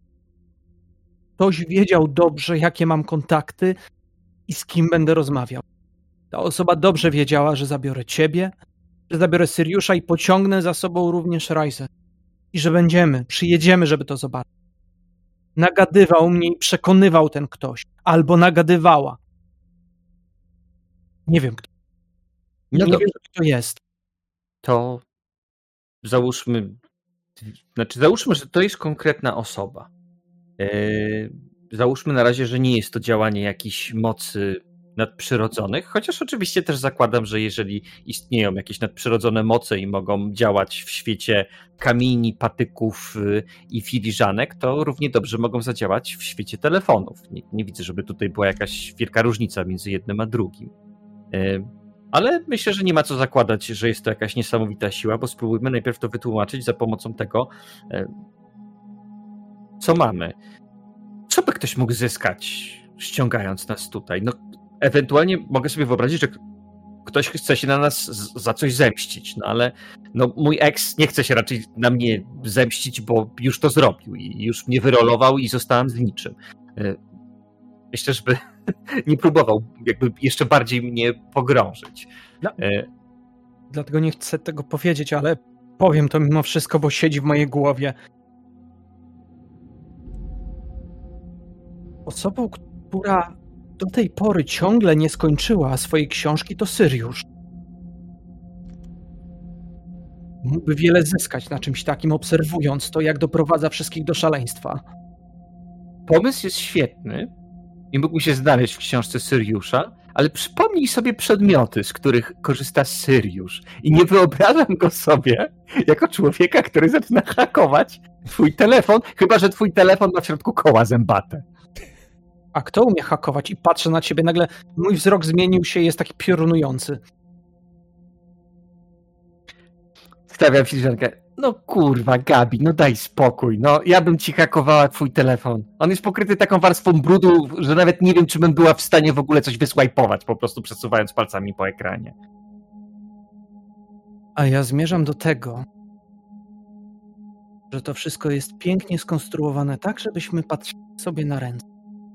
Ktoś wiedział dobrze, jakie mam kontakty i z kim będę rozmawiał. Ta osoba dobrze wiedziała, że zabiorę ciebie, że zabiorę Syriusza i pociągnę za sobą również Rajzę. I że przyjedziemy, żeby to zobaczyć. Nagadywał mnie i przekonywał ten ktoś. Albo nagadywała. Nie wiem kto. No nie wiem, kto to jest. To załóżmy, że to jest konkretna osoba. Załóżmy na razie, że nie jest to działanie jakichś mocy nadprzyrodzonych, chociaż oczywiście też zakładam, że jeżeli istnieją jakieś nadprzyrodzone moce i mogą działać w świecie kamieni, patyków i filiżanek, to równie dobrze mogą zadziałać w świecie telefonów. Nie widzę, żeby tutaj była jakaś wielka różnica między jednym a drugim. Ale myślę, że nie ma co zakładać, że jest to jakaś niesamowita siła, bo spróbujmy najpierw to wytłumaczyć za pomocą tego, co mamy. Co by ktoś mógł zyskać, ściągając nas tutaj? No, ewentualnie mogę sobie wyobrazić, że ktoś chce się na nas za coś zemścić, no ale mój ex nie chce się raczej na mnie zemścić, bo już to zrobił i już mnie wyrolował i zostałem z niczym. Myślę, żeby nie próbował jakby jeszcze bardziej mnie pogrążyć. Dlatego nie chcę tego powiedzieć, ale powiem to mimo wszystko, bo siedzi w mojej głowie. Osobą, która do tej pory ciągle nie skończyła swojej książki, to Syriusz. Mógłby wiele zyskać na czymś takim, obserwując to, jak doprowadza wszystkich do szaleństwa. Pomysł jest świetny i mógł się znaleźć w książce Syriusza, ale przypomnij sobie przedmioty, z których korzysta Syriusz i nie wyobrażam go sobie jako człowieka, który zaczyna hakować twój telefon, chyba że twój telefon ma w środku koła zębate. A kto umie hakować? I patrzę na ciebie, nagle mój wzrok zmienił się i jest taki piorunujący. Stawiam filiżankę. No kurwa, Gabi, no daj spokój. No ja bym ci hakowała twój telefon. On jest pokryty taką warstwą brudu, że nawet nie wiem, czy bym była w stanie w ogóle coś wyswajpować, po prostu przesuwając palcami po ekranie. A ja zmierzam do tego, że to wszystko jest pięknie skonstruowane tak, żebyśmy patrzyli sobie na ręce.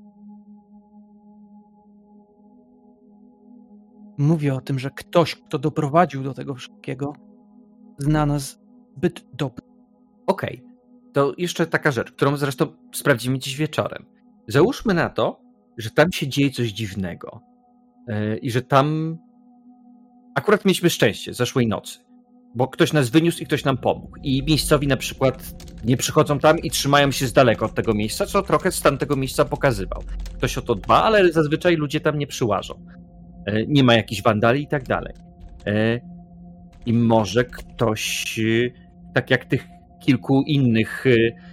Mówię o tym, że ktoś, kto doprowadził do tego wszystkiego, zna nas zbyt dobrze. Okej. To jeszcze taka rzecz, którą zresztą sprawdzimy dziś wieczorem. Załóżmy na to, że tam się dzieje coś dziwnego i że tam akurat mieliśmy szczęście zeszłej nocy, bo ktoś nas wyniósł i ktoś nam pomógł i miejscowi na przykład nie przychodzą tam i trzymają się z daleka od tego miejsca, co trochę stan tego miejsca pokazywał. Ktoś o to dba, ale zazwyczaj ludzie tam nie przyłażą. Nie ma jakichś wandali i tak dalej. I może ktoś, tak jak tych kilku innych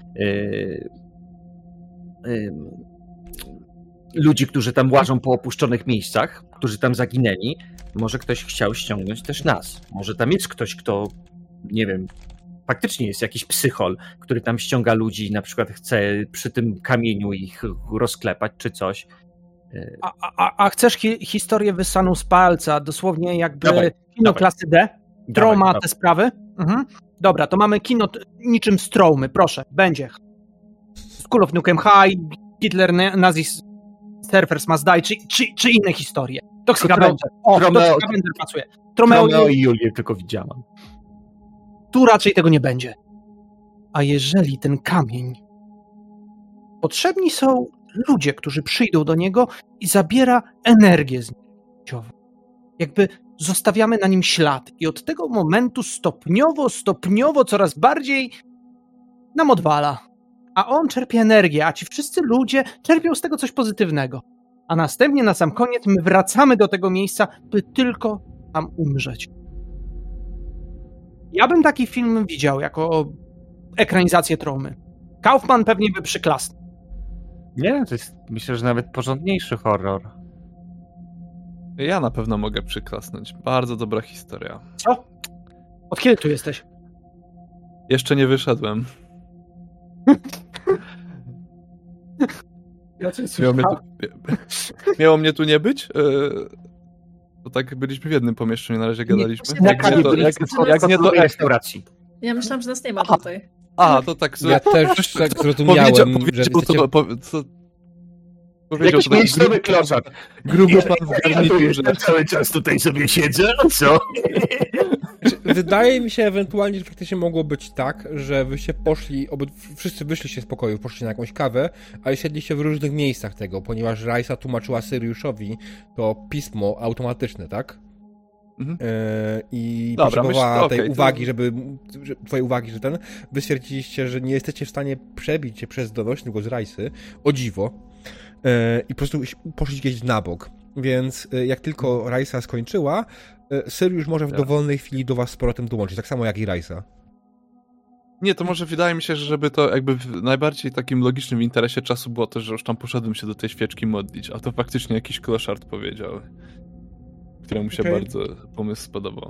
ludzi, którzy tam łażą po opuszczonych miejscach, którzy tam zaginęli, może ktoś chciał ściągnąć też nas. Może tam jest ktoś, kto, nie wiem, faktycznie jest jakiś psychol, który tam ściąga ludzi i na przykład chce przy tym kamieniu ich rozklepać czy coś. A chcesz historię wyssaną z palca, dosłownie jakby Dawaj. klasy D? Tro ma dawaj. te sprawy? Mhm. Dobra, to mamy kino niczym Stromy, proszę, będzie. School of Nukem High, Hitler, Nazis, Surfers Must Die, czy inne historie. Toxic Avenger. O, Tromeo- Toxic Avenger pasuje. Tromeo Romeo i Julię tylko widziałam. Tu raczej tego nie będzie. A jeżeli ten kamień... Potrzebni są ludzie, którzy przyjdą do niego i zabiera energię z niego. Jakby zostawiamy na nim ślad i od tego momentu stopniowo coraz bardziej nam odwala. A on czerpie energię, a ci wszyscy ludzie czerpią z tego coś pozytywnego. A następnie na sam koniec my wracamy do tego miejsca, by tylko tam umrzeć. Ja bym taki film widział jako ekranizację Traumy. Kaufman pewnie by przyklasnął. Nie, to jest myślę, że nawet porządniejszy horror. Ja na pewno mogę przyklasnąć. Bardzo dobra historia. Co? Od kiedy tu jesteś? Jeszcze nie wyszedłem. Miało mnie tu nie być? To tak byliśmy w jednym pomieszczeniu, na razie gadaliśmy. Jak nie to restauracji. Ja myślałam, że nas nie ma tutaj. A, to tak... Ja też tak zrozumiałem, że powiedział to... jesteście... Powiedział Jakiś to tak miejscowy kloszar. gruby pan w garniturze. Cały czas tutaj sobie siedzę, a co? Wydaje mi się ewentualnie, że faktycznie mogło być tak, że wyście poszli, wszyscy wyszliście z pokoju, poszliście na jakąś kawę, ale siedliście w różnych miejscach tego, ponieważ Raisa tłumaczyła Syriuszowi to pismo automatyczne, tak? Mhm. I Dobra, potrzebowała tej okej, uwagi, twojej uwagi, że wy stwierdziliście, że nie jesteście w stanie przebić się przez donośny głos Raisy, o dziwo, i po prostu poszli gdzieś na bok. Więc jak tylko Raisa skończyła, Syriusz może w dowolnej chwili do was z powrotem dołączyć, tak samo jak i Raisa. Nie, to może wydaje mi się, że żeby to jakby w najbardziej takim logicznym w interesie czasu było to, że już tam poszedłem się do tej świeczki modlić, a to faktycznie jakiś kloszard powiedział, któremu się bardzo pomysł spodobał.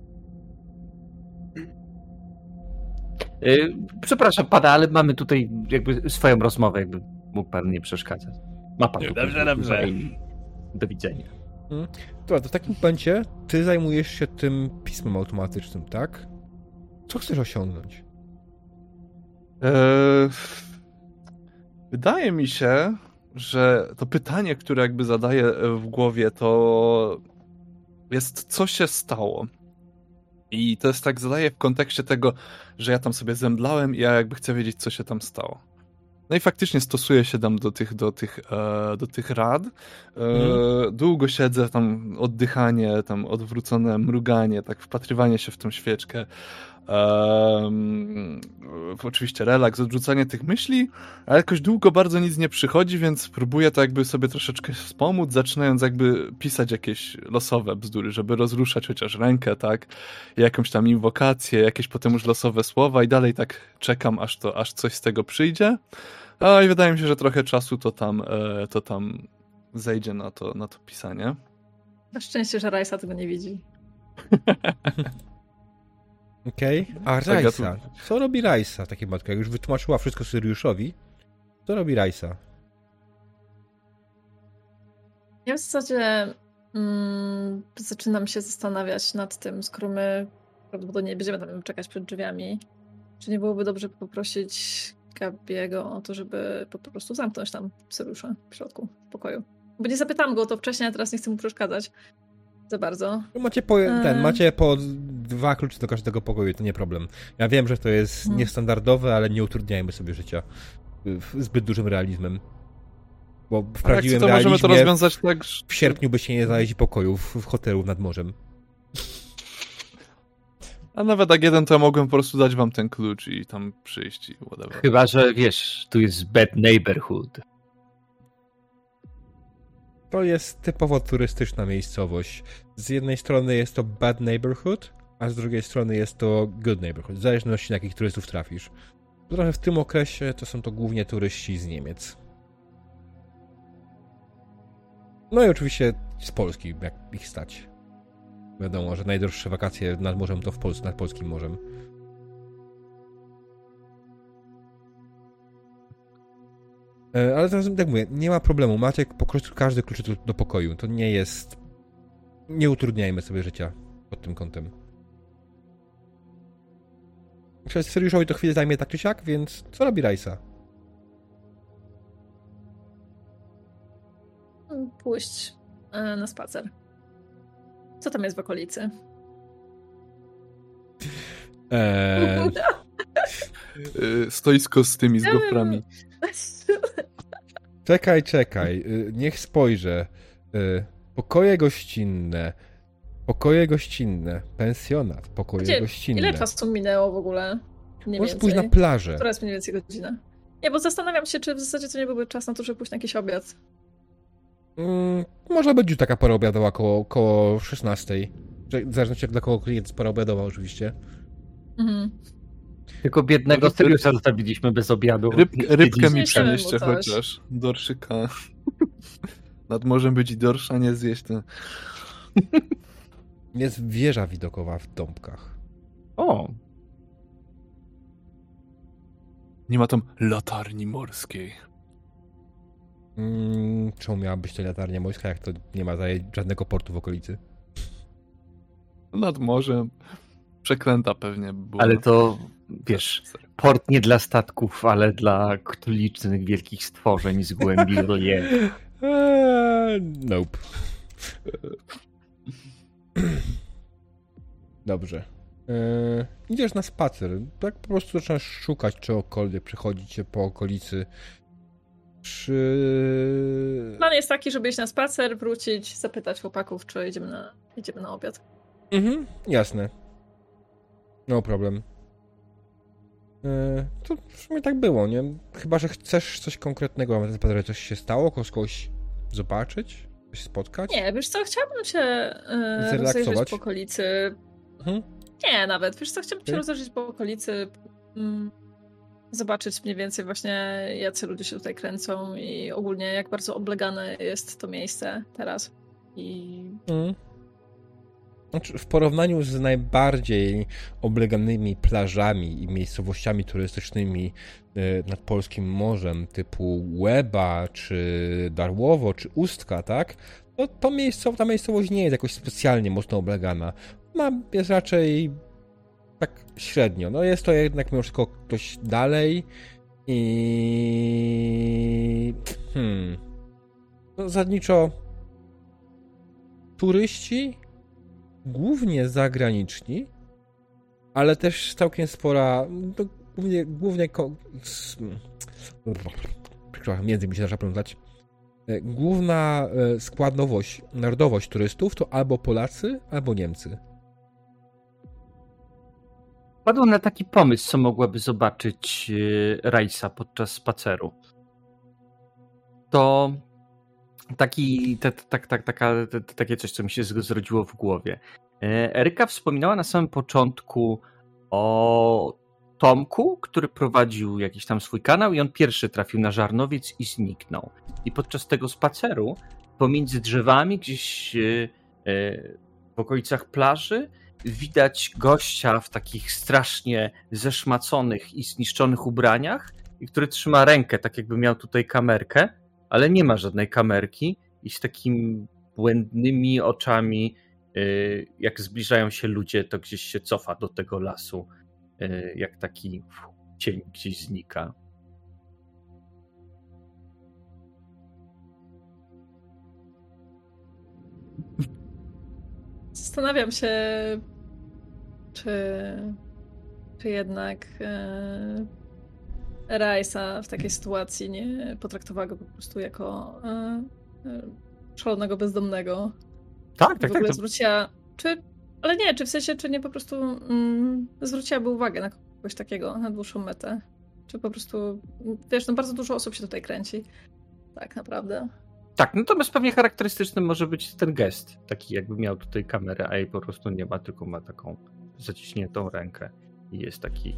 Przepraszam pana, ale mamy tutaj jakby swoją rozmowę, jakby mógł pan nie przeszkadzać. Ma pan tu Dobrze. Do widzenia. Dobra, to w takim momencie ty zajmujesz się tym pismem automatycznym, tak? Co chcesz osiągnąć? Wydaje mi się, że to pytanie, które jakby zadaję w głowie, to jest co się stało. I to jest tak, zadaję w kontekście tego, że ja tam sobie zemdlałem i ja jakby chcę wiedzieć, co się tam stało. No i faktycznie stosuję się tam do tych rad. Długo siedzę, tam oddychanie, tam odwrócone mruganie, tak wpatrywanie się w tą świeczkę. Oczywiście relaks, odrzucanie tych myśli, ale jakoś długo bardzo nic nie przychodzi, więc próbuję to jakby sobie troszeczkę wspomóc, zaczynając jakby pisać jakieś losowe bzdury, żeby rozruszać chociaż rękę, tak, jakąś tam inwokację, jakieś potem już losowe słowa i dalej tak czekam, aż coś z tego przyjdzie. A i wydaje mi się, że trochę czasu to tam zejdzie na to pisanie. Na szczęście, że Raisa tego nie widzi. Okej. A Raisa? Co robi Raisa, takie matko? Jak już wytłumaczyła wszystko Syriuszowi, co robi Raisa? Ja w zasadzie zaczynam się zastanawiać nad tym, skoro my prawdopodobnie nie będziemy tam czekać przed drzwiami, czy nie byłoby dobrze poprosić Gabiego o to, żeby po prostu zamknąć tam Syriusza w środku pokoju. Bo nie zapytałam go o to wcześniej, a teraz nie chcę mu przeszkadzać za bardzo. Macie po 2 klucze do każdego pokoju, to nie problem. Ja wiem, że to jest niestandardowe, ale nie utrudniajmy sobie życia zbyt dużym realizmem. Bo w prawdziwym to realizmie możemy to rozwiązać tak, w sierpniu byście nie znaleźli pokojów w hotelu nad morzem. A nawet jak jeden, to ja mogłem po prostu dać wam ten klucz i tam przyjść i whatever. Chyba, że wiesz, tu jest bad neighborhood. To jest typowo turystyczna miejscowość. Z jednej strony jest to bad neighborhood, a z drugiej strony jest to good neighborhood. W zależności na jakich turystów trafisz. Trochę w tym okresie to są to głównie turyści z Niemiec. No i oczywiście z Polski, jak ich stać. Wiadomo, że najdroższe wakacje nad morzem to nad polskim morzem. Ale teraz, jak mówię, nie ma problemu. Macie po prostu każdy klucz do pokoju. To nie jest... Nie utrudniajmy sobie życia pod tym kątem. Przez Syriuszowi to chwilę zajmie tak czy siak, więc co robi Rajsa? Pójść na spacer. Co tam jest w okolicy? Stoisko z tymi, z goframi. Czekaj. Niech spojrzę. Pokoje gościnne. Pensjonat. Pokoje gościnne. Ile czasu minęło w ogóle? Możesz pójść na plażę. Która jest mniej więcej godzina? Nie, bo zastanawiam się, czy w zasadzie to nie byłby czas na to, żeby pójść na jakiś obiad. Może być taka pora obiadowa koło 16. W zależności jak dla kogo klient jest pora obiadowa oczywiście. Mhm. Tylko biednego Syriusa zostawiliśmy bez obiadu. Rybkę mi Zniesiemy przenieście mu coś. chociaż. Dorszyka. Nad morzem być i dorsza nie zjeść. To... Jest wieża widokowa w Dąbkach. O, Nie ma tam latarni morskiej. Czemu miała być to latarnia morska, jak to nie ma żadnego portu w okolicy? Nad morzem. Przeklęta pewnie była. ale to, wiesz, port nie dla statków, ale dla ktolicznych wielkich stworzeń z głębi reliefu. Nope. Dobrze. Idziesz na spacer. Tak po prostu zaczynasz szukać czegokolwiek, przechodzić się po okolicy. Plan jest taki, żeby iść na spacer, wrócić, zapytać chłopaków, czy idziemy na obiad. Jasne. No problem. To w sumie tak było, nie? Chyba że chcesz coś konkretnego na ten spacer, coś się stało, kogoś zobaczyć, coś spotkać? Nie, wiesz co, chciałabym się rozejrzeć po okolicy. Nie, nawet, wiesz co, chciałbym się rozejrzeć po okolicy, zobaczyć mniej więcej właśnie, jacy ludzie się tutaj kręcą i ogólnie jak bardzo oblegane jest to miejsce teraz. Znaczy, w porównaniu z najbardziej obleganymi plażami i miejscowościami turystycznymi nad polskim morzem, typu Łeba, czy Darłowo, czy Ustka, tak? Ta miejscowość nie jest jakoś specjalnie mocno oblegana. Jest raczej tak średnio. No jest to jednak mimo wszystko dość dalej i no, zasadniczo turyści, głównie zagraniczni, ale też całkiem spora, głównie między mi się zaczyna plątać. Główna narodowość turystów to albo Polacy, albo Niemcy. Padłem na taki pomysł, co mogłaby zobaczyć Rajsa podczas spaceru. To takie coś, co mi się zrodziło w głowie. Eryka wspominała na samym początku o Tomku, który prowadził jakiś tam swój kanał i on pierwszy trafił na żarnowiec i zniknął. I podczas tego spaceru pomiędzy drzewami gdzieś w okolicach plaży widać gościa w takich strasznie zeszmaconych i zniszczonych ubraniach, i który trzyma rękę, tak jakby miał tutaj kamerkę, ale nie ma żadnej kamerki i z takimi błędnymi oczami, jak zbliżają się ludzie, to gdzieś się cofa do tego lasu, jak taki cień gdzieś znika. Zastanawiam się, czy jednak Rajsa w takiej sytuacji nie potraktowała go po prostu jako szalonego bezdomnego. Tak. W ogóle zwróciła, czy w sensie, czy nie po prostu zwróciłaby uwagę na kogoś takiego na dłuższą metę. Czy po prostu, wiesz, no bardzo dużo osób się tutaj kręci. Tak naprawdę. Tak, natomiast pewnie charakterystycznym może być ten gest, taki jakby miał tutaj kamerę, a jej po prostu nie ma, tylko ma taką zaciśniętą rękę i jest taki...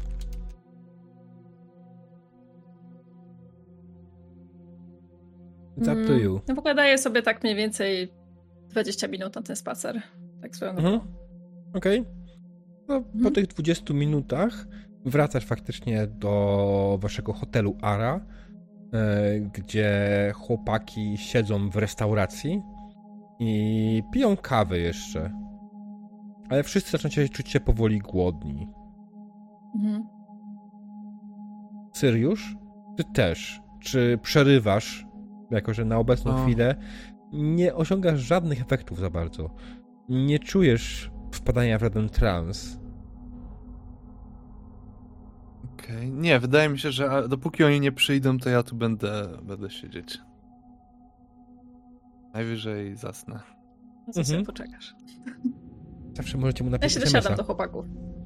It's up to you. No w ogóle daję sobie tak mniej więcej 20 minut na ten spacer. Tak swoją drogą. Okej. No, po tych 20 minutach wracasz faktycznie do waszego hotelu Ara, gdzie chłopaki siedzą w restauracji i piją kawę jeszcze. Ale wszyscy zaczynają czuć się powoli głodni. Syriusz, ty też. Czy przerywasz, jako że na obecną chwilę nie osiągasz żadnych efektów za bardzo. Nie czujesz wpadania w żaden trans. Okej. Nie, wydaje mi się, że dopóki oni nie przyjdą, to ja tu będę siedzieć. Najwyżej zasnę. No to sobie poczekasz. Zawsze możecie mu Ja napisać się SMS-a. dosiadam do chłopaków.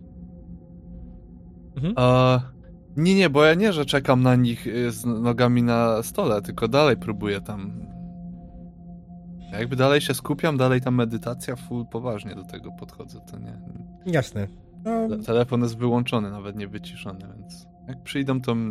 Nie, bo ja nie, że czekam na nich z nogami na stole, tylko dalej próbuję tam. Jakby dalej się skupiam, dalej ta medytacja, full poważnie do tego podchodzę, to nie. Jasne. No, Telefon jest wyłączony, nawet nie wyciszony, więc jak przyjdą, to...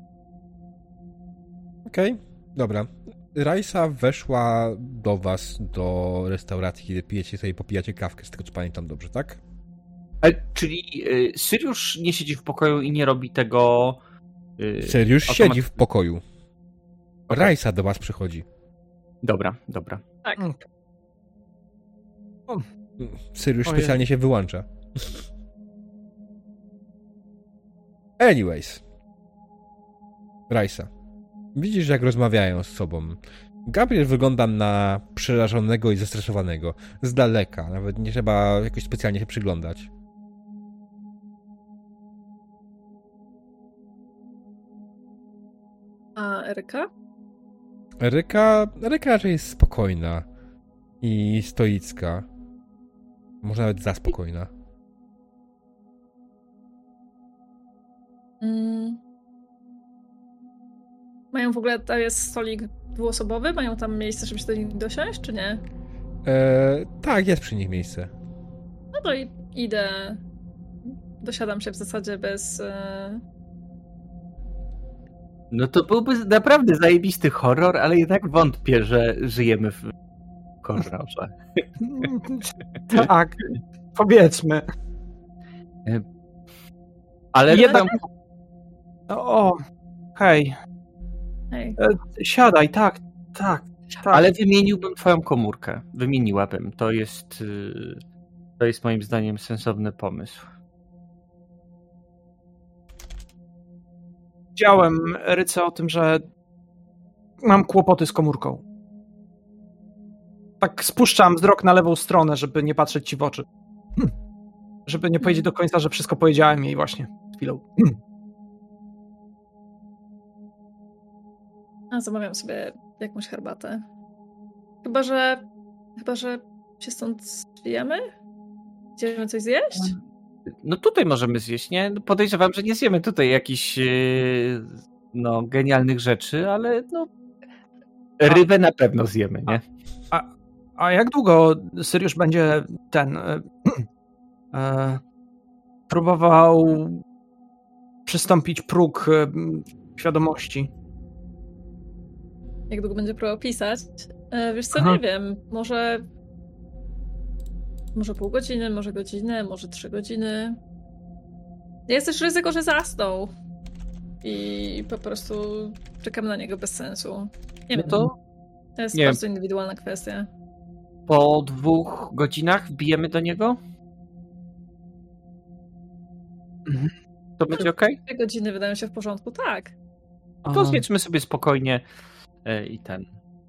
Okej, dobra. Rajsa weszła do was do restauracji, kiedy pijecie sobie, popijacie kawkę, z tego co pamiętam dobrze, tak? Czyli Syriusz nie siedzi w pokoju i nie robi tego... Syriusz siedzi w pokoju. Okej. Rajsa do was przychodzi. Dobra. Tak. Syriusz Ojej. specjalnie się wyłącza. Anyways. Rajsa. Widzisz, jak rozmawiają z sobą. Gabriel wygląda na przerażonego i zestresowanego. Z daleka. Nawet nie trzeba jakoś specjalnie się przyglądać. A Eryka? Eryka raczej jest spokojna i stoicka. Może nawet za spokojna. Mają w ogóle, tam jest stolik dwuosobowy? Mają tam miejsce, żeby się do nich dosiąść, czy nie? Tak, jest przy nich miejsce. No to idę. Dosiadam się w zasadzie bez... No to byłby naprawdę zajebisty horror, ale jednak wątpię, że żyjemy w horrorze. Tak, powiedzmy. Ale Jednak... O, hej, Hej. siadaj, tak. Ale wymieniłbym twoją komórkę. Wymieniłabym. To jest moim zdaniem sensowny pomysł. Widziałem Ryce o tym, że mam kłopoty z komórką. Tak spuszczam wzrok na lewą stronę, żeby nie patrzeć ci w oczy. Żeby nie powiedzieć do końca, że wszystko powiedziałem jej właśnie przed chwilą. A zamawiam sobie jakąś herbatę. Chyba, że się stąd zwijamy? Idziemy coś zjeść? No tutaj możemy zjeść, nie? Podejrzewam, że nie zjemy tutaj jakichś genialnych rzeczy, ale rybę na pewno zjemy, nie? A jak długo Syriusz będzie próbował przystąpić próg świadomości? Jak długo będzie próbował pisać? Wiesz co, Aha. nie wiem. Może pół godziny, może godzinę, może 3 godziny. Jest też ryzyko, że zasnął. I po prostu czekam na niego bez sensu. Nie wiem. To To jest nie bardzo indywidualna kwestia. po 2 godzinach wbijemy do niego? To będzie okej? 2 godziny wydają się w porządku, tak. To zjedźmy sobie spokojnie i ten.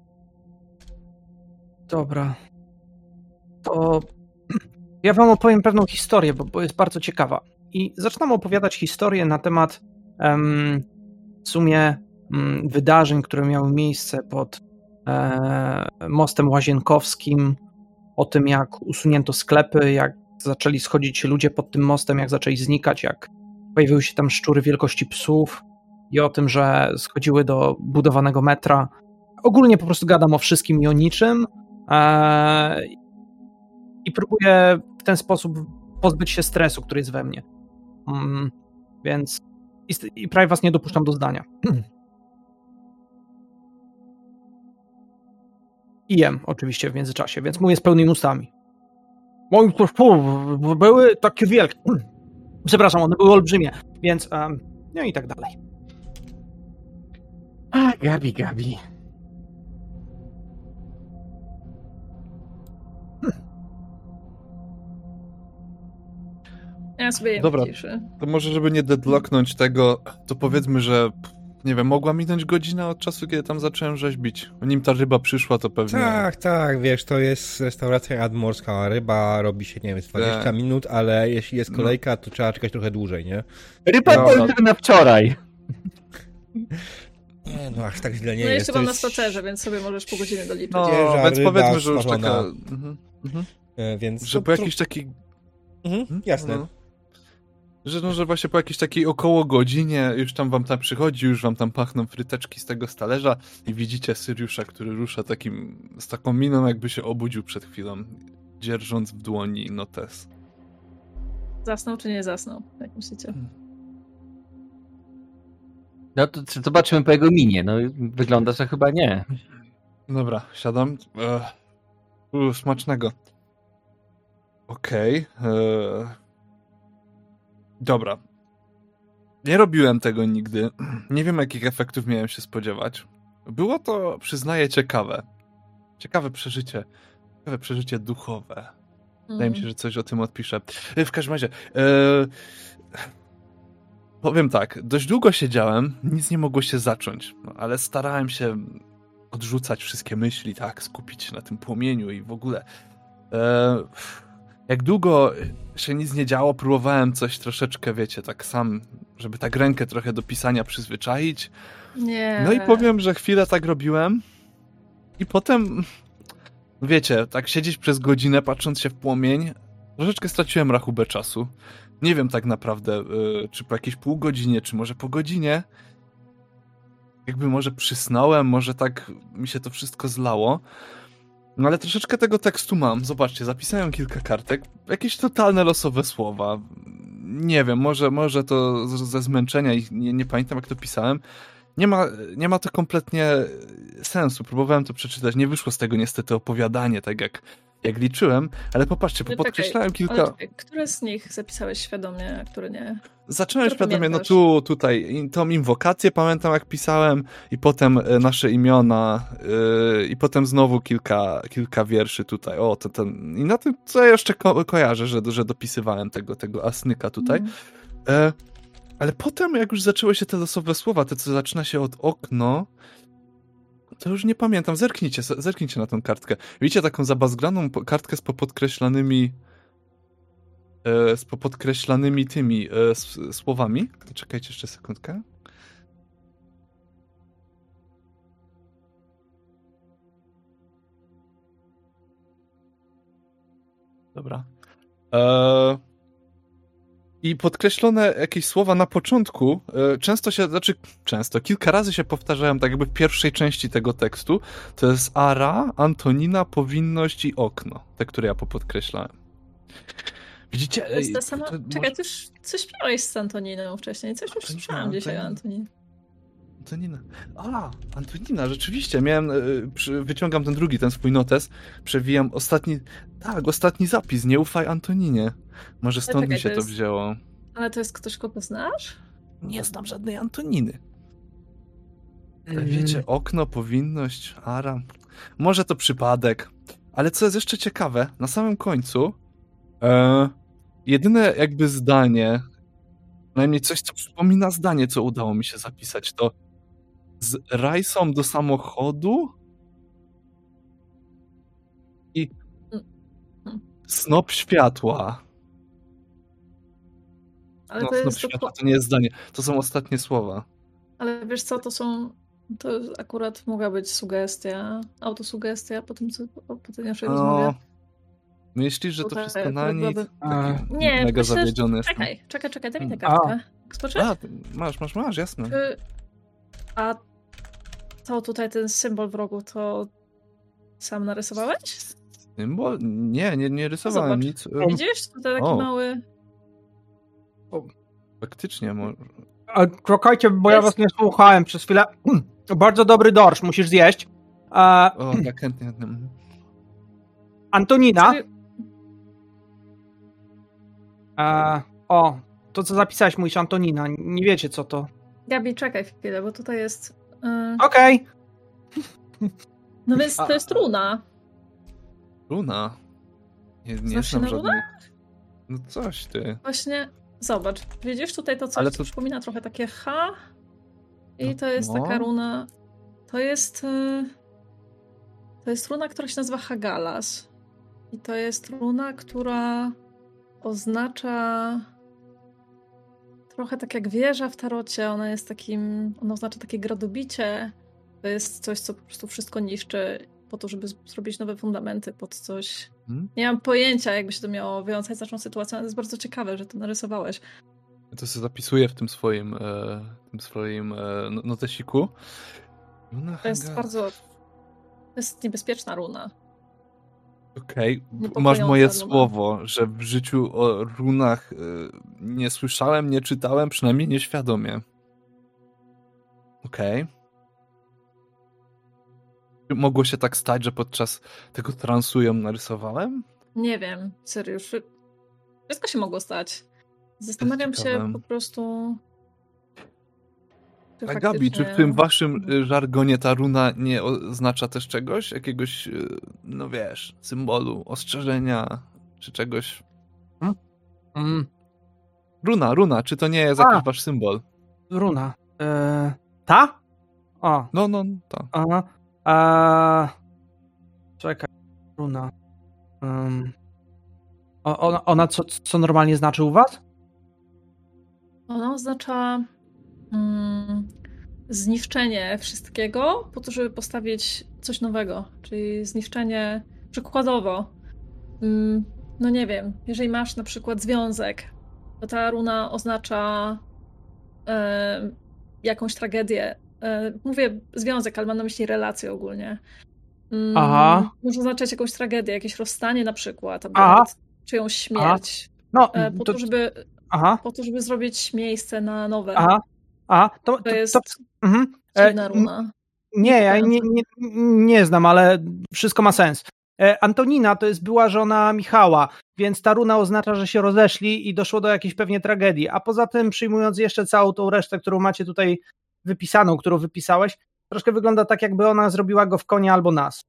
Dobra. To ja wam opowiem pewną historię, bo jest bardzo ciekawa. I zaczynam opowiadać historię na temat w sumie wydarzeń, które miały miejsce pod mostem Łazienkowskim, o tym, jak usunięto sklepy, jak zaczęli schodzić się ludzie pod tym mostem, jak zaczęli znikać, jak pojawiły się tam szczury wielkości psów i o tym, że schodziły do budowanego metra. Ogólnie po prostu gadam o wszystkim i o niczym i próbuję w ten sposób pozbyć się stresu, który jest we mnie. Więc i prawie was nie dopuszczam do zdania. I jem oczywiście w międzyczasie, więc mówię z pełnymi ustami. Moim były takie wielkie. Przepraszam, one były olbrzymie, więc no i tak dalej. A, Gabi. Ja sobie jem Dobra. w ciszy. To może, żeby nie deadlocknąć tego, to powiedzmy, że nie wiem, mogła minąć godzina od czasu, kiedy tam zacząłem rzeźbić. Nim ta ryba przyszła, to pewnie... Tak, wiesz, to jest restauracja nadmorska, ryba robi się, nie wiem, 20 minut, ale jeśli jest kolejka, to trzeba czekać trochę dłużej, nie? Ryba No, to już na wczoraj. Nie, no aż tak źle nie No jest. jeszcze To mam na jest spacerze, więc sobie możesz pół godziny doliczyć. No, świeża więc ryba powiedzmy, że już smażona. taka... Więc Że to po jakiś taki... jasne. No. Że właśnie po jakiejś takiej około godzinie już wam tam przychodzi, już wam tam pachną fryteczki z tego z talerza i widzicie Syriusza, który rusza z taką miną, jakby się obudził przed chwilą, dzierżąc w dłoni notes. Zasnął czy nie zasnął? Jak myślicie? No to zobaczymy po jego minie. No wygląda, że chyba nie. Dobra, siadam. Smacznego. Okej. Dobra. Nie robiłem tego nigdy. Nie wiem, jakich efektów miałem się spodziewać. Było to, przyznaję, ciekawe. Ciekawe przeżycie duchowe. Wydaje mi się, że coś o tym odpiszę. W każdym razie, powiem tak, dość długo siedziałem, nic nie mogło się zacząć, no, ale starałem się odrzucać wszystkie myśli, tak, skupić się na tym płomieniu i w ogóle. Jak długo się nic nie działo, próbowałem coś troszeczkę, wiecie, tak sam, żeby tak rękę trochę do pisania przyzwyczaić. Nie. No i powiem, że chwilę tak robiłem i potem, wiecie, tak siedzieć przez godzinę, patrząc się w płomień, troszeczkę straciłem rachubę czasu. Nie wiem tak naprawdę, czy po jakiejś pół godzinie, czy może po godzinie, jakby może przysnąłem, może tak mi się to wszystko zlało. No ale troszeczkę tego tekstu mam. Zobaczcie, zapisałem kilka kartek, jakieś totalne losowe słowa. Nie wiem, może to ze zmęczenia i nie pamiętam, jak to pisałem. Nie ma to kompletnie sensu. Próbowałem to przeczytać, nie wyszło z tego niestety opowiadanie, tak jak liczyłem, ale popatrzcie, podkreślałem kilka... Ale czekaj, które z nich zapisałeś świadomie, a które nie? Zacząłem Które świadomie, pamiętasz? tutaj tą inwokację pamiętam, jak pisałem, i potem nasze imiona, i potem znowu kilka wierszy tutaj. I na tym, co ja jeszcze kojarzę, że dopisywałem tego asnyka tutaj. Ale potem, jak już zaczęły się te losowe słowa, te, co zaczyna się od okno, to już nie pamiętam. Zerknijcie na tą kartkę. Widzicie taką zabazgraną kartkę z popodkreślanymi tymi słowami. Czekajcie jeszcze sekundkę. Dobra. I podkreślone jakieś słowa na początku kilka razy się powtarzają, tak jakby w pierwszej części tego tekstu. To jest ara, Antonina, powinność i okno. Te, które ja popodkreślałem. Widzicie? To jest ta sama... Czekaj, może... ty już coś miałeś z Antoniną wcześniej. Coś już słyszałam dzisiaj o Antoninie. Antonina. Antonina, rzeczywiście. Miałem, wyciągam ten swój notes, przewijam ostatni zapis. Nie ufaj Antoninie. Może stąd czekaj, mi się to wzięło. Ale to jest ktoś, kogo znasz? Nie znam żadnej Antoniny. Wiecie, okno, powinność, ara. Może to przypadek. Ale co jest jeszcze ciekawe, na samym końcu jedyne jakby zdanie, najmniej coś, co przypomina zdanie, co udało mi się zapisać, to z rajsą do samochodu i snop światła. Ale No, to snop jest światła to nie jest zdanie, to są ostatnie słowa. Ale wiesz co, to akurat mogła być sugestia, autosugestia po tym, po tej naszej rozmowie. Myślisz, że to Tutaj wszystko na nic? Taki Nie, mega myślę, zawiedziony jestem. Czekaj, daj mi tę kartkę. Spoczek? Masz, jasne. A to tutaj ten symbol w rogu, to sam narysowałeś? Symbol? Nie rysowałem Zobacz. nic. Widzisz? Tutaj taki mały... Faktycznie, może. Czekajcie, bo ja was nie słuchałem przez chwilę. Bardzo dobry dorsz, musisz zjeść. Tak, chętnie. Antonina. To co zapisałeś, mówisz Antonina. Nie wiecie, co to. Gabi, czekaj chwilę, bo tutaj jest... Okej. No więc to jest runa. Runa? Nie Znasz się znam na żadnej... No coś ty. Właśnie Zobacz, widzisz tutaj to coś, Ale co to- przypomina trochę takie H. I No, to jest no. taka runa. To jest runa, która się nazywa Hagalas. I to jest runa, która oznacza trochę tak jak wieża w tarocie. Ona oznacza takie gradobicie. To jest coś, co po prostu wszystko niszczy po to, żeby zrobić nowe fundamenty pod coś. Nie mam pojęcia, jakby się to miało wiązać z naszą sytuacją, ale to jest bardzo ciekawe, że to narysowałeś. To sobie zapisuję w tym swoim notesiku. Luna To jest Hagalas. bardzo... To jest niebezpieczna runa. Okej, Niepokojąca masz moje runa. słowo, że w życiu o runach nie słyszałem, nie czytałem, przynajmniej nieświadomie. Okej. Czy mogło się tak stać, że podczas tego transu ją narysowałem? Nie wiem, Syriusz. Wszystko się mogło stać. Zastanawiam się ciekawe. po prostu... czy A Gabi, czy w faktycznie- tym waszym żargonie ta runa nie oznacza też czegoś? Jakiegoś, no wiesz, symbolu, ostrzeżenia, czy czegoś? Mm, Runa, czy to nie jest jakiś wasz symbol? runa. Ta? O, No, tak. aha. Czekaj. Runa. Ona co normalnie znaczy u was? Ona oznacza zniszczenie wszystkiego po to, żeby postawić coś nowego. Czyli zniszczenie przykładowo. No nie wiem, jeżeli masz na przykład związek, to ta runa oznacza jakąś tragedię. Mówię związek, ale mam na myśli relacje ogólnie. Aha. Może oznaczać jakąś tragedię, jakieś rozstanie na przykład, albo Aha. nawet czyjąś śmierć. No, Po to, żeby zrobić miejsce na nowe. Aha. To jest mhm. dziwna runa. Nie, ja nie znam, ale wszystko ma sens. Antonina to była żona Michała, więc ta runa oznacza, że się rozeszli i doszło do jakiejś pewnie tragedii. A poza tym, przyjmując jeszcze całą tą resztę, którą macie tutaj wypisaną, którą wypisałeś, troszkę wygląda tak, jakby ona zrobiła go w konia albo nas.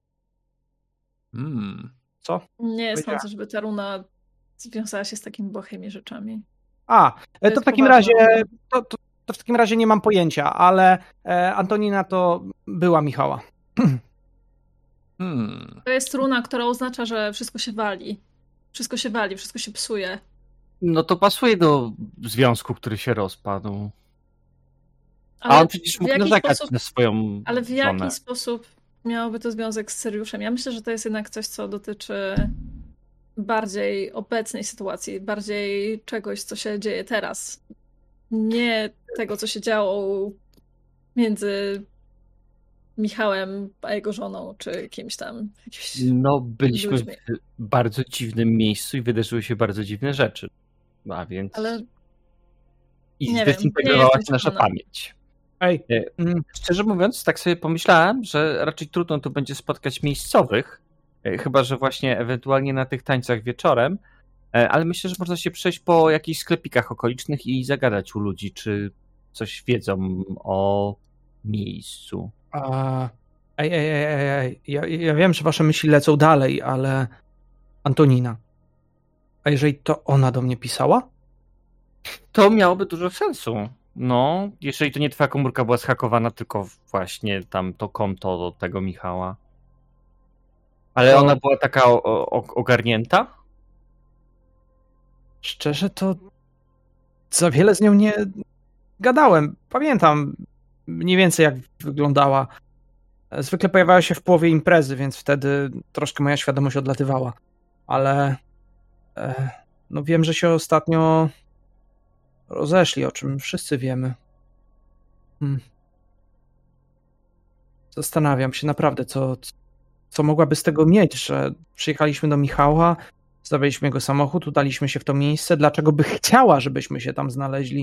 Co? Nie sądzę, żeby ta runa związała się z takimi błahymi rzeczami. To jest w takim poważna razie runa. to w takim razie nie mam pojęcia, ale Antonina to była Michała. To jest runa, która oznacza, że wszystko się wali. Wszystko się wali, wszystko się psuje. No to pasuje do związku, który się rozpadł. Ale A on przecież w mógł jaki narzekać sposób- na swoją Ale w żonę. jaki sposób miałoby to związek z Syriuszem? Ja myślę, że to jest jednak coś, co dotyczy bardziej obecnej sytuacji, bardziej czegoś, co się dzieje teraz. Nie tego, co się działo między Michałem a jego żoną, czy kimś tam. No, byliśmy ludźmi. w bardzo dziwnym miejscu i wydarzyły się bardzo dziwne rzeczy. A więc... Ale I nie wiem, zdezintegrowała nie się jestem nasza przekonana. pamięć. Ej, Szczerze mówiąc, tak sobie pomyślałem, że raczej trudno to będzie spotkać miejscowych, chyba że właśnie ewentualnie na tych tańcach wieczorem, ale myślę, że można się przejść po jakichś sklepikach okolicznych i zagadać u ludzi, czy coś wiedzą o miejscu. Ej. Ja wiem, że wasze myśli lecą dalej, ale Antonina. A jeżeli to ona do mnie pisała? To miałoby dużo sensu. No, jeżeli to nie twoja komórka była zhakowana, tylko właśnie tam to konto do tego Michała. Ale ona była taka ogarnięta? Szczerze to za wiele z nią nie gadałem. Pamiętam mniej więcej jak wyglądała. Zwykle pojawiała się w połowie imprezy, więc wtedy troszkę moja świadomość odlatywała. Ale no wiem, że się ostatnio rozeszli, o czym wszyscy wiemy. Zastanawiam się naprawdę, co mogłaby z tego mieć, że przyjechaliśmy do Michała, zabraliśmy jego samochód, udaliśmy się w to miejsce. Dlaczego by chciała, żebyśmy się tam znaleźli?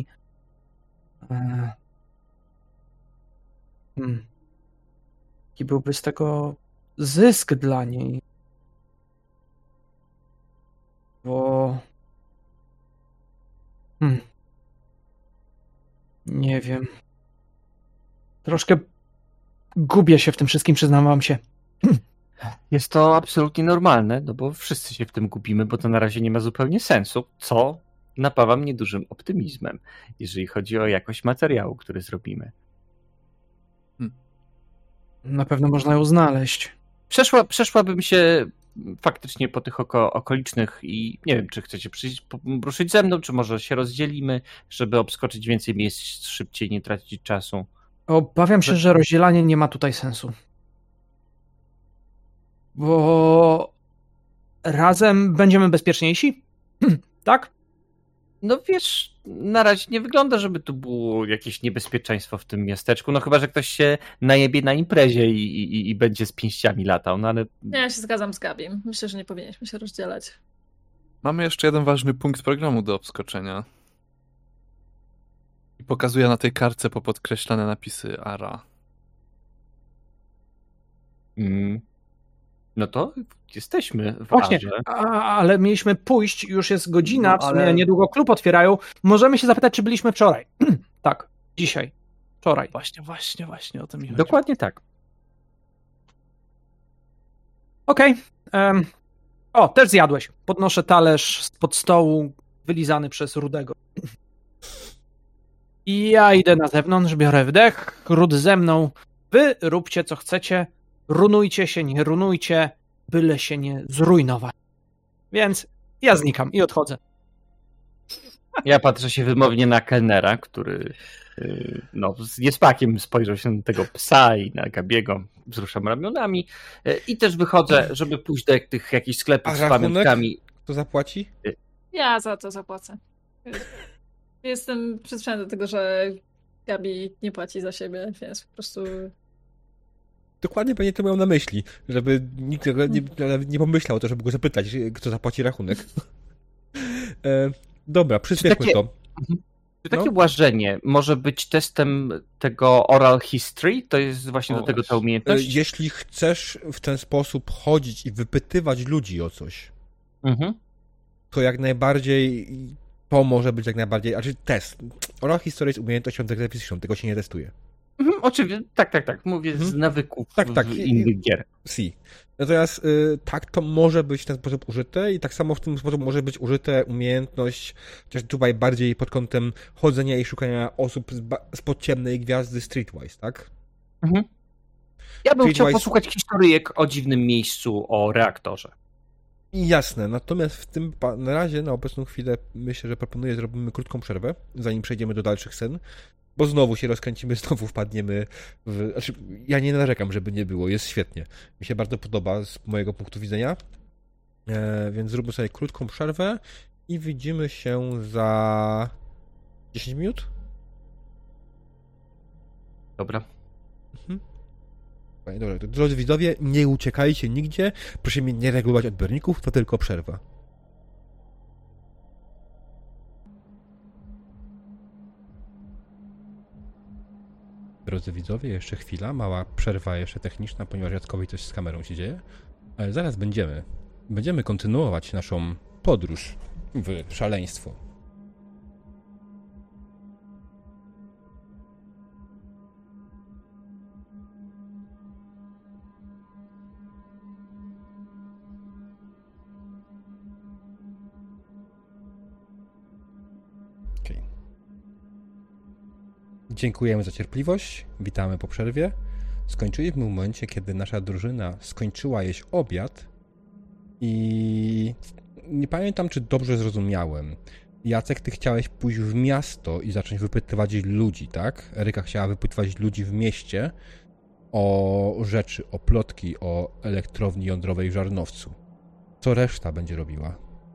Jaki byłby z tego zysk dla niej? Bo... Nie wiem. Troszkę gubię się w tym wszystkim, przyznam wam się. Jest to absolutnie normalne, no bo wszyscy się w tym gubimy, bo to na razie nie ma zupełnie sensu. Co napawa mnie dużym optymizmem, jeżeli chodzi o jakość materiału, który zrobimy. Na pewno można ją znaleźć. Przeszłabym się faktycznie po tych okolicznych i nie wiem, czy chcecie ruszyć ze mną, czy może się rozdzielimy, żeby obskoczyć więcej miejsc szybciej, nie tracić czasu. Obawiam się, że rozdzielanie nie ma tutaj sensu. Bo razem będziemy bezpieczniejsi? Tak? No wiesz, na razie nie wygląda, żeby tu było jakieś niebezpieczeństwo w tym miasteczku, no chyba, że ktoś się najebie na imprezie i będzie z pięściami latał, no ale... Ja się zgadzam z Gabim. Myślę, że nie powinniśmy się rozdzielać. Mamy jeszcze jeden ważny punkt programu do obskoczenia. I pokazuję na tej kartce popodkreślane napisy ARA. No to jesteśmy w Właśnie, Arze. ale mieliśmy pójść, już jest godzina, No, w sumie ale- niedługo klub otwierają. Możemy się zapytać, czy byliśmy wczoraj. Tak, dzisiaj. Wczoraj. Właśnie o tym mi chodzi. Dokładnie tak. Okej. O, też zjadłeś. Podnoszę talerz spod stołu, wylizany przez Rudego. I ja idę na zewnątrz, biorę wdech, Rud ze mną. Wy róbcie co chcecie, runujcie się, nie runujcie, byle się nie zrujnować. Więc ja znikam i odchodzę. Ja patrzę się wymownie na kelnera, który no, z niesmakiem spojrzał się na tego psa i na Gabiego, wzruszam ramionami i też wychodzę, żeby pójść do tych jakichś sklepów A z rachunek? pamiątkami. Kto zapłaci? Ja za to zapłacę. Jestem przyzwyczajona do tego, że Gabi nie płaci za siebie, więc po prostu... Dokładnie pewnie to miał na myśli, żeby nikt tego nie pomyślał o to, żeby go zapytać, kto zapłaci rachunek. Dobra, przyspieszmy Takie- to. Czy takie No. łażenie może być testem tego oral history? To jest właśnie O, do tego ta właśnie. umiejętność? Jeśli chcesz w ten sposób chodzić i wypytywać ludzi o coś, Mhm. to jak najbardziej to może być jak najbardziej, znaczy test. Oral history jest umiejętnością egzekucyjną, tego się nie testuje. Mhm, oczywiście, tak. Mówię z nawyków Tak. innych gier. Si. Natomiast tak, to może być w ten sposób użyte i tak samo w ten sposób może być użyte umiejętność, chociaż tutaj bardziej pod kątem chodzenia i szukania osób spod ciemnej gwiazdy streetwise, tak? Mhm. Ja bym Czyli chciał Wise- posłuchać historyjek o dziwnym miejscu, o reaktorze. I jasne, natomiast w tym na razie, na obecną chwilę myślę, że proponuję, zrobimy krótką przerwę, zanim przejdziemy do dalszych scen, bo znowu się rozkręcimy, znowu wpadniemy w... Znaczy, ja nie narzekam, żeby nie było, jest świetnie. Mi się bardzo podoba z mojego punktu widzenia, więc zróbmy sobie krótką przerwę i widzimy się za 10 minut? Dobra. Dobra, to drodzy widzowie, nie uciekajcie nigdzie, proszę mnie nie regulować odbiorników, to tylko przerwa. Drodzy widzowie, jeszcze chwila, mała przerwa jeszcze techniczna, ponieważ Jackowi coś z kamerą się dzieje, ale zaraz będziemy kontynuować naszą podróż w szaleństwo. Okay. Dziękujemy za cierpliwość, witamy po przerwie. Skończyliśmy w momencie, kiedy nasza drużyna skończyła jeść obiad i nie pamiętam, czy dobrze zrozumiałem. Jacek, ty chciałeś pójść w miasto i zacząć wypytywać ludzi, tak? Eryka chciała wypytywać ludzi w mieście o rzeczy, o plotki, o elektrowni jądrowej w Żarnowcu. Co reszta będzie robiła?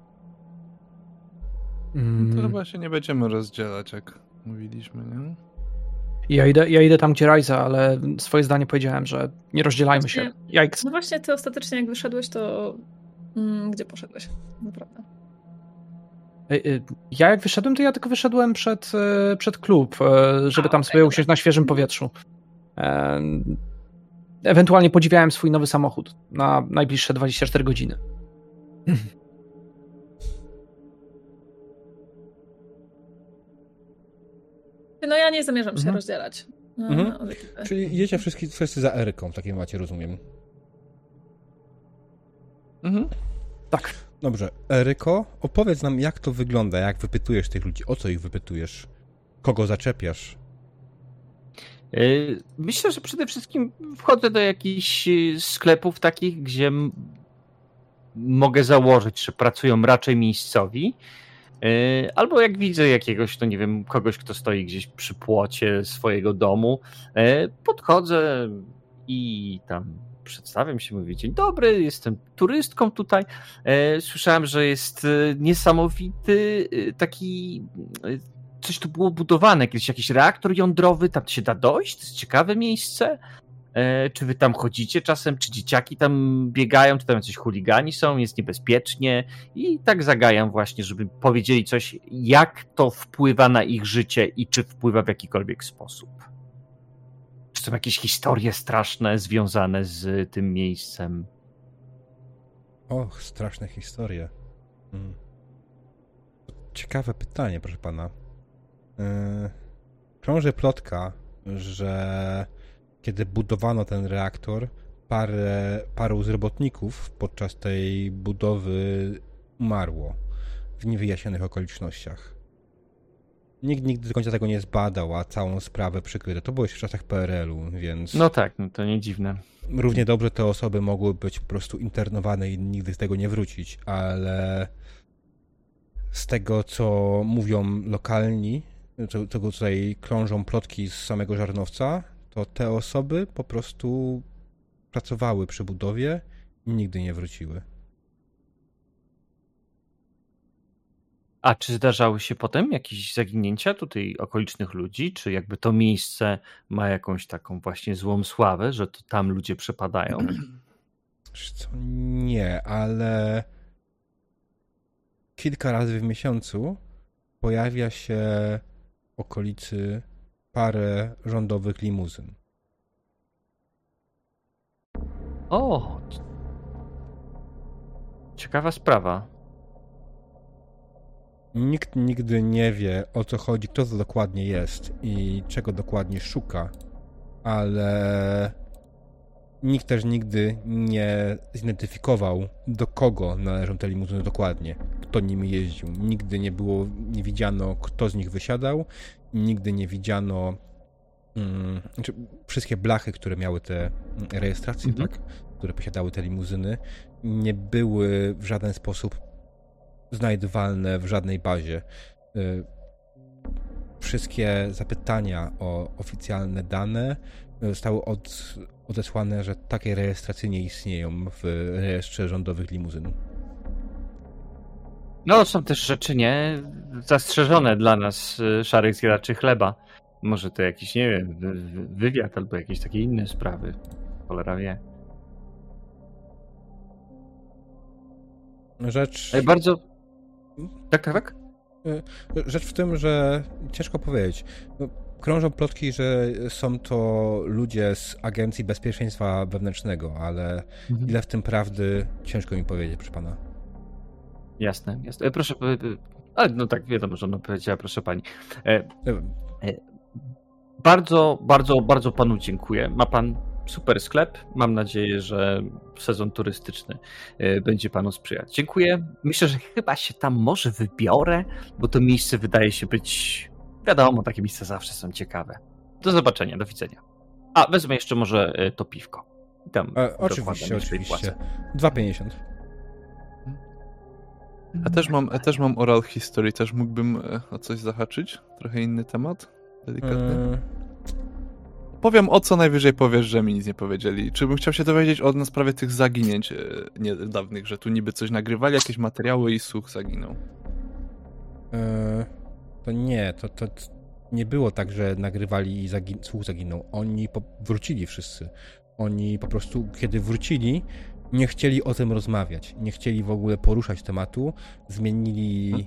To chyba się nie będziemy rozdzielać, jak mówiliśmy, nie? Ja idę tam, gdzie Rajza, ale swoje zdanie powiedziałem, że nie rozdzielajmy się. Jajks. No właśnie, ty ostatecznie jak wyszedłeś, to... gdzie poszedłeś? Naprawdę. Ja jak wyszedłem, to ja tylko wyszedłem przed klub, żeby tam sobie usiąść na świeżym powietrzu. Ewentualnie podziwiałem swój nowy samochód na najbliższe 24 godziny. No ja nie zamierzam się rozdzielać. Mhm. Od ekipy. Czyli idziecie wszyscy za Eryką, takie macie rozumiem. Mhm. Tak. Dobrze, Eryko, opowiedz nam, jak to wygląda, jak wypytujesz tych ludzi, o co ich wypytujesz, kogo zaczepiasz. Myślę, że przede wszystkim wchodzę do jakichś sklepów takich, gdzie mogę założyć, że pracują raczej miejscowi. Albo jak widzę jakiegoś, to nie wiem, kogoś, kto stoi gdzieś przy płocie swojego domu, podchodzę i tam przedstawiam się, mówię: dzień dobry, jestem turystką tutaj. Słyszałem, że jest niesamowity taki... Coś tu było budowane, kiedyś jakiś reaktor jądrowy, tam się da dojść? To jest ciekawe miejsce. Czy wy tam chodzicie czasem? Czy dzieciaki tam biegają? Czy tam jacyś chuligani są? Jest niebezpiecznie? I tak zagajam właśnie, żeby powiedzieli coś, jak to wpływa na ich życie i czy wpływa w jakikolwiek sposób. Czy są jakieś historie straszne związane z tym miejscem? Och, straszne historie. Ciekawe pytanie, proszę pana. Krąży plotka, że kiedy budowano ten reaktor, paru z robotników podczas tej budowy umarło w niewyjaśnionych okolicznościach. Nikt nigdy do końca tego nie zbadał, a całą sprawę przykryto. To było jeszcze w czasach PRL-u, więc... No tak, no to nie dziwne. Równie dobrze te osoby mogły być po prostu internowane i nigdy z tego nie wrócić, ale z tego, co mówią lokalni, tego tutaj krążą plotki z samego Żarnowca, to te osoby po prostu pracowały przy budowie i nigdy nie wróciły. A czy zdarzały się potem jakieś zaginięcia tutaj okolicznych ludzi? Czy jakby to miejsce ma jakąś taką właśnie złą sławę, że to tam ludzie przepadają? Co? Nie, ale kilka razy w miesiącu pojawia się w okolicy parę rządowych limuzyn. O! Ciekawa sprawa. Nikt nigdy nie wie, o co chodzi, kto to dokładnie jest i czego dokładnie szuka, ale nikt też nigdy nie zidentyfikował, do kogo należą te limuzyny dokładnie, kto nimi jeździł. Nigdy nie widziano, kto z nich wysiadał, nigdy nie widziano wszystkie blachy, które miały te rejestracje, tak, które posiadały te limuzyny, nie były w żaden sposób znajdywalne w żadnej bazie. Wszystkie zapytania o oficjalne dane zostały odesłane, że takie rejestracje nie istnieją w rejestrze rządowych limuzyn. No, są też rzeczy nie zastrzeżone dla nas, szarych zjadaczy chleba. Może to jakiś, nie wiem, wywiad albo jakieś takie inne sprawy. Cholera wie. Bardzo... Tak. Rzecz w tym, że ciężko powiedzieć. Krążą plotki, że są to ludzie z Agencji Bezpieczeństwa Wewnętrznego, ale ile w tym prawdy, ciężko mi powiedzieć, proszę pana. Jasne. Proszę, ale no tak, wiadomo, że ona powiedziała, proszę pani. Bardzo panu dziękuję. Ma pan super sklep. Mam nadzieję, że sezon turystyczny będzie panu sprzyjać. Dziękuję. Myślę, że chyba się tam może wybiorę, bo to miejsce wydaje się być... Wiadomo, takie miejsca zawsze są ciekawe. Do zobaczenia, do widzenia. A, wezmę jeszcze może to piwko. Tam oczywiście. 2,50. Ja też mam oral history, też mógłbym o coś zahaczyć? Trochę inny temat? Delikatny? Powiem, o co najwyżej powiesz, że mi nic nie powiedzieli. Czy bym chciał się dowiedzieć na sprawie tych zaginięć niedawnych, że tu niby coś nagrywali, jakieś materiały i słuch zaginął? To nie, to nie było tak, że nagrywali i słuch zaginął. Oni wrócili wszyscy. Oni po prostu, kiedy wrócili, nie chcieli o tym rozmawiać. Nie chcieli w ogóle poruszać tematu. Zmienili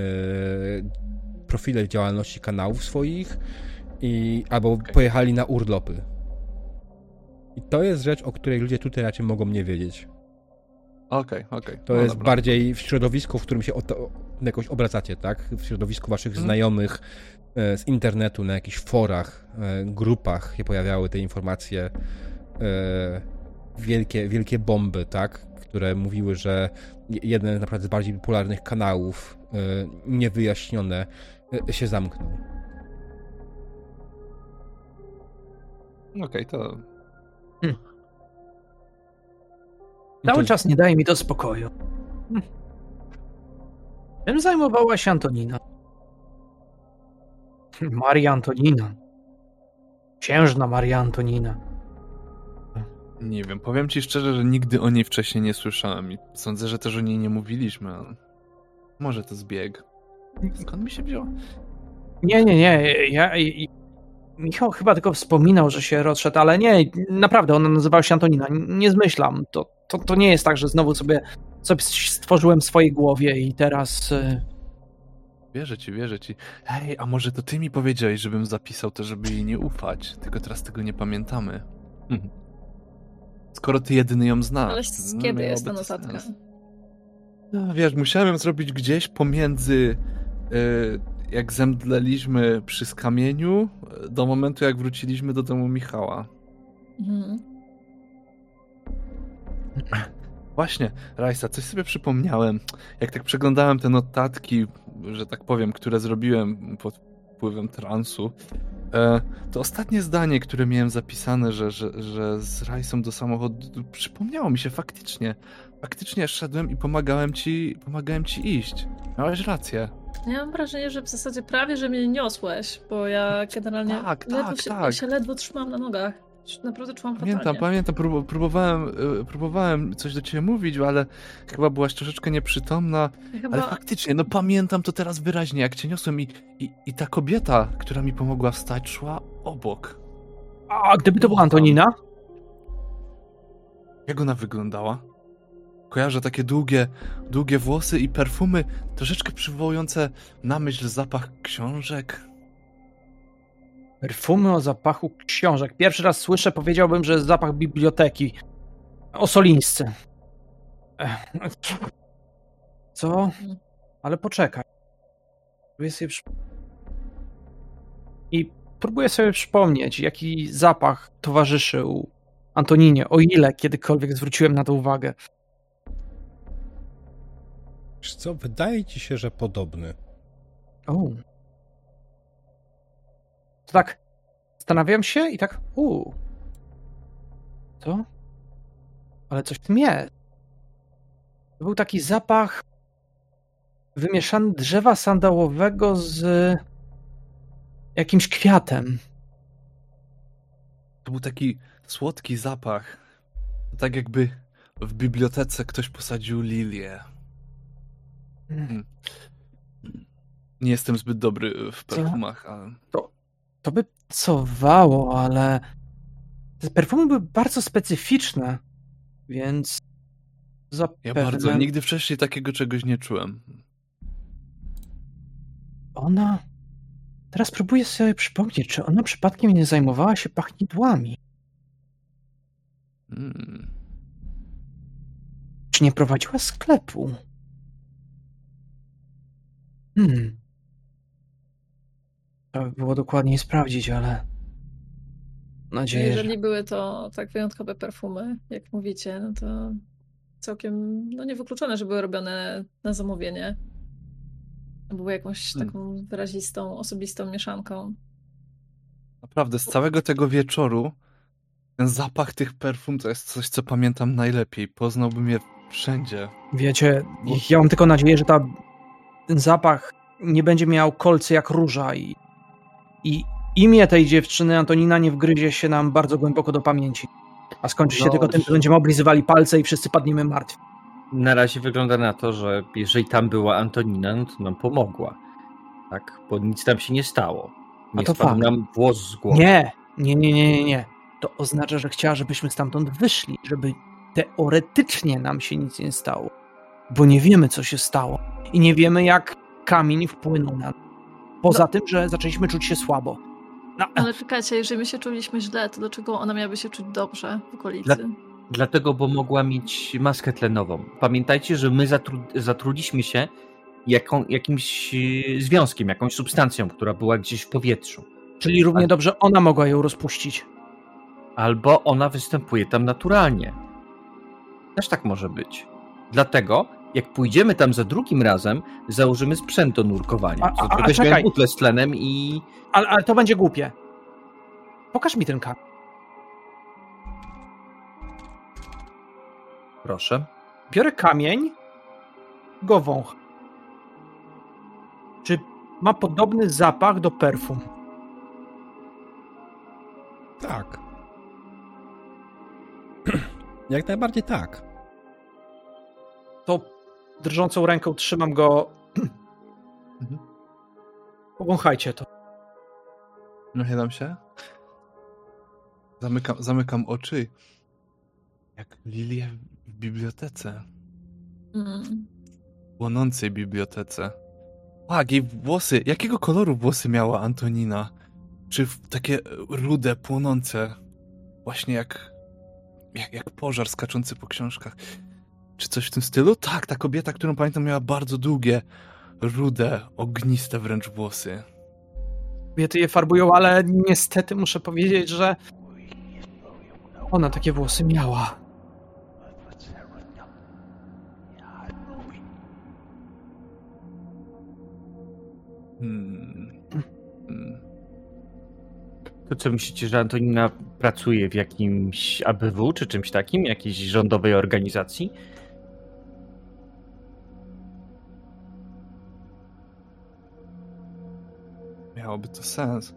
profile działalności kanałów swoich albo pojechali na urlopy. I to jest rzecz, o której ludzie tutaj raczej mogą nie wiedzieć. Okej. To jest dobra. Bardziej w środowisku, w którym się jakoś obracacie, tak? W środowisku waszych znajomych z internetu, na jakichś forach, grupach się pojawiały te informacje wielkie bomby, tak? Które mówiły, że jeden naprawdę z bardziej popularnych kanałów, niewyjaśnione, się zamknął. Okej, to... Cały czas nie daje mi to spokoju. Czym zajmowała się Antonina? Maria Antonina. Księżna Maria Antonina. Nie wiem, powiem ci szczerze, że nigdy o niej wcześniej nie słyszałem i sądzę, że też o niej nie mówiliśmy, ale może to zbieg. Skąd mi się wzięło? Nie. Michał chyba tylko wspominał, że się rozszedł, ale nie, naprawdę, ona nazywała się Antonina. Nie zmyślam. To nie jest tak, że znowu sobie stworzyłem w swojej głowie i teraz... Wierzę ci. Hej, a może to ty mi powiedziałeś, żebym zapisał to, żeby jej nie ufać, tylko teraz tego nie pamiętamy. Skoro ty jedyny ją znasz. Ale z kiedy jest ta notatka? No, wiesz, musiałem ją zrobić gdzieś pomiędzy jak zemdleliśmy przy skamieniu do momentu, jak wróciliśmy do domu Michała. Właśnie, Rajsa, coś sobie przypomniałem. Jak tak przeglądałem te notatki, że tak powiem, które zrobiłem pod wpływem transu, to ostatnie zdanie, które miałem zapisane, że z Rajsą do samochodu, przypomniało mi się faktycznie. Faktycznie szedłem i pomagałem ci iść. Miałeś rację. Ja mam wrażenie, że w zasadzie prawie, że mnie niosłeś, bo ja generalnie Tak. się ledwo trzymam na nogach. Naprawdę czułam fatalnie. Pamiętam, próbowałem coś do ciebie mówić, ale chyba byłaś troszeczkę nieprzytomna. Ale faktycznie, no pamiętam to teraz wyraźnie, jak cię niosłem i ta kobieta, która mi pomogła wstać, szła obok. A gdyby to była Antonina? Jak ona wyglądała? Kojarzę takie długie włosy i perfumy, troszeczkę przywołujące na myśl zapach książek. Perfumy o zapachu książek. Pierwszy raz słyszę, powiedziałbym, że zapach biblioteki. O Solińsce. Co? Ale poczekaj. I próbuję sobie przypomnieć, jaki zapach towarzyszył Antoninie, o ile kiedykolwiek zwróciłem na to uwagę. Wiesz co, wydaje ci się, że podobny. O. To tak, zastanawiam się i tak, Co? Ale coś w tym jest. To był taki zapach wymieszany drzewa sandałowego z jakimś kwiatem. To był taki słodki zapach. Tak jakby w bibliotece ktoś posadził lilię. Nie jestem zbyt dobry w perfumach, ale... To by pasowało, ale te perfumy były bardzo specyficzne, więc zapewne... Ja bardzo, nigdy wcześniej takiego czegoś nie czułem. Ona... Teraz próbuję sobie przypomnieć, czy ona przypadkiem nie zajmowała się pachnidłami. Czy nie prowadziła sklepu? Trzeba by było dokładniej sprawdzić, ale... Mam nadzieję, jeżeli były to tak wyjątkowe perfumy, jak mówicie, no to całkiem niewykluczone, że były robione na zamówienie. Były jakąś taką wyrazistą, osobistą mieszanką. Naprawdę, z całego tego wieczoru ten zapach tych perfum to jest coś, co pamiętam najlepiej. Poznałbym je wszędzie. Wiecie, ja mam tylko nadzieję, że ten zapach nie będzie miał kolcy jak róża i imię tej dziewczyny, Antonina, nie wgryzie się nam bardzo głęboko do pamięci. A skończy się tylko tym, że będziemy oblizywali palce i wszyscy padniemy martwi. Na razie wygląda na to, że jeżeli tam była Antonina, no to nam pomogła. Tak? Bo nic tam się nie stało. Nie spadł nam włos z głowy. Nie. To oznacza, że chciała, żebyśmy stamtąd wyszli, żeby teoretycznie nam się nic nie stało. Bo nie wiemy, co się stało. I nie wiemy, jak kamień wpłynął na nas. Poza tym, że zaczęliśmy czuć się słabo. Ale czekajcie, jeżeli my się czuliśmy źle, to dlaczego ona miałaby się czuć dobrze w okolicy? Dlatego, bo mogła mieć maskę tlenową. Pamiętajcie, że my zatruliśmy się jakimś związkiem, jakąś substancją, która była gdzieś w powietrzu. Czyli równie dobrze ona mogła ją rozpuścić. Albo ona występuje tam naturalnie. Też tak może być. Dlatego, jak pójdziemy tam za drugim razem, założymy sprzęt do nurkowania. A czekaj. Butlę z tlenem i... Ale to będzie głupie. Pokaż mi ten kamień. Proszę. Biorę kamień, go wącham. Czy ma podobny zapach do perfum? Tak. Jak najbardziej tak. To drżącą ręką trzymam go. Powąchajcie to. Nachylam się. Zamykam oczy. Jak lilie w bibliotece. Płonącej bibliotece. Tak, jej włosy. Jakiego koloru włosy miała Antonina? Czy takie rude, płonące? Właśnie jak pożar skaczący po książkach. Czy coś w tym stylu? Tak, ta kobieta, którą pamiętam, miała bardzo długie, rude, ogniste wręcz włosy. Kobiety je farbują, ale niestety muszę powiedzieć, że ona takie włosy miała. To co, myślicie, że Antonina pracuje w jakimś ABW czy czymś takim? Jakiejś rządowej organizacji? Miałoby to sens.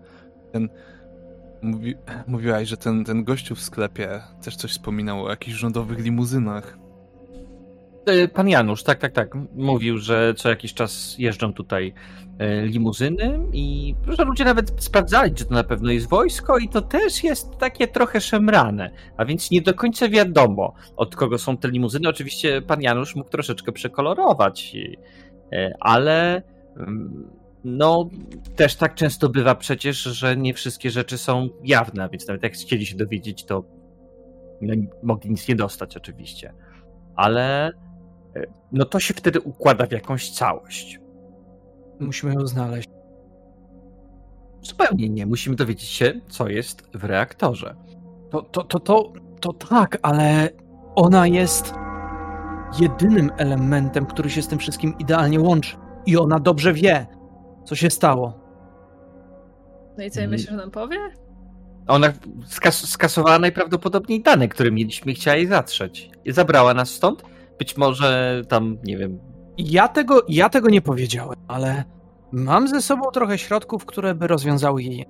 Mówiłaś, że ten gościu w sklepie też coś wspominał o jakichś rządowych limuzynach. Pan Janusz, tak. Mówił, że co jakiś czas jeżdżą tutaj limuzyny i że ludzie nawet sprawdzali, czy to na pewno jest wojsko i to też jest takie trochę szemrane, a więc nie do końca wiadomo, od kogo są te limuzyny. Oczywiście pan Janusz mógł troszeczkę przekolorować, ale no też tak często bywa przecież, że nie wszystkie rzeczy są jawne, więc nawet jak chcieli się dowiedzieć, to mogli nic nie dostać oczywiście. Ale no to się wtedy układa w jakąś całość. Musimy ją znaleźć. Zupełnie nie. Musimy dowiedzieć się, co jest w reaktorze. To tak, ale ona jest jedynym elementem, który się z tym wszystkim idealnie łączy. I ona dobrze wie, co się stało. No i co, myślisz, że nam powie? Ona skasowała najprawdopodobniej dane, które mieliśmy i chciała je zatrzeć. Zabrała nas stąd. Być może tam, nie wiem... Ja tego nie powiedziałem, ale mam ze sobą trochę środków, które by rozwiązały jej.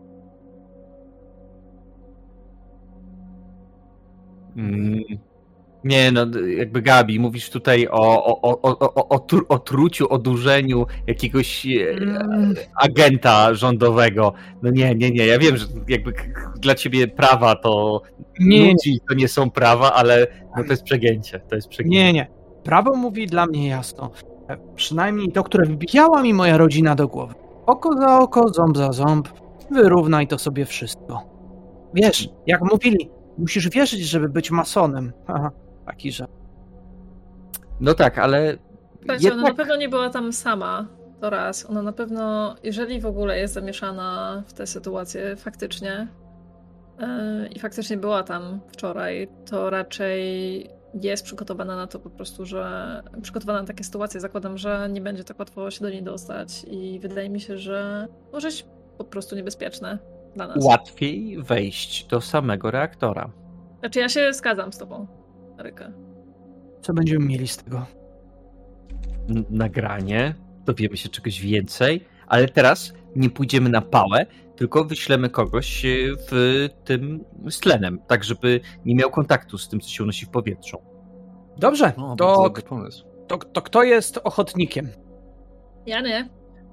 Nie, no jakby Gabi, mówisz tutaj o truciu, odurzeniu jakiegoś agenta rządowego. No nie, ja wiem, że jakby dla ciebie prawa to ludzi to nie są prawa, ale no to jest przegięcie. Nie. Prawo mówi dla mnie jasno. Przynajmniej to, które wbijała mi moja rodzina do głowy. Oko za oko, ząb za ząb. Wyrównaj to sobie wszystko. Wiesz, jak mówili, musisz wierzyć, żeby być masonem. Haha, taki że. No tak, ale... Słuchajcie, ona na pewno nie była tam sama. To raz. Ona na pewno, jeżeli w ogóle jest zamieszana w tę sytuację faktycznie i faktycznie była tam wczoraj, to raczej jest przygotowana na to po prostu, że przygotowana na takie sytuacje. Zakładam, że nie będzie tak łatwo się do niej dostać i wydaje mi się, że może być po prostu niebezpieczne dla nas. Łatwiej wejść do samego reaktora. Znaczy ja się zgadzam z tobą, Ryka. Co będziemy mieli z tego? Nagranie, dowiemy się czegoś więcej, ale teraz nie pójdziemy na pałę, tylko wyślemy kogoś w tym z tlenem, tak żeby nie miał kontaktu z tym, co się unosi w powietrzu. Dobrze, Dobry pomysł. To kto jest ochotnikiem? Ja nie.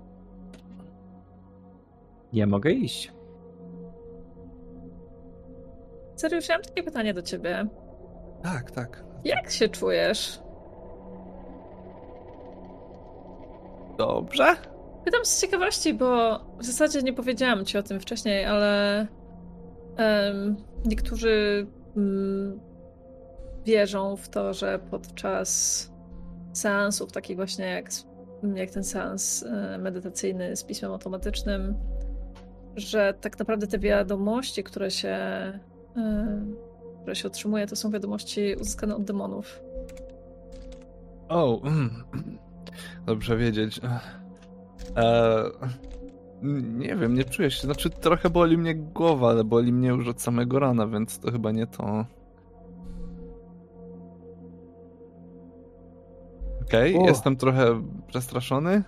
Nie mogę iść. Serio, mam takie pytanie do ciebie. Tak. Jak się czujesz? Dobrze? Pytam z ciekawości, bo w zasadzie nie powiedziałam ci o tym wcześniej, ale niektórzy wierzą w to, że podczas seansów, takich właśnie jak ten seans medytacyjny z pismem automatycznym, że tak naprawdę te wiadomości, które się otrzymuje, to są wiadomości uzyskane od demonów. O, dobrze wiedzieć. Nie wiem, nie czuję się. Znaczy, trochę boli mnie głowa, ale boli mnie już od samego rana, więc to chyba nie to. Okej, jestem trochę przestraszony.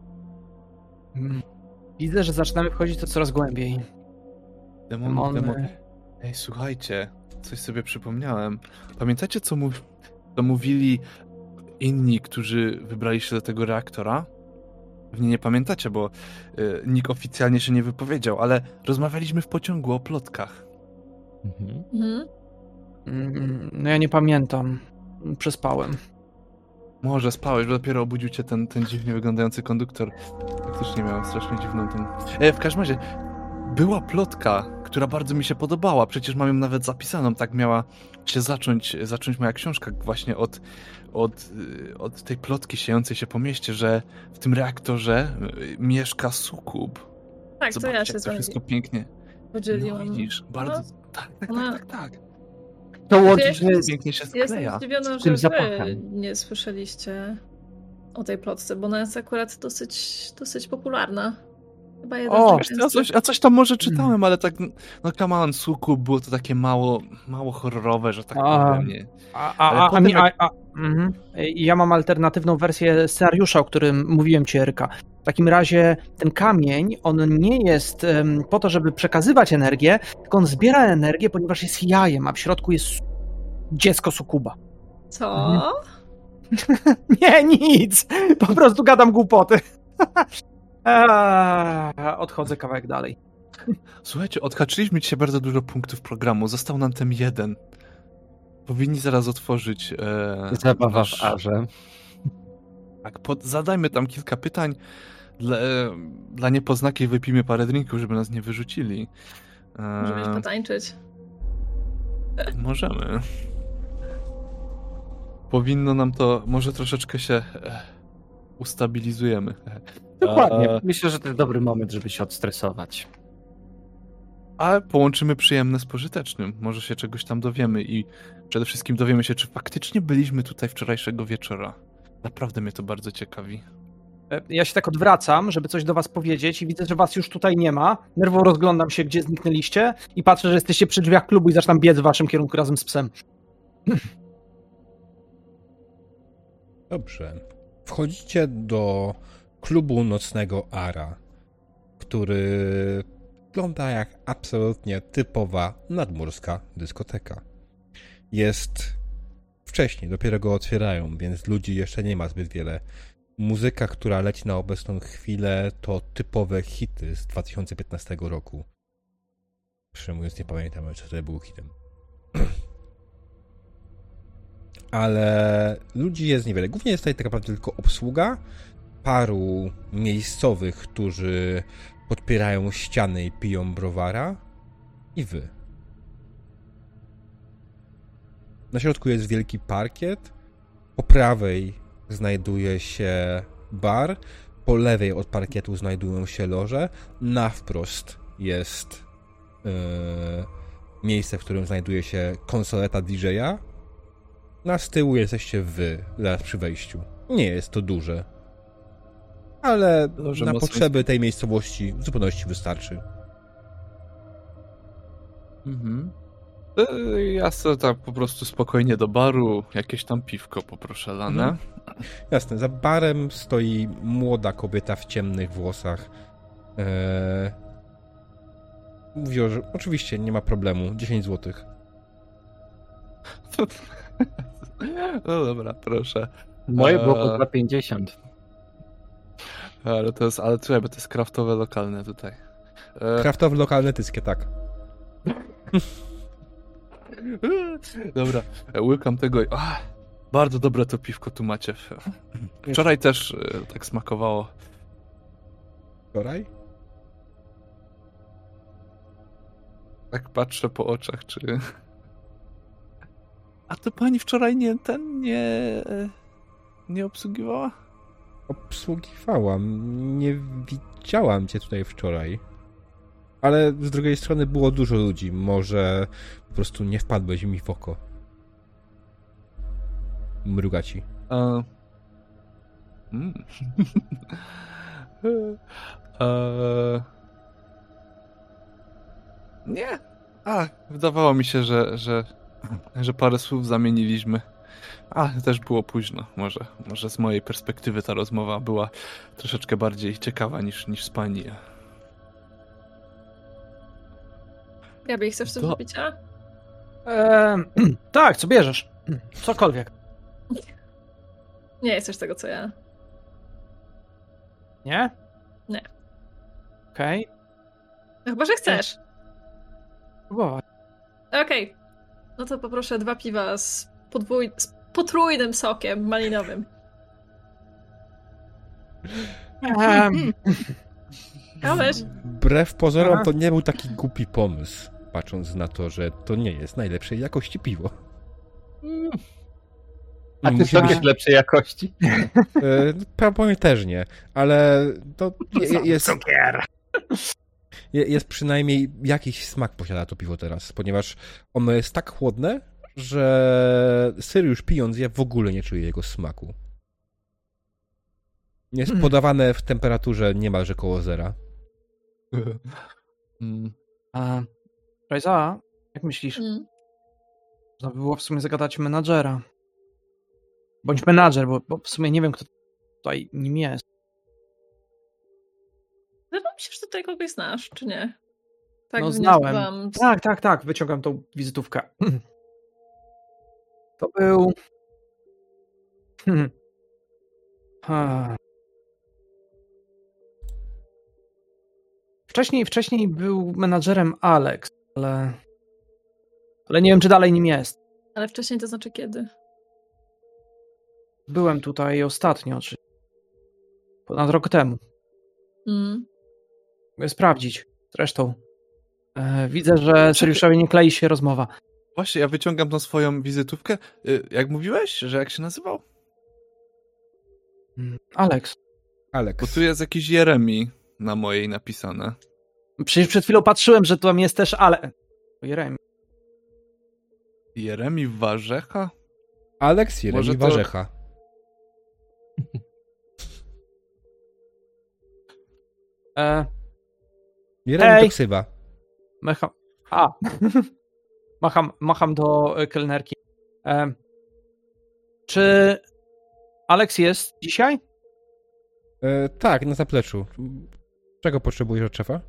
Widzę, że zaczynamy wchodzić to coraz głębiej. Demony. Ej, słuchajcie, coś sobie przypomniałem. Pamiętacie, co mówili inni, którzy wybrali się do tego reaktora? Pewnie nie pamiętacie, bo nikt oficjalnie się nie wypowiedział, ale rozmawialiśmy w pociągu o plotkach. No ja nie pamiętam. Przespałem. Może spałeś, bo dopiero obudził cię ten dziwnie wyglądający konduktor. Faktycznie miał strasznie dziwną tą... W każdym razie, była plotka, która bardzo mi się podobała. Przecież mam ją nawet zapisaną. Tak miała się zacząć moja książka właśnie od tej plotki siejącej się po mieście, że w tym reaktorze mieszka sukub. Tak, Zobaczcie, to ja się jak to wszystko pięknie podzieliłam. No widzisz, bardzo... Tak. To Wiesz, Pięknie się Jestem skleja. zdziwiona, z że tym wy zapachem. nie słyszeliście o tej plotce, bo ona jest akurat dosyć popularna. Chyba jeden z Coś tam może czytałem, ale tak, no come on, sukub, było to takie mało horrorowe, że tak powiem, nie. Ja mam alternatywną wersję scenariusza, o którym mówiłem ci, Eryka. W takim razie ten kamień, on nie jest po to, żeby przekazywać energię, tylko on zbiera energię, ponieważ jest jajem, a w środku jest dziecko sukuba. Co? Nie, nic! Po prostu gadam głupoty. Odchodzę kawałek dalej. Słuchajcie, odhaczyliśmy dzisiaj bardzo dużo punktów programu, został nam ten jeden. Powinni zaraz otworzyć... Zabawa w Arze. Tak, zadajmy tam kilka pytań. Dla niepoznakiej wypijmy parę drinków, żeby nas nie wyrzucili. Możemy potańczyć. Możemy. Powinno nam to... Może troszeczkę się ustabilizujemy. Dokładnie. Myślę, że to jest dobry moment, żeby się odstresować. A połączymy przyjemne z pożytecznym. Może się czegoś tam dowiemy i przede wszystkim dowiemy się, czy faktycznie byliśmy tutaj wczorajszego wieczora. Naprawdę mnie to bardzo ciekawi. Ja się tak odwracam, żeby coś do was powiedzieć i widzę, że was już tutaj nie ma. Nerwowo rozglądam się, gdzie zniknęliście i patrzę, że jesteście przy drzwiach klubu i zaczynam biec w waszym kierunku razem z psem. Dobrze. Wchodzicie do klubu nocnego Ara, który wygląda jak absolutnie typowa nadmorska dyskoteka. Jest wcześniej, dopiero go otwierają, więc ludzi jeszcze nie ma zbyt wiele. Muzyka, która leci na obecną chwilę, to typowe hity z 2015 roku. Szczerze mówiąc, nie pamiętam, czy to był hitem. Ale ludzi jest niewiele. Głównie jest tutaj tak naprawdę tylko obsługa, paru miejscowych, którzy podpierają ściany i piją browara i wy. Na środku jest wielki parkiet, po prawej znajduje się bar, po lewej od parkietu znajdują się loże, na wprost jest miejsce, w którym znajduje się konsoleta DJ-a, na z tyłu jesteście wy, zaraz przy wejściu. Nie jest to duże, ale na potrzeby tej miejscowości w zupełności wystarczy. Mhm. Ja sobie tak po prostu spokojnie do baru, jakieś tam piwko poproszę lane. Jasne, za barem stoi młoda kobieta w ciemnych włosach. Mówi, że oczywiście nie ma problemu, 10 zł. No dobra, proszę. Moje było po 2,50. Ale słuchaj, bo to jest kraftowe lokalne tutaj. Kraftowe lokalne tyskie, tak. Dobra, łykam tego i... bardzo dobre to piwko tu macie. Wczoraj też tak smakowało. Wczoraj? Tak patrzę po oczach, czy... A to pani wczoraj nie obsługiwała? Obsługiwałam. Nie widziałam cię tutaj wczoraj. Ale z drugiej strony było dużo ludzi. Może po prostu nie wpadłeś mi w oko. Mruga ci. Nie. Wydawało mi się, że parę słów zamieniliśmy. Też było późno. Może z mojej perspektywy ta rozmowa była troszeczkę bardziej ciekawa niż z pani. Gabi, chcesz coś do picia? Tak, co bierzesz? Cokolwiek. Nie jesteś tego, co ja. Nie? Nie. Okej. No chyba, że chcesz. Próbować. Okej. No to poproszę 2 piwa z potrójnym sokiem malinowym. A weź. Wbrew pozorom to nie był taki głupi pomysł, patrząc na to, że to nie jest najlepszej jakości piwo. A ty sok jest lepszej jakości? Prawdopodobnie też nie, ale to jest... Cukier! Jest przynajmniej jakiś smak posiada to piwo teraz, ponieważ ono jest tak chłodne, że Syriusz pijąc je w ogóle nie czuje jego smaku. Jest podawane w temperaturze niemalże koło zera. Rajza, jak myślisz? Można by było w sumie zagadać menadżera. Bądź menadżer, bo w sumie nie wiem, kto tutaj nim jest. Wydawało mi się, że tutaj kogoś znasz, czy nie? Tak, No znałem. Tak. Wyciągam tą wizytówkę. To był... Wcześniej był menadżerem Alex, ale nie wiem, czy dalej nim jest. Ale wcześniej to znaczy kiedy? Byłem tutaj ostatnio, czyli ponad rok temu. Mogę sprawdzić. Zresztą widzę, że Syriuszowi nie klei się rozmowa. Właśnie, ja wyciągam tą swoją wizytówkę. Jak mówiłeś, że jak się nazywał? Alex. Bo tu jest jakiś Jeremi na mojej napisane. Przecież przed chwilą patrzyłem, że tam jest też Jeremi. Jeremi Warzecha? Alex Jeremi Warzecha. Jeremi to ksywa. Macham do kelnerki. Czy Alex jest dzisiaj? Tak, na zapleczu. Czego potrzebujesz od szefa?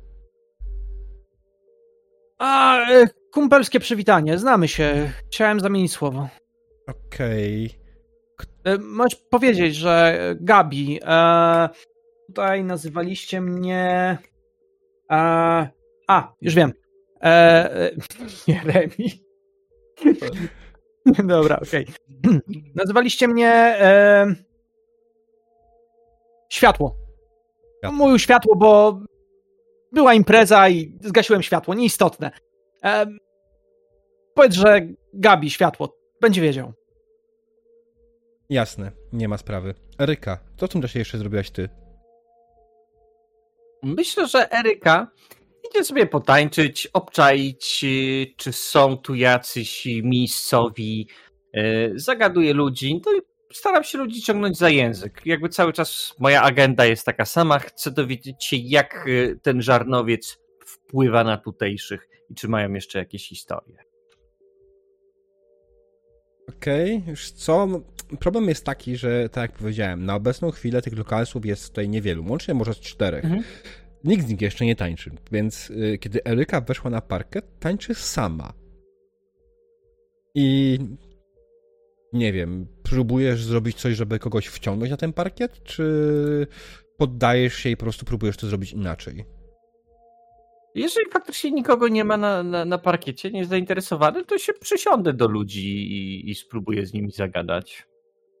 Kumpelskie przywitanie. Znamy się. Chciałem zamienić słowo. Okej. Możesz powiedzieć, że Gabi, tutaj nazywaliście mnie... już wiem. Jeremi. Dobra, okej. Nazywaliście mnie Światło. Mówił Światło, bo była impreza i zgasiłem światło. Nieistotne. Powiedz, że Gabi Światło. Będzie wiedział. Jasne, nie ma sprawy. Eryka, co w tym czasie jeszcze zrobiłaś ty? Myślę, że Eryka idzie sobie potańczyć, obczaić, czy są tu jacyś miejscowi, zagaduje ludzi, no i staram się ludzi ciągnąć za język. Jakby cały czas moja agenda jest taka sama, chcę dowiedzieć się, jak ten żarnowiec wpływa na tutejszych i czy mają jeszcze jakieś historie. Okej, już co? No, problem jest taki, że tak jak powiedziałem, na obecną chwilę tych lokalsów jest tutaj niewielu, łącznie może z 4. Nikt z nich jeszcze nie tańczy, więc kiedy Eryka weszła na parkiet, tańczy sama. I nie wiem, próbujesz zrobić coś, żeby kogoś wciągnąć na ten parkiet, czy poddajesz się i po prostu próbujesz to zrobić inaczej? Jeżeli faktycznie nikogo nie ma na parkiecie, nie jest zainteresowany, to się przysiądę do ludzi i spróbuję z nimi zagadać.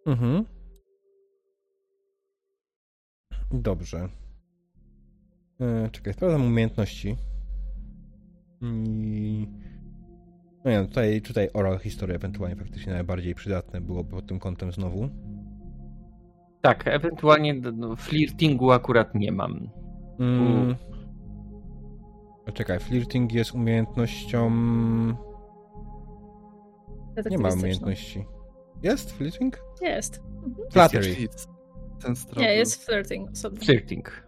Dobrze. Czekaj, sprawdzam umiejętności. No nie, tutaj oral history ewentualnie faktycznie najbardziej przydatne byłoby pod tym kątem znowu. Tak, ewentualnie flirtingu akurat nie mam. Czekaj, flirting jest umiejętnością... Nie ma umiejętności. Jest flirting? Jest. Flattery. Sense Nie, trouble. jest flirting osobno. Flirting.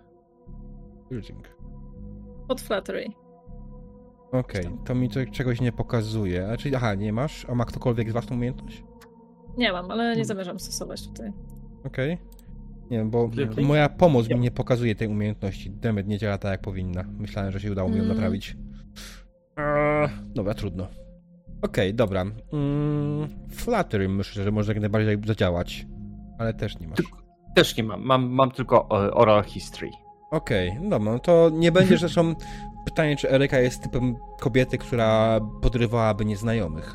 Pod flattery. Okej, to mi to czegoś nie pokazuje. Czyli, nie masz? A ma ktokolwiek z was tą umiejętność? Nie mam, ale nie zamierzam stosować tutaj. Okej. Nie, bo Flirting? moja pomoc mi nie pokazuje tej umiejętności. Demet nie działa tak, jak powinna. Myślałem, że się udało mi ją naprawić. Dobra, trudno. Okej, dobra. Flattery myślę, że może jak najbardziej zadziałać. Ale też nie masz. Też nie mam. Mam tylko oral history. Okej, dobra, no to nie będzie zresztą pytanie, czy Eryka jest typem kobiety, która podrywałaby nieznajomych.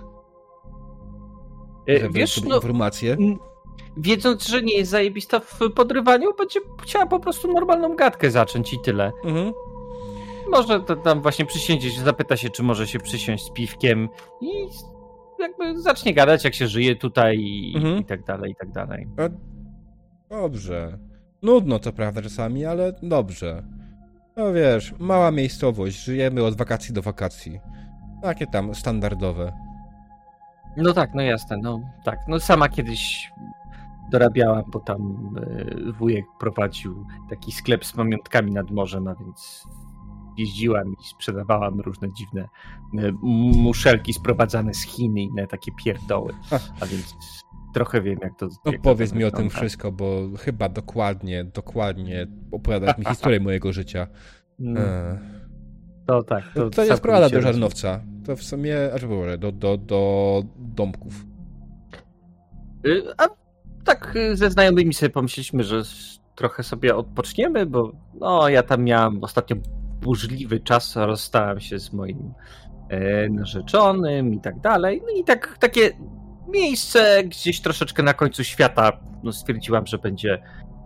Wiesz, informacje. Wiedząc, że nie jest zajebista w podrywaniu, będzie chciała po prostu normalną gadkę zacząć i tyle. Mhm. Może to tam właśnie przysiądzie, zapyta się, czy może się przysiąść z piwkiem i jakby zacznie gadać, jak się żyje tutaj i tak dalej, i tak dalej. Dobrze. Nudno to prawda czasami, ale dobrze. No wiesz, mała miejscowość, żyjemy od wakacji do wakacji. Takie tam standardowe. No tak, no jasne, no tak. No sama kiedyś dorabiałam, bo tam wujek prowadził taki sklep z pamiątkami nad morzem, a więc jeździłam i sprzedawałam różne dziwne muszelki sprowadzane z Chin i inne takie pierdoły. A więc trochę wiem, jak to... No jak powiedz to mi o tym wygląda. wszystko, bo chyba dokładnie opowiadasz mi historię mojego życia. To tak. To nie całkowicie sprowadza do rozumiem. żarnowca. To w sumie, do domków. A tak ze znajomymi sobie pomyśleliśmy, że trochę sobie odpoczniemy, bo no ja tam miałem ostatnio burzliwy czas, rozstałem się z moim narzeczonym i tak dalej. No i tak takie miejsce gdzieś troszeczkę na końcu świata, no stwierdziłam, że będzie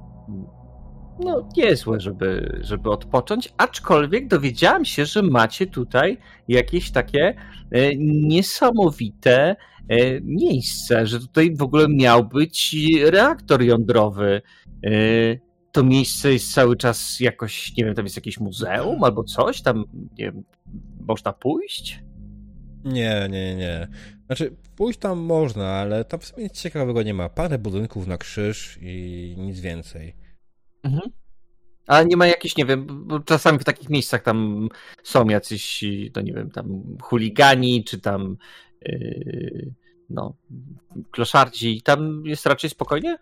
no niezłe, żeby odpocząć, aczkolwiek dowiedziałam się, że macie tutaj jakieś takie niesamowite miejsce, że tutaj w ogóle miał być reaktor jądrowy. To miejsce jest cały czas jakoś, nie wiem, tam jest jakieś muzeum albo coś, tam nie wiem, można pójść? Nie. Znaczy, pójść tam można, ale tam w sumie nic ciekawego nie ma. Parę budynków na krzyż i nic więcej. Mhm. A nie ma jakichś, nie wiem, bo czasami w takich miejscach tam są jacyś, no nie wiem, tam chuligani, czy tam no, kloszardzi. Tam jest raczej spokojnie?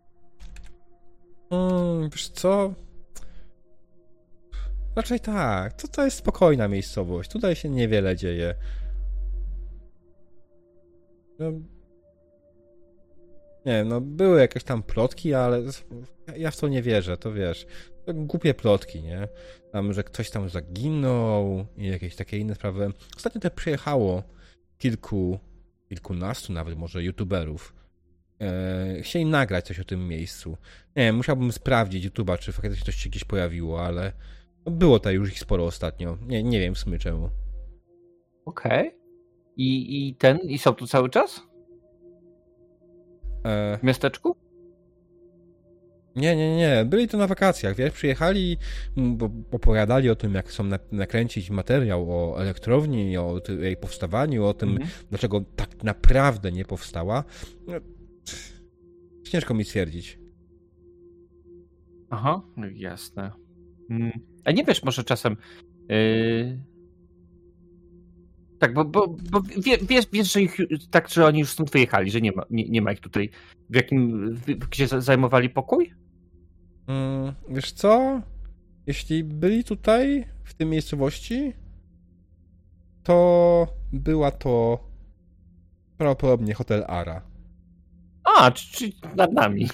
Wiesz co? Raczej tak. To jest spokojna miejscowość. Tutaj się niewiele dzieje. No, nie wiem, no były jakieś tam plotki, ale ja w to nie wierzę, to wiesz. To głupie plotki, nie? Tam, że ktoś tam zaginął i jakieś takie inne sprawy. Ostatnio też przyjechało kilkunastu nawet może youtuberów. Chcieli nagrać coś o tym miejscu. Nie wiem, musiałbym sprawdzić YouTube'a, czy faktycznie coś się gdzieś pojawiło, ale no było tutaj już ich sporo ostatnio. Nie wiem w sumie czemu. Okej. I są tu cały czas? W miasteczku? Nie. Byli tu na wakacjach, wiesz, przyjechali, bo opowiadali o tym, jak chcą nakręcić materiał o elektrowni, o jej powstawaniu, o tym, dlaczego tak naprawdę nie powstała. No, ciężko mi stwierdzić. Aha, jasne. A nie wiesz, może czasem... Tak, bo wiesz, że ich, tak, że oni już stąd wyjechali, że nie ma ich tutaj. Gdzie zajmowali pokój? Wiesz co? Jeśli byli tutaj, w tej miejscowości, to była to prawdopodobnie hotel Ara. A, czyli nad nami.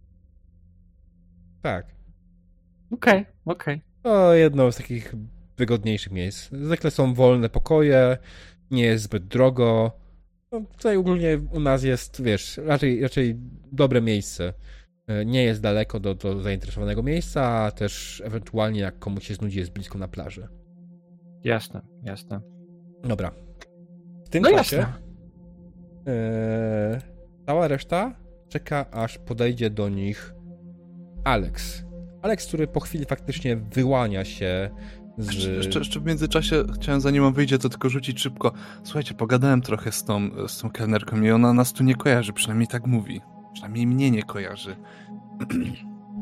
Tak. Okej. To jedno z takich wygodniejszych miejsc. Zwykle są wolne pokoje, nie jest zbyt drogo. No, tutaj ogólnie u nas jest, wiesz, raczej dobre miejsce. Nie jest daleko do zainteresowanego miejsca, a też ewentualnie jak komuś się znudzi, jest blisko na plaży. Jasne. Dobra. W tym No czasie jasne. cała reszta czeka, aż podejdzie do nich Alex. Alex, który po chwili faktycznie wyłania się z... Jeszcze w międzyczasie chciałem, zanim on wyjdzie, to tylko rzucić szybko. Słuchajcie, pogadałem trochę z tą kelnerką i ona nas tu nie kojarzy, przynajmniej tak mówi. Przynajmniej mnie nie kojarzy.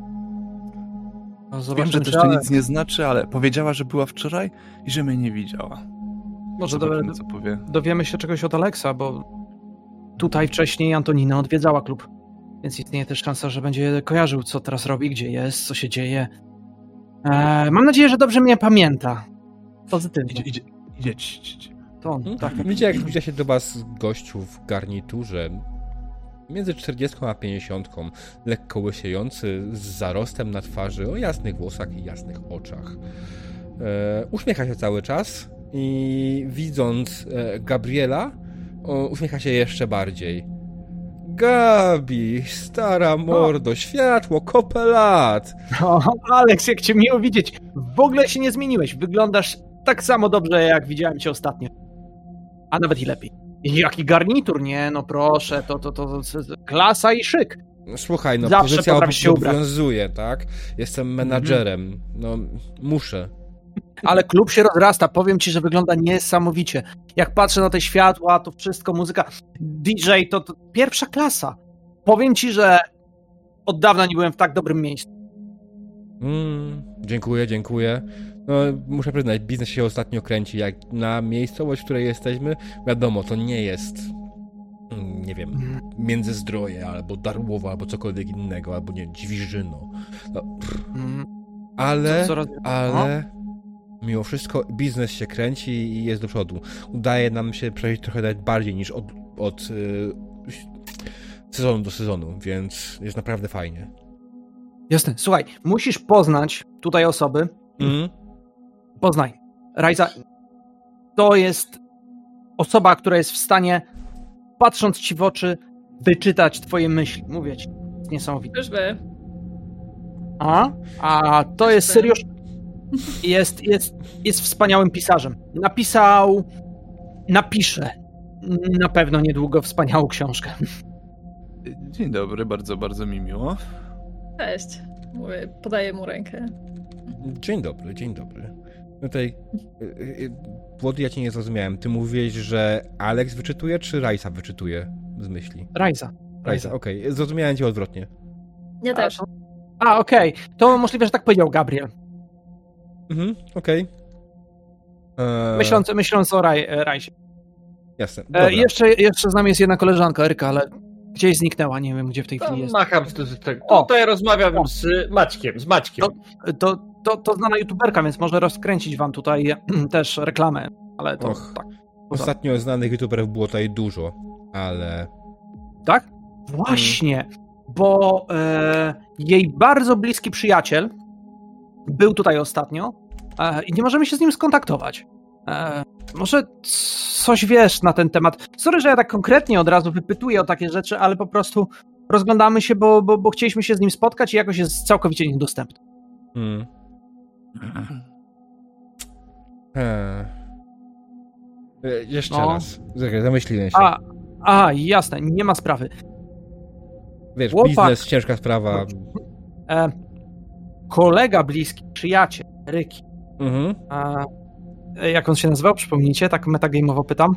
No, Wiem, zobaczymy, że to czy jeszcze Ale- nic nie znaczy, ale powiedziała, że była wczoraj i że mnie nie widziała. Może Zobaczymy, co powie. dowiemy się czegoś od Alexa, bo tutaj wcześniej Antonina odwiedzała klub. Więc istnieje też szansa, że będzie kojarzył, co teraz robi, gdzie jest, co się dzieje. Mam nadzieję, że dobrze mnie pamięta. Pozytywnie. Idzie. To on, tak. Widzicie, jak zbliża się do was gościu w garniturze między 40 a 50, lekko łysiejący, z zarostem na twarzy, o jasnych włosach i jasnych oczach. Uśmiecha się cały czas i widząc Gabriela, uśmiecha się jeszcze bardziej. Gabi, stara mordo, światło, kopę lat. O, Aleks, jak cię miło widzieć. W ogóle się nie zmieniłeś. Wyglądasz tak samo dobrze, jak widziałem cię ostatnio. A nawet i lepiej. Jaki garnitur, nie? No proszę, to klasa i szyk. Słuchaj, no Zawsze pozycja potrafisz się ubrać. obowiązuje, tak? Jestem menadżerem, no muszę. Ale klub się rozrasta. Powiem ci, że wygląda niesamowicie. Jak patrzę na te światła, to wszystko, muzyka, DJ, to pierwsza klasa. Powiem ci, że od dawna nie byłem w tak dobrym miejscu. Dziękuję. No, muszę przyznać, biznes się ostatnio kręci. Jak na miejscowość, w której jesteśmy, wiadomo, to nie jest, nie wiem, Międzyzdroje, albo Darłowo, albo cokolwiek innego, albo nie, Dziwiżyno. No, ale mimo wszystko biznes się kręci i jest do przodu. Udaje nam się przejść trochę nawet bardziej niż od sezonu do sezonu, więc jest naprawdę fajnie. Jasne. Słuchaj, musisz poznać tutaj osoby. Poznaj. Rajza to jest osoba, która jest w stanie, patrząc ci w oczy, wyczytać twoje myśli. Mówię ci. Jest niesamowite. Czyżby? A to jest Syriusz. Jest wspaniałym pisarzem. Napisze na pewno niedługo wspaniałą książkę. Dzień dobry, bardzo, bardzo mi miło. Cześć. Mówię, podaję mu rękę. Dzień dobry. No tutaj, Włody, ja cię nie zrozumiałem. Ty mówiłeś, że Alex wyczytuje, czy Rajsa wyczytuje z myśli? Rajza. Okej. Zrozumiałem cię odwrotnie. Ja też. Okej. To możliwe, że tak powiedział Gabriel. Okej. Myśląc o Rajsie. Jasne. Dobra. Jeszcze z nami jest jedna koleżanka, Eryka, ale gdzieś zniknęła, nie wiem, gdzie w tej chwili jest. Macham tutaj rozmawiam z Maćkiem. To znana youtuberka, więc może rozkręcić wam tutaj też reklamę, ale to tak. Ostatnio znanych youtuberów było tutaj dużo, ale... Tak? Właśnie, bo jej bardzo bliski przyjaciel był tutaj ostatnio i nie możemy się z nim skontaktować. Może coś wiesz na ten temat. Sorry, że ja tak konkretnie od razu wypytuję o takie rzeczy, ale po prostu rozglądamy się, bo chcieliśmy się z nim spotkać i jakoś jest całkowicie niedostępny. Jeszcze raz. Zamyśliłem się. Jasne, nie ma sprawy. Wiesz, chłopak, biznes, ciężka sprawa. Kolega bliski, przyjaciel, Ryki. Jak on się nazywał? Przypomnijcie, tak metagame'owo pytam.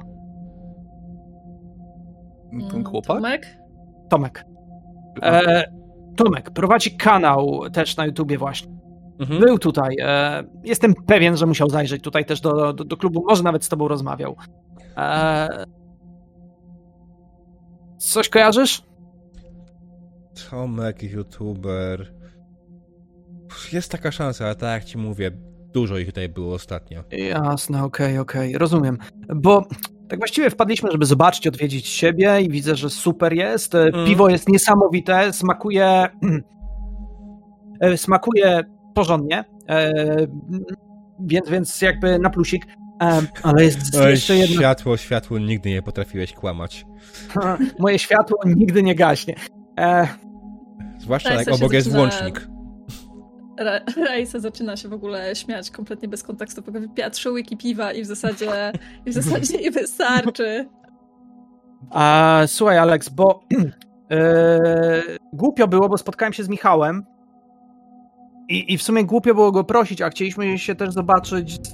Ten chłopak? Tomek? Tomek prowadzi kanał też na YouTubie właśnie. Był tutaj. Jestem pewien, że musiał zajrzeć tutaj też do klubu. Może nawet z tobą rozmawiał. Coś kojarzysz? Tomek, youtuber. Jest taka szansa, ale tak jak ci mówię, dużo ich tutaj było ostatnio. Jasne, okej, rozumiem. Bo tak właściwie wpadliśmy, żeby zobaczyć, odwiedzić siebie i widzę, że super jest. Piwo jest niesamowite, smakuje porządnie, więc jakby na plusik. Ale jest jeszcze jedno. Światło, nigdy nie potrafiłeś kłamać. Moje światło nigdy nie gaśnie. Zwłaszcza jak obok jest włącznik. Rajsa zaczyna się w ogóle śmiać kompletnie bez kontekstu, bo wypija 3 łyki piwa i w zasadzie jej wystarczy. Słuchaj, Alex, bo głupio było, bo spotkałem się z Michałem i w sumie głupio było go prosić, a chcieliśmy się też zobaczyć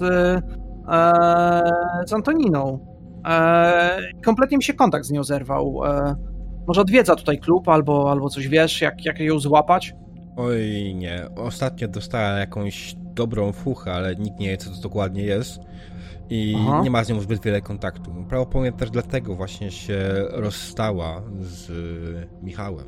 z Antoniną. Kompletnie mi się kontakt z nią zerwał. Może odwiedza tutaj klub albo coś wiesz, jak ją złapać? Oj nie, ostatnio dostałem jakąś dobrą fuchę, ale nikt nie wie, co to dokładnie jest i Aha. nie ma z nią zbyt wiele kontaktu. Prawdopodobnie też dlatego właśnie się rozstała z Michałem.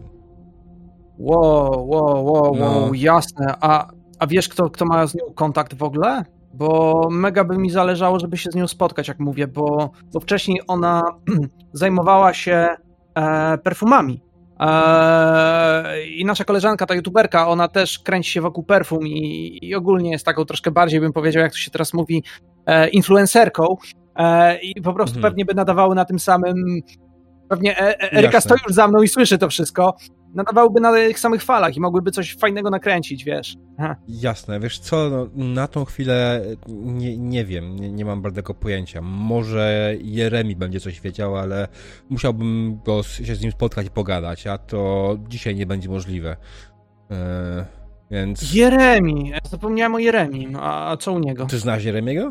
Wow, No. jasne. A wiesz, kto ma z nią kontakt w ogóle? Bo mega by mi zależało, żeby się z nią spotkać, jak mówię, bo wcześniej ona zajmowała się perfumami. I nasza koleżanka, ta youtuberka, ona też kręci się wokół perfum i ogólnie jest taką troszkę bardziej, bym powiedział, jak to się teraz mówi, influencerką. I po prostu pewnie by nadawały na tym samym. Pewnie Eryka Jasne. stoi już za mną i słyszy to wszystko. Nadawałyby na tych samych falach i mogłyby coś fajnego nakręcić, wiesz. Jasne, wiesz co, no, na tą chwilę nie wiem, nie mam bardzo pojęcia. Może Jeremi będzie coś wiedział, ale musiałbym się z nim spotkać i pogadać, a to dzisiaj nie będzie możliwe. Więc... Jeremi! Zapomniałem o Jeremim. A co u niego? Ty znasz Jeremiego?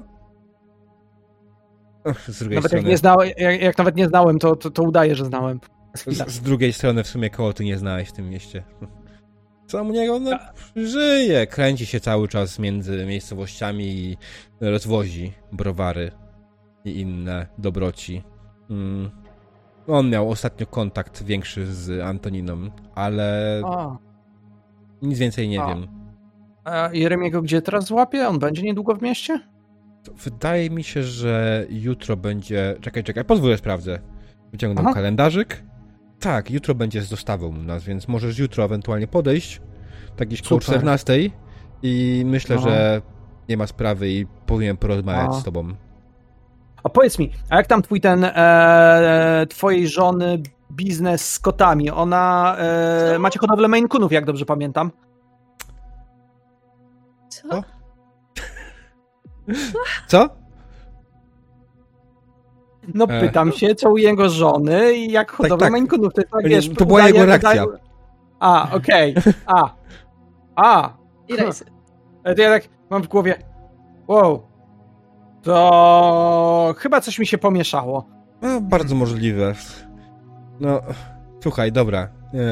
Z drugiej Nawet strony... jak nawet nie znałem, to udaję, że znałem. Z drugiej strony w sumie koło ty nie znałeś w tym mieście. Co u niego? No, żyje, kręci się cały czas między miejscowościami i rozwozi browary i inne dobroci. On miał ostatnio kontakt większy z Antoniną, ale nic więcej nie wiem. A Jeremiego gdzie teraz złapie? On będzie niedługo w mieście? Wydaje mi się, że jutro będzie... Czekaj, pozwól, sprawdzę. Wyciągnął kalendarzyk. Tak, jutro będzie z dostawą u nas, więc możesz jutro ewentualnie podejść, tak gdzieś koło 14 i myślę, że nie ma sprawy i powinien porozmawiać z tobą. A powiedz mi, a jak tam twojej żony biznes z kotami? Ona... macie hodowlę Maine Coonów, jak dobrze pamiętam. Co? Co? No pytam się, co u jego żony i jak hodowla Maine Coonów. To, jest, tak, wiesz, to była jego reakcja. Okej. I rejsy. To ja tak mam w głowie, wow, to chyba coś mi się pomieszało. No, bardzo możliwe. No, słuchaj, dobra.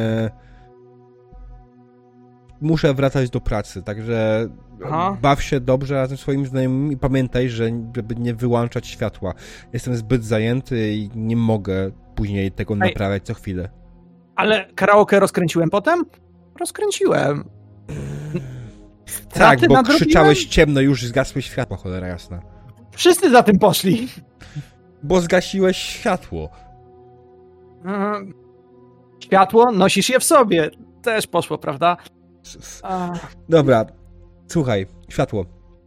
Muszę wracać do pracy, także baw się dobrze razem z swoimi znajomymi i pamiętaj, żeby nie wyłączać światła. Jestem zbyt zajęty i nie mogę później tego naprawiać co chwilę. Ale karaoke rozkręciłem potem? Rozkręciłem. Tak, bo krzyczałeś ciemno, już zgasły światła, cholera jasna. Wszyscy za tym poszli. Bo zgasiłeś światło. Światło? Nosisz je w sobie. Też poszło, prawda? Dobra, słuchaj, światło.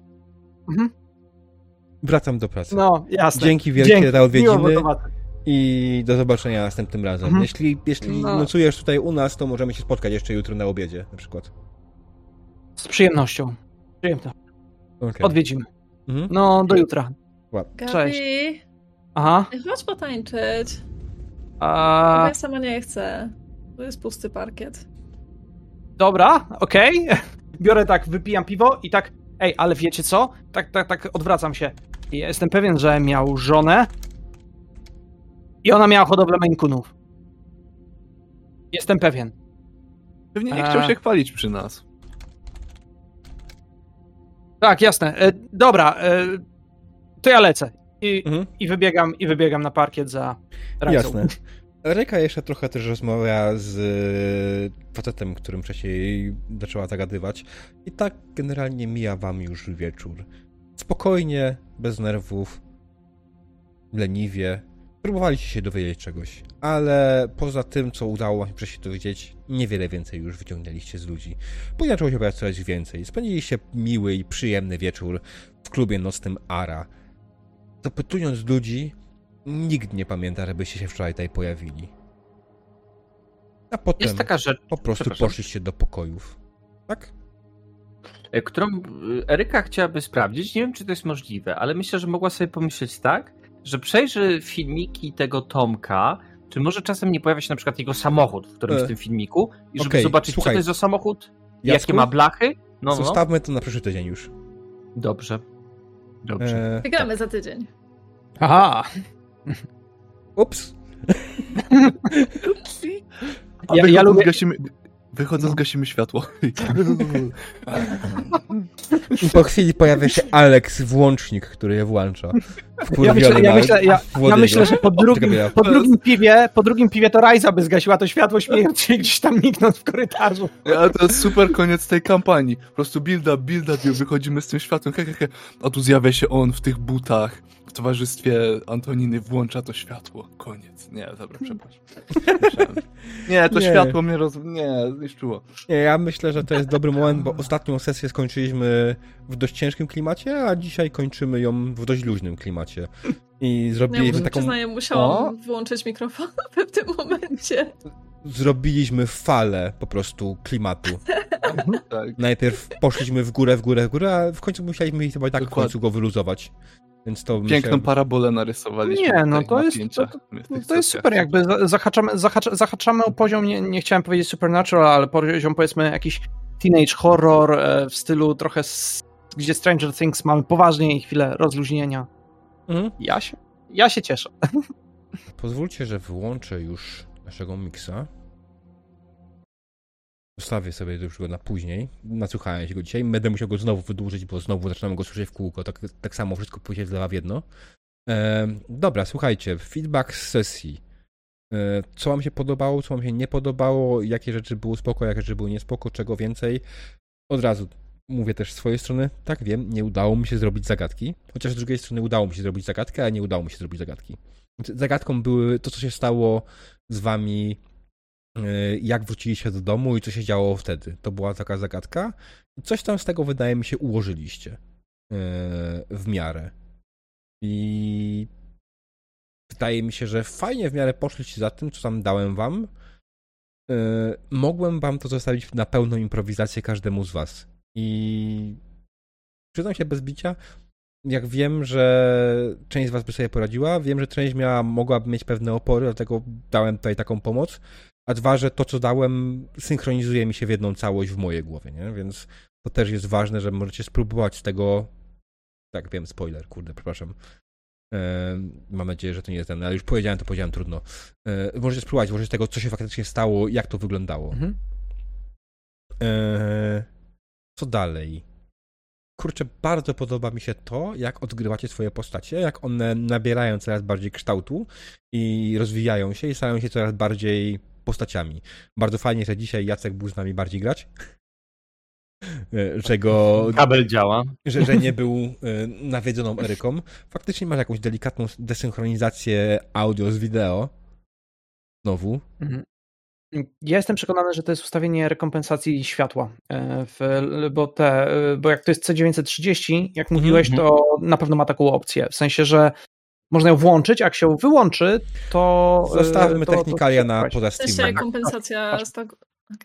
Wracam do pracy. No, jasne. Dzięki wielkie za odwiedziny i do zobaczenia następnym razem. Jeśli nocujesz tutaj u nas, to możemy się spotkać jeszcze jutro na obiedzie na przykład. Z przyjemnością. Okay. Odwiedzimy. No, do jutra. Gabi, cześć. Chodź potańczyć. Bo ja sama nie chcę. To jest pusty parkiet. Dobra, okej. Biorę tak, wypijam piwo i tak, ale wiecie co? Tak odwracam się. Ja jestem pewien, że miał żonę i ona miała hodowlę Maine Coonów. Jestem pewien. Pewnie nie chciał się chwalić przy nas. Tak, jasne. Dobra, to ja lecę. I wybiegam na parkiet za rajcą. Jasne. Eryka jeszcze trochę też rozmawia z facetem, którym wcześniej zaczęła zagadywać. I tak generalnie mija wam już wieczór. Spokojnie, bez nerwów, leniwie. Próbowaliście się dowiedzieć czegoś, ale poza tym, co udało wam się wcześniej dowiedzieć, niewiele więcej już wyciągnęliście z ludzi. Później zaczęło się pojawiać coraz więcej. Spędziliście miły i przyjemny wieczór w klubie nocnym Ara. Zapytując ludzi, nikt nie pamięta, żebyście się wczoraj tutaj pojawili. A potem jest taka rzecz, po prostu poszliście do pokojów. Tak? Którą Eryka chciałaby sprawdzić. Nie wiem, czy to jest możliwe, ale myślę, że mogła sobie pomyśleć tak, że przejrzy filmiki tego Tomka, czy może czasem nie pojawia się na przykład jego samochód w którymś z tym filmiku i żeby zobaczyć, co to jest za samochód, jakie ma blachy. Zostawmy to na przyszły tydzień już. Dobrze. Wygramy za tydzień. Aha. Ups. Ja lubię... Wychodzę, zgasimy światło. I po chwili pojawia się Alex, włącznik, który je włącza. Ja myślę, że po drugim piwie to Rajza by zgasiła to światło śmierci i gdzieś tam mignąc w korytarzu. Ale to jest super koniec tej kampanii. Po prostu build up, wychodzimy z tym światłem, a tu zjawia się on w tych butach, w towarzystwie Antoniny, włącza to światło. Koniec. Nie, dobra, przepraszam. Nie, to światło mnie zniszczyło. Nie, ja myślę, że to jest dobry moment, bo ostatnią sesję skończyliśmy w dość ciężkim klimacie, a dzisiaj kończymy ją w dość luźnym klimacie. I zrobiliśmy taką... Przyznaję, musiałam wyłączyć mikrofon w tym momencie. Zrobiliśmy falę po prostu klimatu. Tak. Najpierw poszliśmy w górę, a w końcu musieliśmy chyba i tak w końcu go wyluzować. Więc to piękną parabolę narysowaliśmy. Nie, no to jest super, jakby zahaczamy o poziom, nie chciałem powiedzieć supernatural, ale poziom powiedzmy jakiś teenage horror w stylu trochę gdzie Stranger Things mamy poważnie i chwilę rozluźnienia. Ja się cieszę. Pozwólcie, że wyłączę już naszego miksa. Zostawię sobie już go na później. Nasłuchałem się go dzisiaj. Będę musiał go znowu wydłużyć, bo znowu zaczynam go słyszeć w kółko. Tak samo wszystko pójdzie zlewa w jedno. Dobra, słuchajcie. Feedback z sesji. Co wam się podobało, co wam się nie podobało, jakie rzeczy były spoko, jakie rzeczy były niespoko, czego więcej. Od razu mówię też z swojej strony. Tak, wiem, nie udało mi się zrobić zagadki. Chociaż z drugiej strony udało mi się zrobić zagadkę, ale nie udało mi się zrobić zagadki. Zagadką były to, co się stało z wami, jak wróciliście do domu i co się działo wtedy. To była taka zagadka. Coś tam z tego, wydaje mi się, ułożyliście w miarę. I wydaje mi się, że fajnie w miarę poszliście za tym, co tam dałem wam. Mogłem wam to zostawić na pełną improwizację każdemu z was. I przyznam się bez bicia, jak wiem, że część z was by sobie poradziła, wiem, że część mogłaby mieć pewne opory, dlatego dałem tutaj taką pomoc. A dwa, że to, co dałem, synchronizuje mi się w jedną całość w mojej głowie, nie? Więc to też jest ważne, że możecie spróbować z tego... Tak, wiem, spoiler, kurde, przepraszam. Mam nadzieję, że to nie jest ten, ale już powiedziałem, trudno. Możecie spróbować włożyć z tego, co się faktycznie stało, jak to wyglądało. Mhm. Co dalej? Kurczę, bardzo podoba mi się to, jak odgrywacie swoje postacie, jak one nabierają coraz bardziej kształtu i rozwijają się i stają się coraz bardziej postaciami. Bardzo fajnie, że dzisiaj Jacek był z nami bardziej grać. Kabel działa. Że nie był nawiedzoną Eryką. Faktycznie masz jakąś delikatną desynchronizację audio z wideo. Znowu. Ja jestem przekonany, że to jest ustawienie rekompensacji światła, bo jak to jest C930, jak mówiłeś, to na pewno ma taką opcję, w sensie, że można ją włączyć, a jak się wyłączy, to... Zostawmy technikalia na poza streamem. To jest rekompensacja z tego...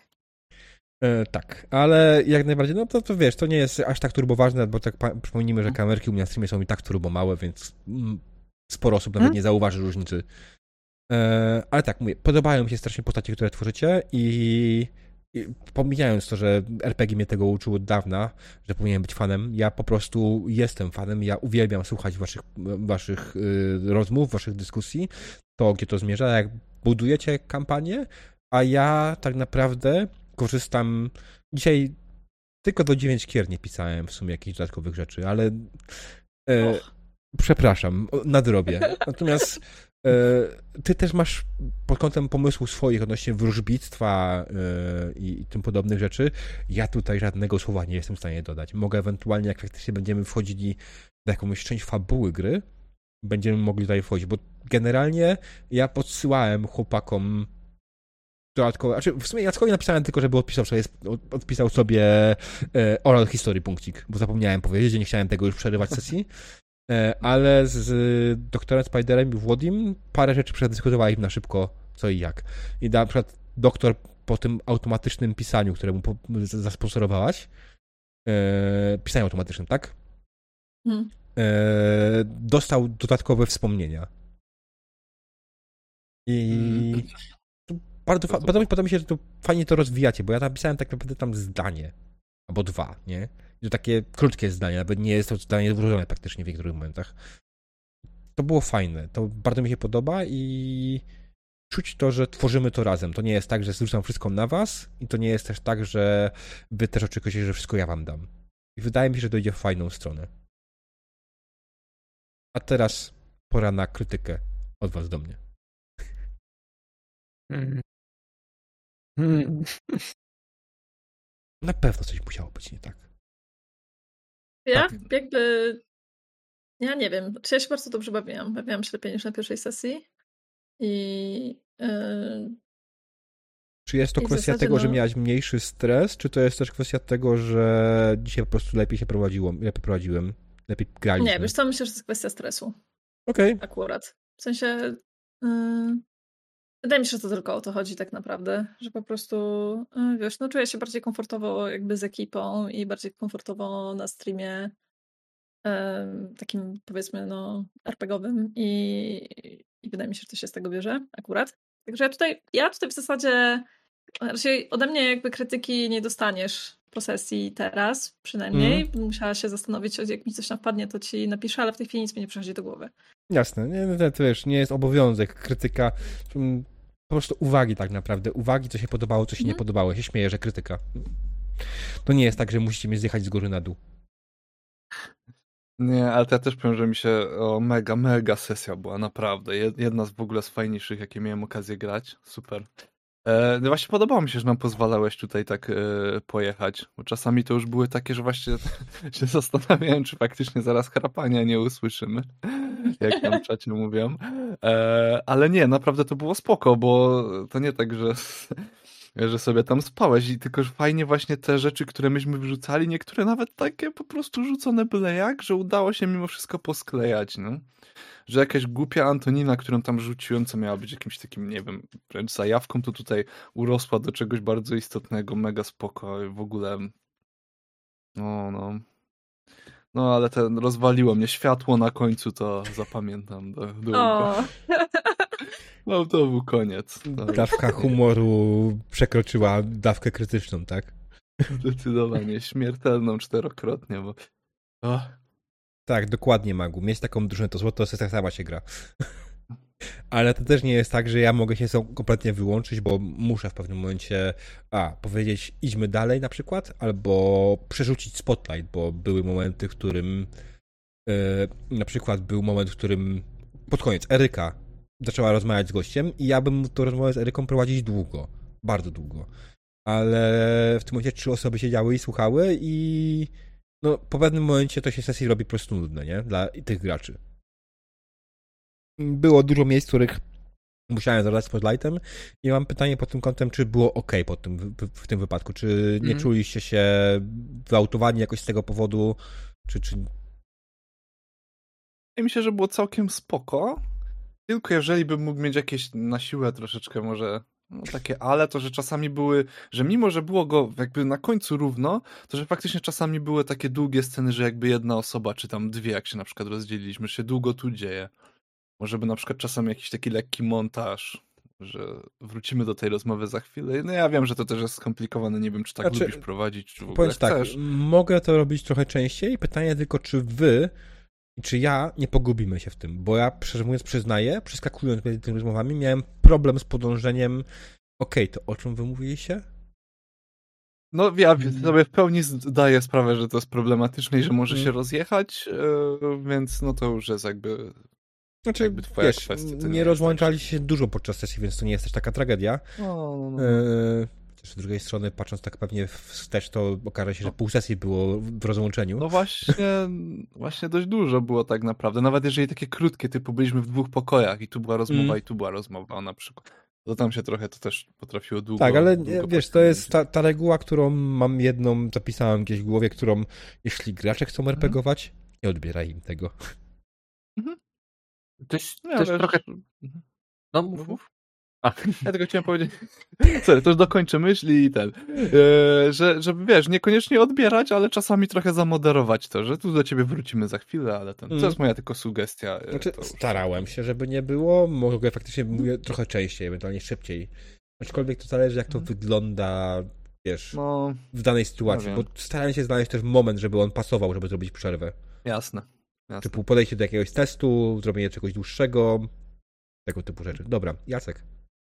Tak, ale jak najbardziej, no to wiesz, to nie jest aż tak turboważne, bo tak przypomnijmy, że kamerki u mnie na streamie są i tak turbo małe, więc sporo osób nawet nie zauważy różnicy. Ale tak, mówię, podobają mi się strasznie postacie, które tworzycie i pomijając to, że RPG mnie tego uczył od dawna, że powinienem być fanem, ja po prostu jestem fanem, ja uwielbiam słuchać waszych rozmów, waszych dyskusji, to gdzie to zmierza, jak budujecie kampanię, a ja tak naprawdę korzystam, dzisiaj tylko do 9 kier nie pisałem w sumie jakichś dodatkowych rzeczy, ale przepraszam, nadrobię. Natomiast ty też masz pod kątem pomysłów swoich odnośnie wróżbictwa i tym podobnych rzeczy. Ja tutaj żadnego słowa nie jestem w stanie dodać. Mogę ewentualnie, jak faktycznie będziemy wchodzili w jakąś część fabuły gry, będziemy mogli tutaj wchodzić, bo generalnie ja podsyłałem chłopakom dodatkowo, znaczy w sumie Jackowi napisałem tylko, żeby odpisał sobie oral history punkcik, bo zapomniałem powiedzieć, że nie chciałem tego już przerywać sesji. Ale z doktorem Spiderem i Włodim parę rzeczy przedyskutowaliśmy na szybko, co i jak. I na przykład doktor po tym automatycznym pisaniu, któremu zasponsorowałaś, pisaniu automatycznym, tak? Dostał dodatkowe wspomnienia. I bardzo podoba mi się, że to fajnie to rozwijacie, bo ja napisałem tak naprawdę tam zdanie, albo dwa, nie? I to takie krótkie zdanie, nawet nie jest to zdanie wróżone praktycznie w niektórych momentach. To było fajne, to bardzo mi się podoba i czuć to, że tworzymy to razem. To nie jest tak, że zrzucam wszystko na was i to nie jest też tak, że wy też oczekujecie, że wszystko ja wam dam. I wydaje mi się, że to idzie w fajną stronę. A teraz pora na krytykę od was do mnie. Na pewno coś musiało być nie tak. Ja Tak. jakby... Ja nie wiem, czy ja się bardzo dobrze bawiłam. Bawiłam się lepiej niż na pierwszej sesji. I... Czy jest to I w kwestia zasadzie, tego, że no- miałaś mniejszy stres, czy to jest też kwestia tego, że dzisiaj po prostu lepiej prowadziłem, lepiej graliśmy? Nie, wiesz co, myślę, że to jest kwestia stresu. Okej. Akurat. W sensie... Wydaje mi się, że to tylko o to chodzi tak naprawdę, że po prostu, wiesz, no czuję się bardziej komfortowo jakby z ekipą i bardziej komfortowo na streamie takim, powiedzmy, no RPGowym i wydaje mi się, że to się z tego bierze akurat. Także ja tutaj w zasadzie raczej ode mnie jakby krytyki nie dostaniesz po sesji teraz przynajmniej. Będę musiała się zastanowić, jak mi coś napadnie, to ci napiszę, ale w tej chwili nic mi nie przychodzi do głowy. Jasne, to wiesz, nie jest obowiązek, krytyka, po prostu uwagi tak naprawdę, uwagi, co się podobało, co się nie podobało. Ja się śmieję, że krytyka. To nie jest tak, że musicie mnie zjechać z góry na dół. Nie, ale to ja też powiem, że mi się mega sesja była, naprawdę. Jedna z w ogóle z fajniejszych, jakie miałem okazję grać. Super. No właśnie podobało mi się, że nam pozwalałeś tutaj tak pojechać, bo czasami to już były takie, że właśnie się zastanawiałem, czy faktycznie zaraz chrapania nie usłyszymy, jak tam w czacie mówią. Ale nie, naprawdę to było spoko, bo to nie tak, że sobie tam spałeś i tylko że fajnie właśnie te rzeczy, które myśmy wrzucali, niektóre nawet takie po prostu rzucone byle jak, że udało się mimo wszystko posklejać, no. Że jakaś głupia Antonina, którą tam rzuciłem, co miała być jakimś takim, nie wiem, wręcz zajawką, to tutaj urosła do czegoś bardzo istotnego, mega spoko i w ogóle no ale rozwaliło mnie światło na końcu, to zapamiętam długo. No to był koniec. Dawka humoru przekroczyła dawkę krytyczną, tak? Zdecydowanie, śmiertelną 4-krotnie, bo... Tak, dokładnie, Magu. Mieć taką drużynę to złoto, sesja sama się gra. Ale to też nie jest tak, że ja mogę się kompletnie wyłączyć, bo muszę w pewnym momencie powiedzieć idźmy dalej na przykład, albo przerzucić spotlight, bo były momenty, w którym na przykład był moment, w którym pod koniec Eryka zaczęła rozmawiać z gościem i ja bym tę rozmowę z Eryką prowadzić długo, bardzo długo. Ale w tym momencie 3 osoby siedziały i słuchały i no po pewnym momencie to się sesji robi po prostu nudne, nie? Dla tych graczy. Było dużo miejsc, w których musiałem zadać spotlightem i mam pytanie pod tym kątem, czy było ok w tym wypadku, czy nie czuliście się wyautowani jakoś z tego powodu, czy... Wydaje mi się, że było całkiem spoko, tylko jeżeli bym mógł mieć jakieś na siłę troszeczkę może takie ale, to że czasami były, że mimo, że było go jakby na końcu równo, to że faktycznie czasami były takie długie sceny, że jakby jedna osoba, czy tam dwie, jak się na przykład rozdzieliliśmy, że się długo tu dzieje. Może by na przykład czasami jakiś taki lekki montaż, że wrócimy do tej rozmowy za chwilę. No ja wiem, że to też jest skomplikowane, nie wiem, czy tak lubisz prowadzić, czy w ogóle chcesz. Tak, mogę to robić trochę częściej, pytanie tylko, czy wy i czy ja nie pogubimy się w tym, bo ja, szczerze mówiąc, przyznaję, przeskakując między tymi rozmowami, miałem problem z podążeniem to o czym wy mówiliście? No ja sobie w pełni zdaję sprawę, że to jest problematyczne i że może się rozjechać, więc no to już jest jakby twoja kwestia. Nie rozłączaliście się dużo podczas sesji, więc to nie jest też taka tragedia. Też z drugiej strony, patrząc tak pewnie wstecz, to okaże się, że pół sesji było w rozłączeniu. No właśnie dość dużo było tak naprawdę. Nawet jeżeli takie krótkie, typu byliśmy w 2 pokojach i tu była rozmowa i tu była rozmowa na przykład. To tam się trochę to też potrafiło długo... Tak, ale wiesz, to jest ta reguła, którą mam jedną, zapisałem gdzieś w głowie, którą jeśli gracze chcą RPGować, nie odbieraj im tego. To jest trochę... No mów. Ja tylko chciałem powiedzieć, sorry, to już dokończę myśl i że wiesz, niekoniecznie odbierać, ale czasami trochę zamoderować to, że tu do ciebie wrócimy za chwilę, ale to jest moja tylko sugestia. Starałem się, żeby nie było, mogę faktycznie mówię trochę częściej, ewentualnie szybciej. Aczkolwiek to zależy, jak to wygląda, wiesz, w danej sytuacji, bo starałem się znaleźć też moment, żeby on pasował, żeby zrobić przerwę. Jasne. Typu podejście do jakiegoś testu, zrobienie czegoś dłuższego, tego typu rzeczy. Dobra, Jacek.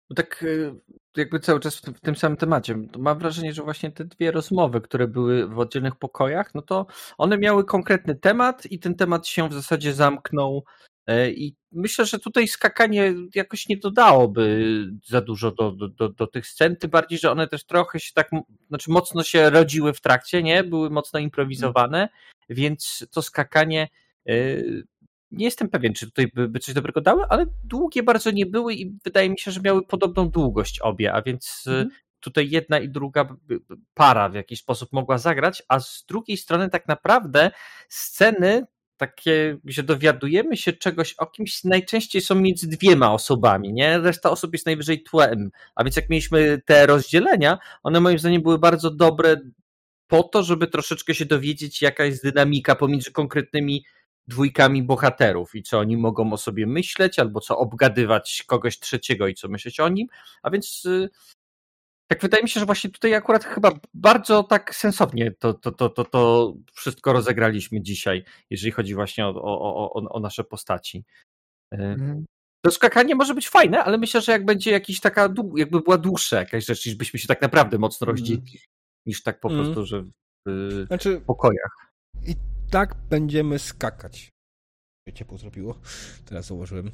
Bo tak jakby cały czas w tym samym temacie. Mam wrażenie, że właśnie te dwie rozmowy, które były w oddzielnych pokojach, no to one miały konkretny temat i ten temat się w zasadzie zamknął. I myślę, że tutaj skakanie jakoś nie dodałoby za dużo do tych scen, tym bardziej, że one też trochę się tak, znaczy mocno się rodziły w trakcie, nie? Były mocno improwizowane, więc to skakanie nie jestem pewien, czy tutaj by coś dobrego dały, ale długie bardzo nie były i wydaje mi się, że miały podobną długość obie, a więc tutaj jedna i druga para w jakiś sposób mogła zagrać, a z drugiej strony tak naprawdę sceny takie, gdzie dowiadujemy się czegoś o kimś, najczęściej są między dwiema osobami, nie? Reszta osób jest najwyżej tłem, a więc jak mieliśmy te rozdzielenia, one moim zdaniem były bardzo dobre po to, żeby troszeczkę się dowiedzieć, jaka jest dynamika pomiędzy konkretnymi dwójkami bohaterów i co oni mogą o sobie myśleć, albo co obgadywać kogoś trzeciego i co myśleć o nim, a więc tak wydaje mi się, że właśnie tutaj akurat chyba bardzo tak sensownie to wszystko rozegraliśmy dzisiaj, jeżeli chodzi właśnie o nasze postaci. To skakanie może być fajne, ale myślę, że jak będzie jakiś taka, jakby była dłuższa jakaś rzecz, niż byśmy się tak naprawdę mocno rozdzielili, niż tak po prostu, że w pokojach. I tak będziemy skakać. Ciepło zrobiło. Teraz zauważyłem.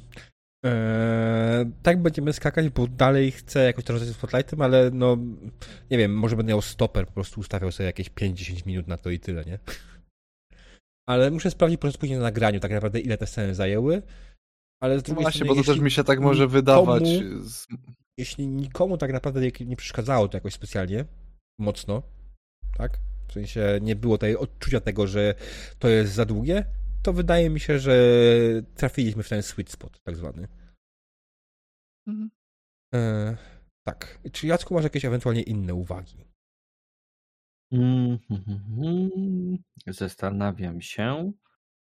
Tak będziemy skakać, bo dalej chcę jakoś to rozwiązać z Spotlightem, ale no nie wiem, może będę miał stoper, po prostu ustawiał sobie jakieś 5-10 minut na to i tyle, nie? Ale muszę sprawdzić po prostu później na nagraniu tak naprawdę, ile te sceny zajęły. Ale z drugiej strony, bo to też mi się tak może wydawać. Jeśli nikomu tak naprawdę nie przeszkadzało to jakoś specjalnie mocno, tak? W sensie nie było tej odczucia tego, że to jest za długie, to wydaje mi się, że trafiliśmy w ten sweet spot tak zwany. Tak. Czy Jacku masz jakieś ewentualnie inne uwagi? Zastanawiam się.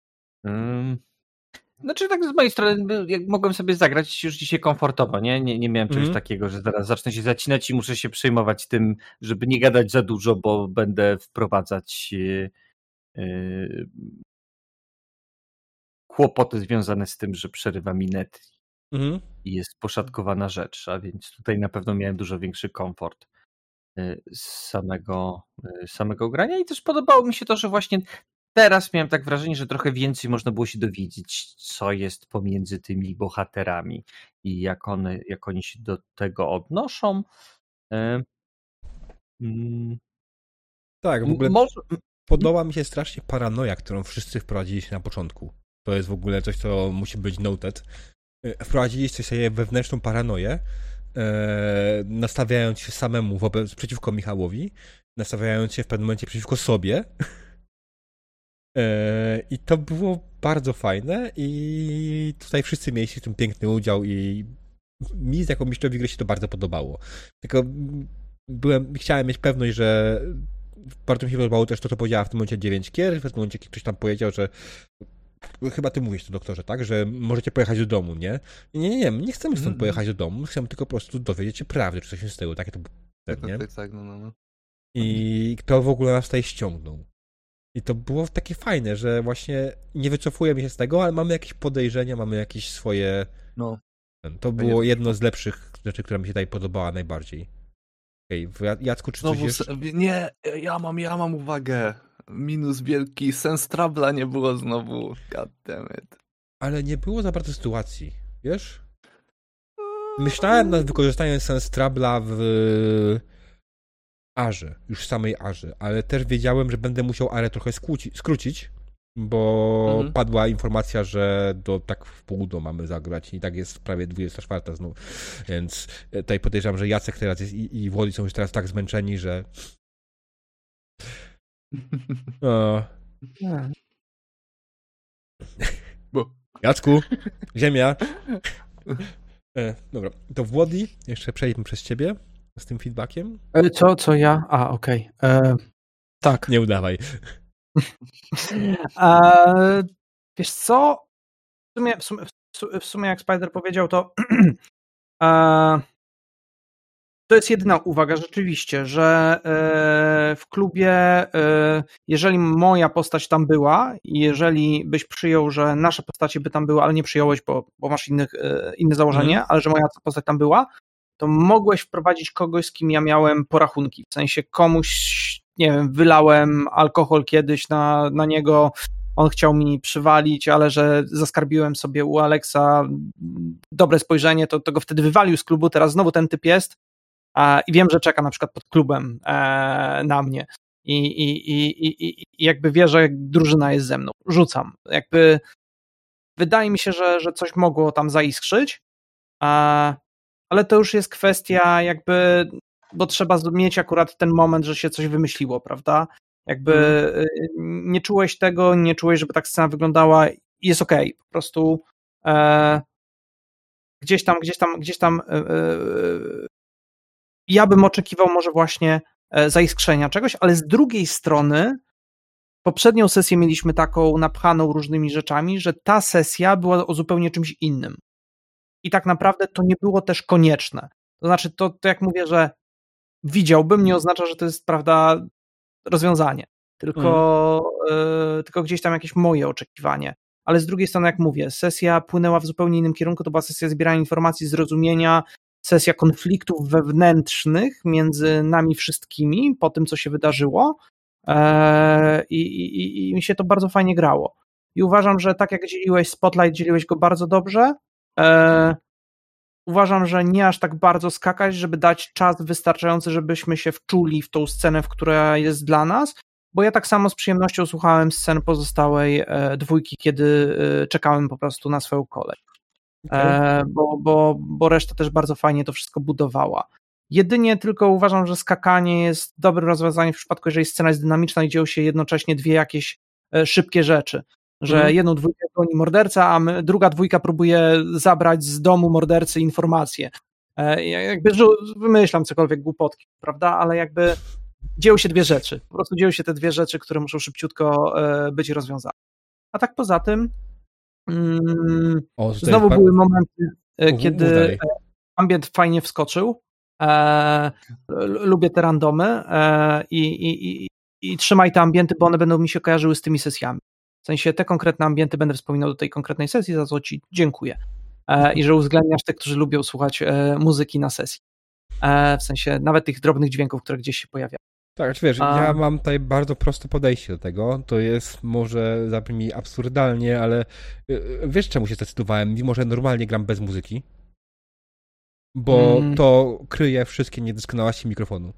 Znaczy tak z mojej strony, jak mogłem sobie zagrać już dzisiaj komfortowo, nie miałem czegoś takiego, że zaraz zacznę się zacinać i muszę się przejmować tym, żeby nie gadać za dużo, bo będę wprowadzać kłopoty związane z tym, że przerywa mi net i jest poszatkowana rzecz, a więc tutaj na pewno miałem dużo większy komfort z samego grania i też podobało mi się to, że właśnie teraz miałem tak wrażenie, że trochę więcej można było się dowiedzieć, co jest pomiędzy tymi bohaterami i jak oni się do tego odnoszą. Tak, w ogóle podoba mi się strasznie paranoja, którą wszyscy wprowadziliście na początku. To jest w ogóle coś, co musi być noted. Wprowadziliście sobie wewnętrzną paranoję, nastawiając się samemu przeciwko Michałowi, nastawiając się w pewnym momencie przeciwko sobie. I to było bardzo fajne i tutaj wszyscy mieliście w tym piękny udział i mi jako mistrzowi gry się to bardzo podobało. Tylko chciałem mieć pewność, że bardzo mi się podobało też to, co powiedziała w tym momencie 9 gier, w tym momencie ktoś tam powiedział, że chyba ty mówisz to, doktorze, tak? Że możecie pojechać do domu, nie? Nie chcemy stąd pojechać do domu, chcemy tylko po prostu dowiedzieć się prawdy, czy coś się z tego, takie to było, nie? Tak, no. I kto w ogóle nas tutaj ściągnął. I to było takie fajne, że właśnie nie wycofujemy się z tego, ale mamy jakieś podejrzenia, mamy jakieś swoje... No. To było jedno z lepszych rzeczy, która mi się tutaj podobała najbardziej. Okej, Jacku, czy coś jeszcze? Nie, ja mam uwagę. Minus wielki, sens Trabla nie było znowu. God damn it. Ale nie było za bardzo sytuacji, wiesz? Myślałem nad wykorzystaniem sens Trabla w Arze, już samej Arze, ale też wiedziałem, że będę musiał Arę trochę skrócić, bo padła informacja, że tak w pół do mamy zagrać i tak jest prawie 24 znów, więc tutaj podejrzewam, że Jacek teraz jest i Włodzi są już teraz tak zmęczeni, że Jacku, ziemia. Dobra, to Włodzi, jeszcze przejdźmy przez ciebie z tym feedbackiem. Co ja? Okej. Tak. Nie udawaj. Wiesz co? W sumie jak Spider powiedział, to to jest jedyna uwaga rzeczywiście, że w klubie, jeżeli moja postać tam była i jeżeli byś przyjął, że nasze postacie by tam były, ale nie przyjąłeś, bo masz inne założenie, ale że moja postać tam była, to mogłeś wprowadzić kogoś, z kim ja miałem porachunki. W sensie komuś, nie wiem, wylałem alkohol kiedyś na niego, on chciał mi przywalić, ale że zaskarbiłem sobie u Alexa dobre spojrzenie, to go wtedy wywalił z klubu, teraz znowu ten typ jest i wiem, że czeka na przykład pod klubem na mnie i jakby wie, że drużyna jest ze mną. Rzucam. Jakby wydaje mi się, że coś mogło tam zaiskrzyć, ale to już jest kwestia jakby, bo trzeba mieć akurat ten moment, że się coś wymyśliło, prawda? Jakby nie czułeś tego, nie czułeś, żeby tak scena wyglądała, jest okej, po prostu gdzieś tam ja bym oczekiwał może właśnie zaiskrzenia czegoś, ale z drugiej strony poprzednią sesję mieliśmy taką napchaną różnymi rzeczami, że ta sesja była o zupełnie czymś innym. I tak naprawdę to nie było też konieczne. To znaczy, to jak mówię, że widziałbym, nie oznacza, że to jest, prawda, rozwiązanie. Tylko gdzieś tam jakieś moje oczekiwanie. Ale z drugiej strony, jak mówię, sesja płynęła w zupełnie innym kierunku, to była sesja zbierania informacji, zrozumienia, sesja konfliktów wewnętrznych między nami wszystkimi po tym, co się wydarzyło i mi się to bardzo fajnie grało. I uważam, że tak jak dzieliłeś Spotlight, dzieliłeś go bardzo dobrze. Uważam, że nie aż tak bardzo skakać, żeby dać czas wystarczający, żebyśmy się wczuli w tą scenę, która jest dla nas, bo ja tak samo z przyjemnością słuchałem scen pozostałej dwójki, kiedy czekałem po prostu na swoją kolej. Okay. Bo reszta też bardzo fajnie to wszystko budowała. Jedynie tylko uważam, że skakanie jest dobrym rozwiązaniem w przypadku, jeżeli scena jest dynamiczna i dzieją się jednocześnie dwie jakieś szybkie rzeczy. Że jedną dwójkę goni morderca, a druga dwójka próbuje zabrać z domu mordercy informacje. Jakby wymyślam cokolwiek głupotki, prawda? Ale jakby dzieją się dwie rzeczy. Po prostu dzieją się te dwie rzeczy, które muszą szybciutko być rozwiązane. A tak poza tym znowu były momenty, kiedy ambient fajnie wskoczył. Lubię te randomy i trzymaj te ambienty, bo one będą mi się kojarzyły z tymi sesjami. W sensie te konkretne ambienty będę wspominał do tej konkretnej sesji, za co ci dziękuję. I że uwzględniasz tych, którzy lubią słuchać muzyki na sesji. W sensie nawet tych drobnych dźwięków, które gdzieś się pojawiają. Tak, wiesz, ja mam tutaj bardzo proste podejście do tego. To jest, może zabrzmi absurdalnie, ale wiesz, czemu się zdecydowałem, mimo że normalnie gram bez muzyki? Bo to kryje wszystkie niedoskonałości mikrofonu.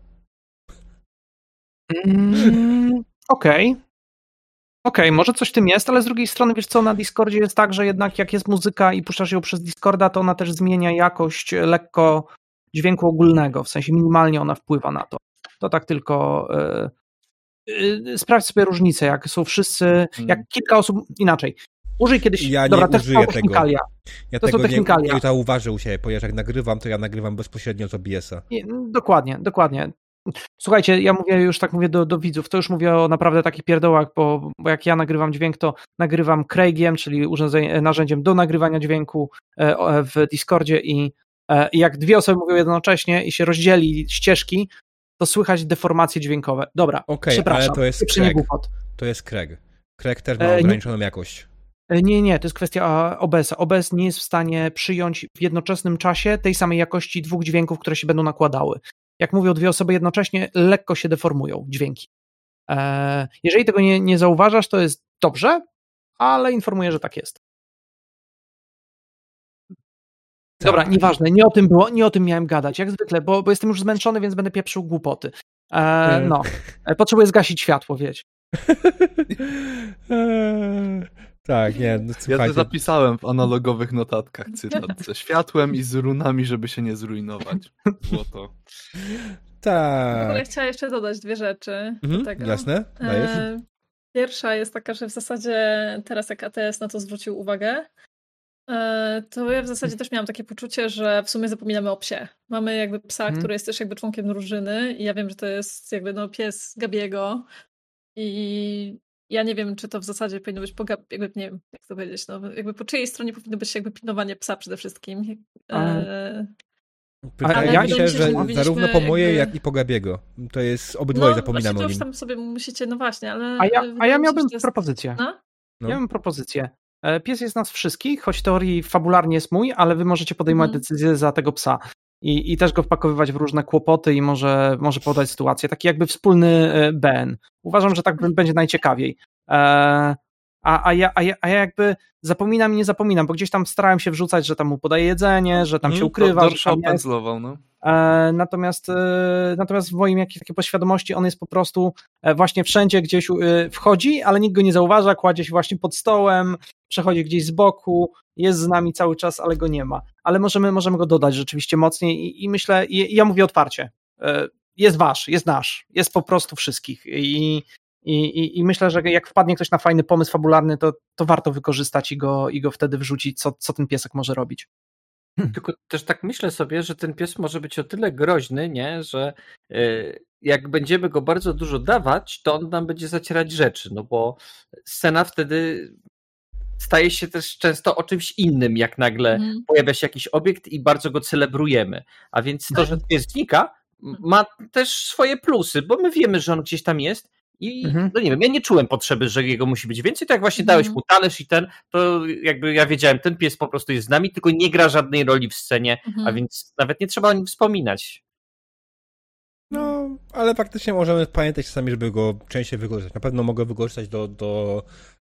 Okej, może coś w tym jest, ale z drugiej strony, wiesz co, na Discordzie jest tak, że jednak jak jest muzyka i puszczasz ją przez Discorda, to ona też zmienia jakość lekko dźwięku ogólnego, w sensie minimalnie ona wpływa na to. To tak tylko sprawdź sobie różnicę, jak są wszyscy, jak kilka osób, inaczej. Użyj kiedyś, ja dobra, nie też użyję tego. technikalia. Ja to tego są technikalia. nie zauważę u siebie, ponieważ jak nagrywam, to ja nagrywam bezpośrednio z OBS-a. Dokładnie. Słuchajcie, ja mówię do widzów, to już mówię o naprawdę takich pierdołach, bo jak ja nagrywam dźwięk, to nagrywam Craigiem, czyli narzędziem do nagrywania dźwięku w Discordzie i jak dwie osoby mówią jednocześnie i się rozdzieli ścieżki, to słychać deformacje dźwiękowe. Dobra, przepraszam. Ale to jest Craig. To jest Craig. Craig też ma ograniczoną jakość. Nie, to jest kwestia OBS-a. OBS nie jest w stanie przyjąć w jednoczesnym czasie tej samej jakości dwóch dźwięków, które się będą nakładały. Jak mówią dwie osoby jednocześnie, lekko się deformują dźwięki. Jeżeli tego nie zauważasz, to jest dobrze, ale informuję, że tak jest. Dobra, nieważne, nie o tym miałem gadać, jak zwykle, bo jestem już zmęczony, więc będę pieprzył głupoty. Potrzebuję zgasić światło, wiecie. Tak, nie, no słuchajcie. Ja to zapisałem w analogowych notatkach cytat ze światłem i z runami, żeby się nie zrujnować. Złoto. Tak. W ogóle chciałam jeszcze dodać dwie rzeczy do tego. Jasne, dajesz. Pierwsza jest taka, że w zasadzie teraz jak ATS na to zwrócił uwagę, to ja w zasadzie też miałam takie poczucie, że w sumie zapominamy o psie. Mamy jakby psa, który jest też jakby członkiem drużyny i ja wiem, że to jest jakby pies Gabiego i ja nie wiem, czy to w zasadzie powinno być jakby nie wiem, jak to powiedzieć, jakby po czyjej stronie powinno być jakby pilnowanie psa przede wszystkim. Wydaje mi się, że zarówno po mojej, jak i po Gabiego. To jest, obydwoje zapominamy o nim. To już tam sobie musicie, no właśnie, ale... A ja miałbym propozycję. No? Ja miałbym propozycję. Pies jest nas wszystkich, choć w teorii fabularnie jest mój, ale wy możecie podejmować decyzję za tego psa. i też go wpakowywać w różne kłopoty i może podać sytuację. Taki jakby wspólny BN. Uważam, że tak będzie najciekawiej. A ja jakby zapominam i nie zapominam, bo gdzieś tam starałem się wrzucać, że tam mu podaje jedzenie, że tam się ukrywa, że tam jest. opędzlował, no. Natomiast w moim jakiejś takiej podświadomości on jest po prostu właśnie wszędzie gdzieś wchodzi, ale nikt go nie zauważa, kładzie się właśnie pod stołem, przechodzi gdzieś z boku, jest z nami cały czas, ale go nie ma. Ale możemy go dodać rzeczywiście mocniej i myślę, ja mówię otwarcie, jest wasz, jest nasz, jest po prostu wszystkich i myślę, że jak wpadnie ktoś na fajny pomysł fabularny, to warto wykorzystać i go wtedy wrzucić, co ten piesek może robić. Tylko też tak myślę sobie, że ten pies może być o tyle groźny, nie, że jak będziemy go bardzo dużo dawać, to on nam będzie zacierać rzeczy, no bo scena wtedy staje się też często o czymś innym, jak nagle pojawia się jakiś obiekt i bardzo go celebrujemy. A więc to, że pies znika, ma też swoje plusy, bo my wiemy, że on gdzieś tam jest i no nie wiem, ja nie czułem potrzeby, że jego musi być więcej, to jak właśnie dałeś mu talerz i to jakby ja wiedziałem, ten pies po prostu jest z nami, tylko nie gra żadnej roli w scenie, a więc nawet nie trzeba o nim wspominać. No, ale faktycznie możemy pamiętać czasami, żeby go częściej wykorzystać. Na pewno mogę wykorzystać do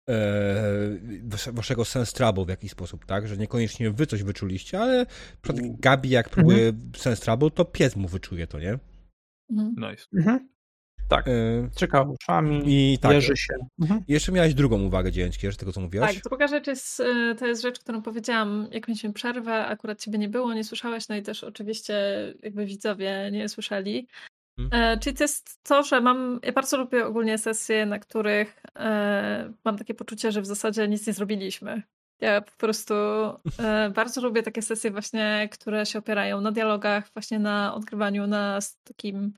waszego sense trouble w jakiś sposób, tak? Że niekoniecznie wy coś wyczuliście, ale Gabi jak próbuje sense trouble, to pies mu wyczuje to, nie? Nice. Tak, trzyka uszami, i tak, jeży się. I jeszcze miałaś drugą uwagę, Dzięckier, z tego co mówiłaś? Tak, druga rzecz to jest rzecz, którą powiedziałam, jak mieliśmy przerwę, akurat ciebie nie było, nie słyszałeś, no i też oczywiście jakby widzowie nie słyszeli. Czyli to jest to, że ja bardzo lubię ogólnie sesje, na których mam takie poczucie, że w zasadzie nic nie zrobiliśmy. Ja po prostu bardzo lubię takie sesje właśnie, które się opierają na dialogach, właśnie na odgrywaniu, na takim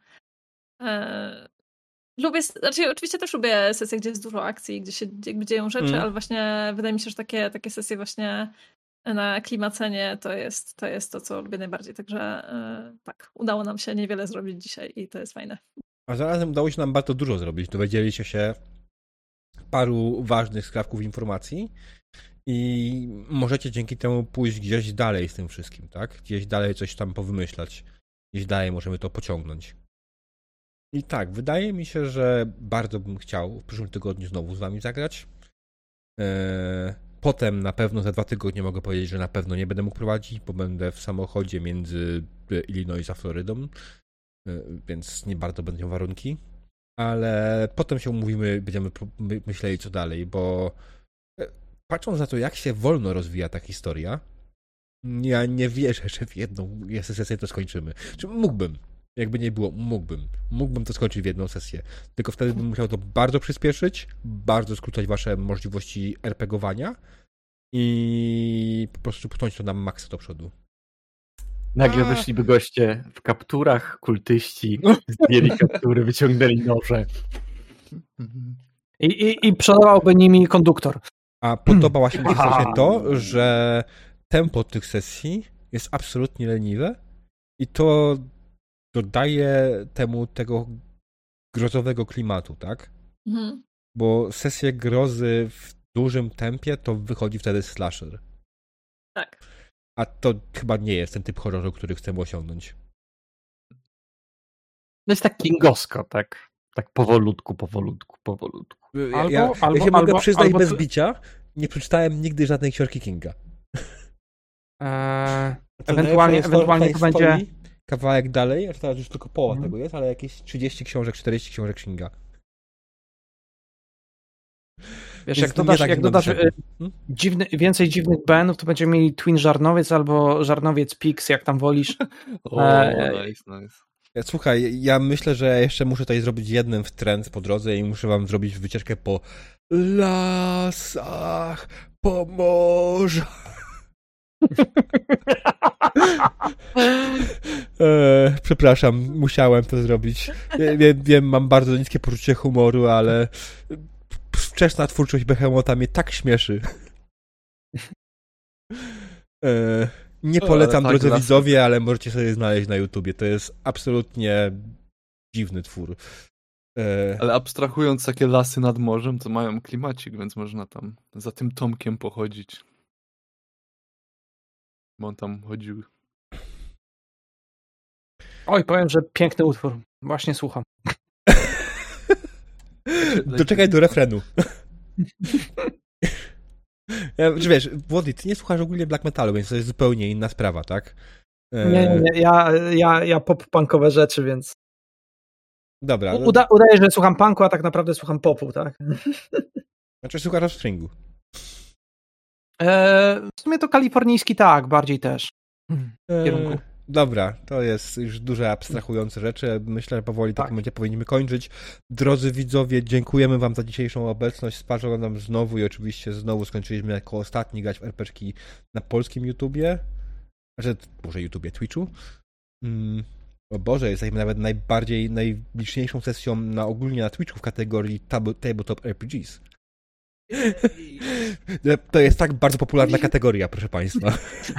oczywiście też lubię sesje, gdzie jest dużo akcji, gdzie się jakby dzieją rzeczy, ale właśnie wydaje mi się, że takie sesje właśnie na klimacenie to jest to, co lubię najbardziej. Także tak, udało nam się niewiele zrobić dzisiaj i to jest fajne. A zarazem udało się nam bardzo dużo zrobić. Dowiedzieliście się paru ważnych skrawków informacji i możecie dzięki temu pójść gdzieś dalej z tym wszystkim, tak? Gdzieś dalej coś tam powymyślać. Gdzieś dalej możemy to pociągnąć. I tak, wydaje mi się, że bardzo bym chciał w przyszłym tygodniu znowu z wami zagrać. Potem na pewno za 2 tygodnie mogę powiedzieć, że na pewno nie będę mógł prowadzić, bo będę w samochodzie między Illinois a Florydą, więc nie bardzo będą warunki. Ale potem się umówimy, będziemy myśleli co dalej, bo patrząc na to, jak się wolno rozwija ta historia, ja nie wierzę, że w jedną sesję to skończymy. Czy mógłbym. Jakby nie było, mógłbym to skończyć w jedną sesję. Tylko wtedy bym musiał to bardzo przyspieszyć, bardzo skrócić wasze możliwości RPGowania i po prostu pchnąć to na maksa do przodu. Nagle wyszliby goście w kapturach, kultyści, zdjęli kaptury, wyciągnęli noże. I przodowałby nimi konduktor. A podobało się mi strasznie to, że tempo tych sesji jest absolutnie leniwe i to dodaje temu tego grozowego klimatu, tak? Bo sesje grozy w dużym tempie to wychodzi wtedy slasher. Tak. A to chyba nie jest ten typ horroru, który chcemy osiągnąć. No jest tak kingosko, tak? Tak powolutku. Ja się mogę przyznać bez bicia, nie przeczytałem nigdy żadnej książki Kinga. Ewentualnie to będzie... Kawałek dalej, a teraz już tylko połowa tego jest, ale jakieś 30 książek, 40 książek Kinga. Wiesz, jak dodasz więcej dziwnych BN-ów, to będziemy mieli Twin Żarnowiec albo Żarnowiec Pix, jak tam wolisz. Nice. Słuchaj, ja myślę, że jeszcze muszę tutaj zrobić jeden wtręt po drodze i muszę wam zrobić wycieczkę po lasach Pomorza. Przepraszam, musiałem to zrobić. Wiem, mam bardzo niskie poczucie humoru, ale wczesna twórczość Behemota mnie tak śmieszy. Nie polecam, drodzy widzowie, ale możecie sobie znaleźć na YouTubie. To jest absolutnie dziwny twór. Ale abstrahując takie lasy nad morzem, to mają klimacik, więc można tam za tym Tomkiem pochodzić. Bo on tam chodził Oj, powiem, że piękny utwór. Właśnie słucham. Doczekaj do refrenu. Wiesz, Włody, ty nie słuchasz ogólnie black metalu, więc to jest zupełnie inna sprawa, tak? Nie, ja pop-punkowe rzeczy, więc... Dobra. Udaję, że słucham punku, a tak naprawdę słucham popu, tak? Znaczy słuchasz Offspringu. W sumie to kalifornijski tak, bardziej też. W kierunku. Dobra, to jest już duże abstrahujące rzeczy. Myślę, że powoli tak powinniśmy kończyć. Drodzy widzowie, dziękujemy wam za dzisiejszą obecność. Sparzono nam znowu i oczywiście znowu skończyliśmy jako ostatni grać w RPG na polskim YouTubie. Znaczy, może YouTubie, Twitchu. O Boże, jesteśmy nawet najliczniejszą sesją ogólnie na Twitchu w kategorii Tabletop RPGs. To jest tak bardzo popularna kategoria, proszę państwa.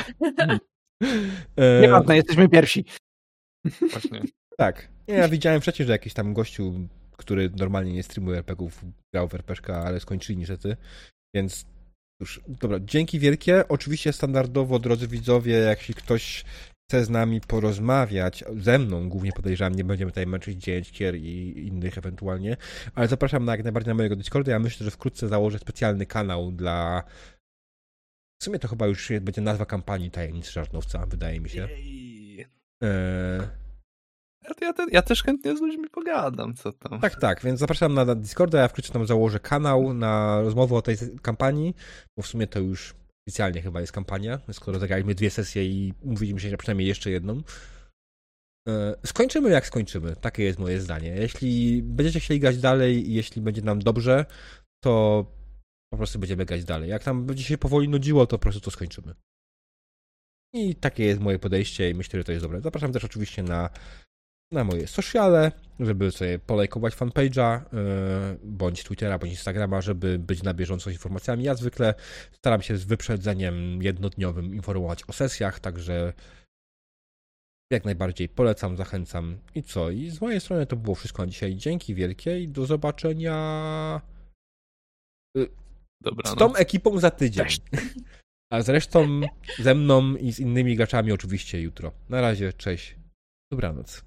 Nieważne, jesteśmy pierwsi. Właśnie. Tak. Ja widziałem wcześniej, że jakiś tam gościu, który normalnie nie streamuje RPGów, grał w RPG, ale skończyli niestety. Więc już, dobra, dzięki wielkie. Oczywiście standardowo, drodzy widzowie, jeśli ktoś chce z nami porozmawiać, ze mną głównie podejrzewam, nie będziemy tutaj męczyć dziecięcier i innych ewentualnie, ale zapraszam jak najbardziej na mojego Discorda. Ja myślę, że wkrótce założę specjalny kanał dla... W sumie to chyba już będzie nazwa kampanii Tajemnicy Żarnowca, wydaje mi się. Ja też chętnie z ludźmi pogadam, co tam. Tak, więc zapraszam na Discorda, ja wkrótce tam założę kanał na rozmowę o tej kampanii, bo w sumie to już oficjalnie chyba jest kampania, skoro zagraliśmy 2 sesje i mówiliśmy się, że przynajmniej jeszcze jedną. Skończymy jak skończymy, takie jest moje zdanie. Jeśli będziecie chcieli grać dalej i jeśli będzie nam dobrze, to po prostu będziemy grać dalej. Jak nam będzie się powoli nudziło, to po prostu to skończymy. I takie jest moje podejście i myślę, że to jest dobre. Zapraszam też oczywiście na moje sociale, żeby sobie polajkować fanpage'a, bądź Twittera, bądź Instagrama, żeby być na bieżąco z informacjami. Ja zwykle staram się z wyprzedzeniem jednodniowym informować o sesjach, także jak najbardziej polecam, zachęcam. I co? I z mojej strony to było wszystko na dzisiaj. Dzięki wielkie i do zobaczenia Dobranoc. z tą ekipą za tydzień. A zresztą ze mną i z innymi graczami oczywiście jutro. Na razie, cześć. Dobranoc.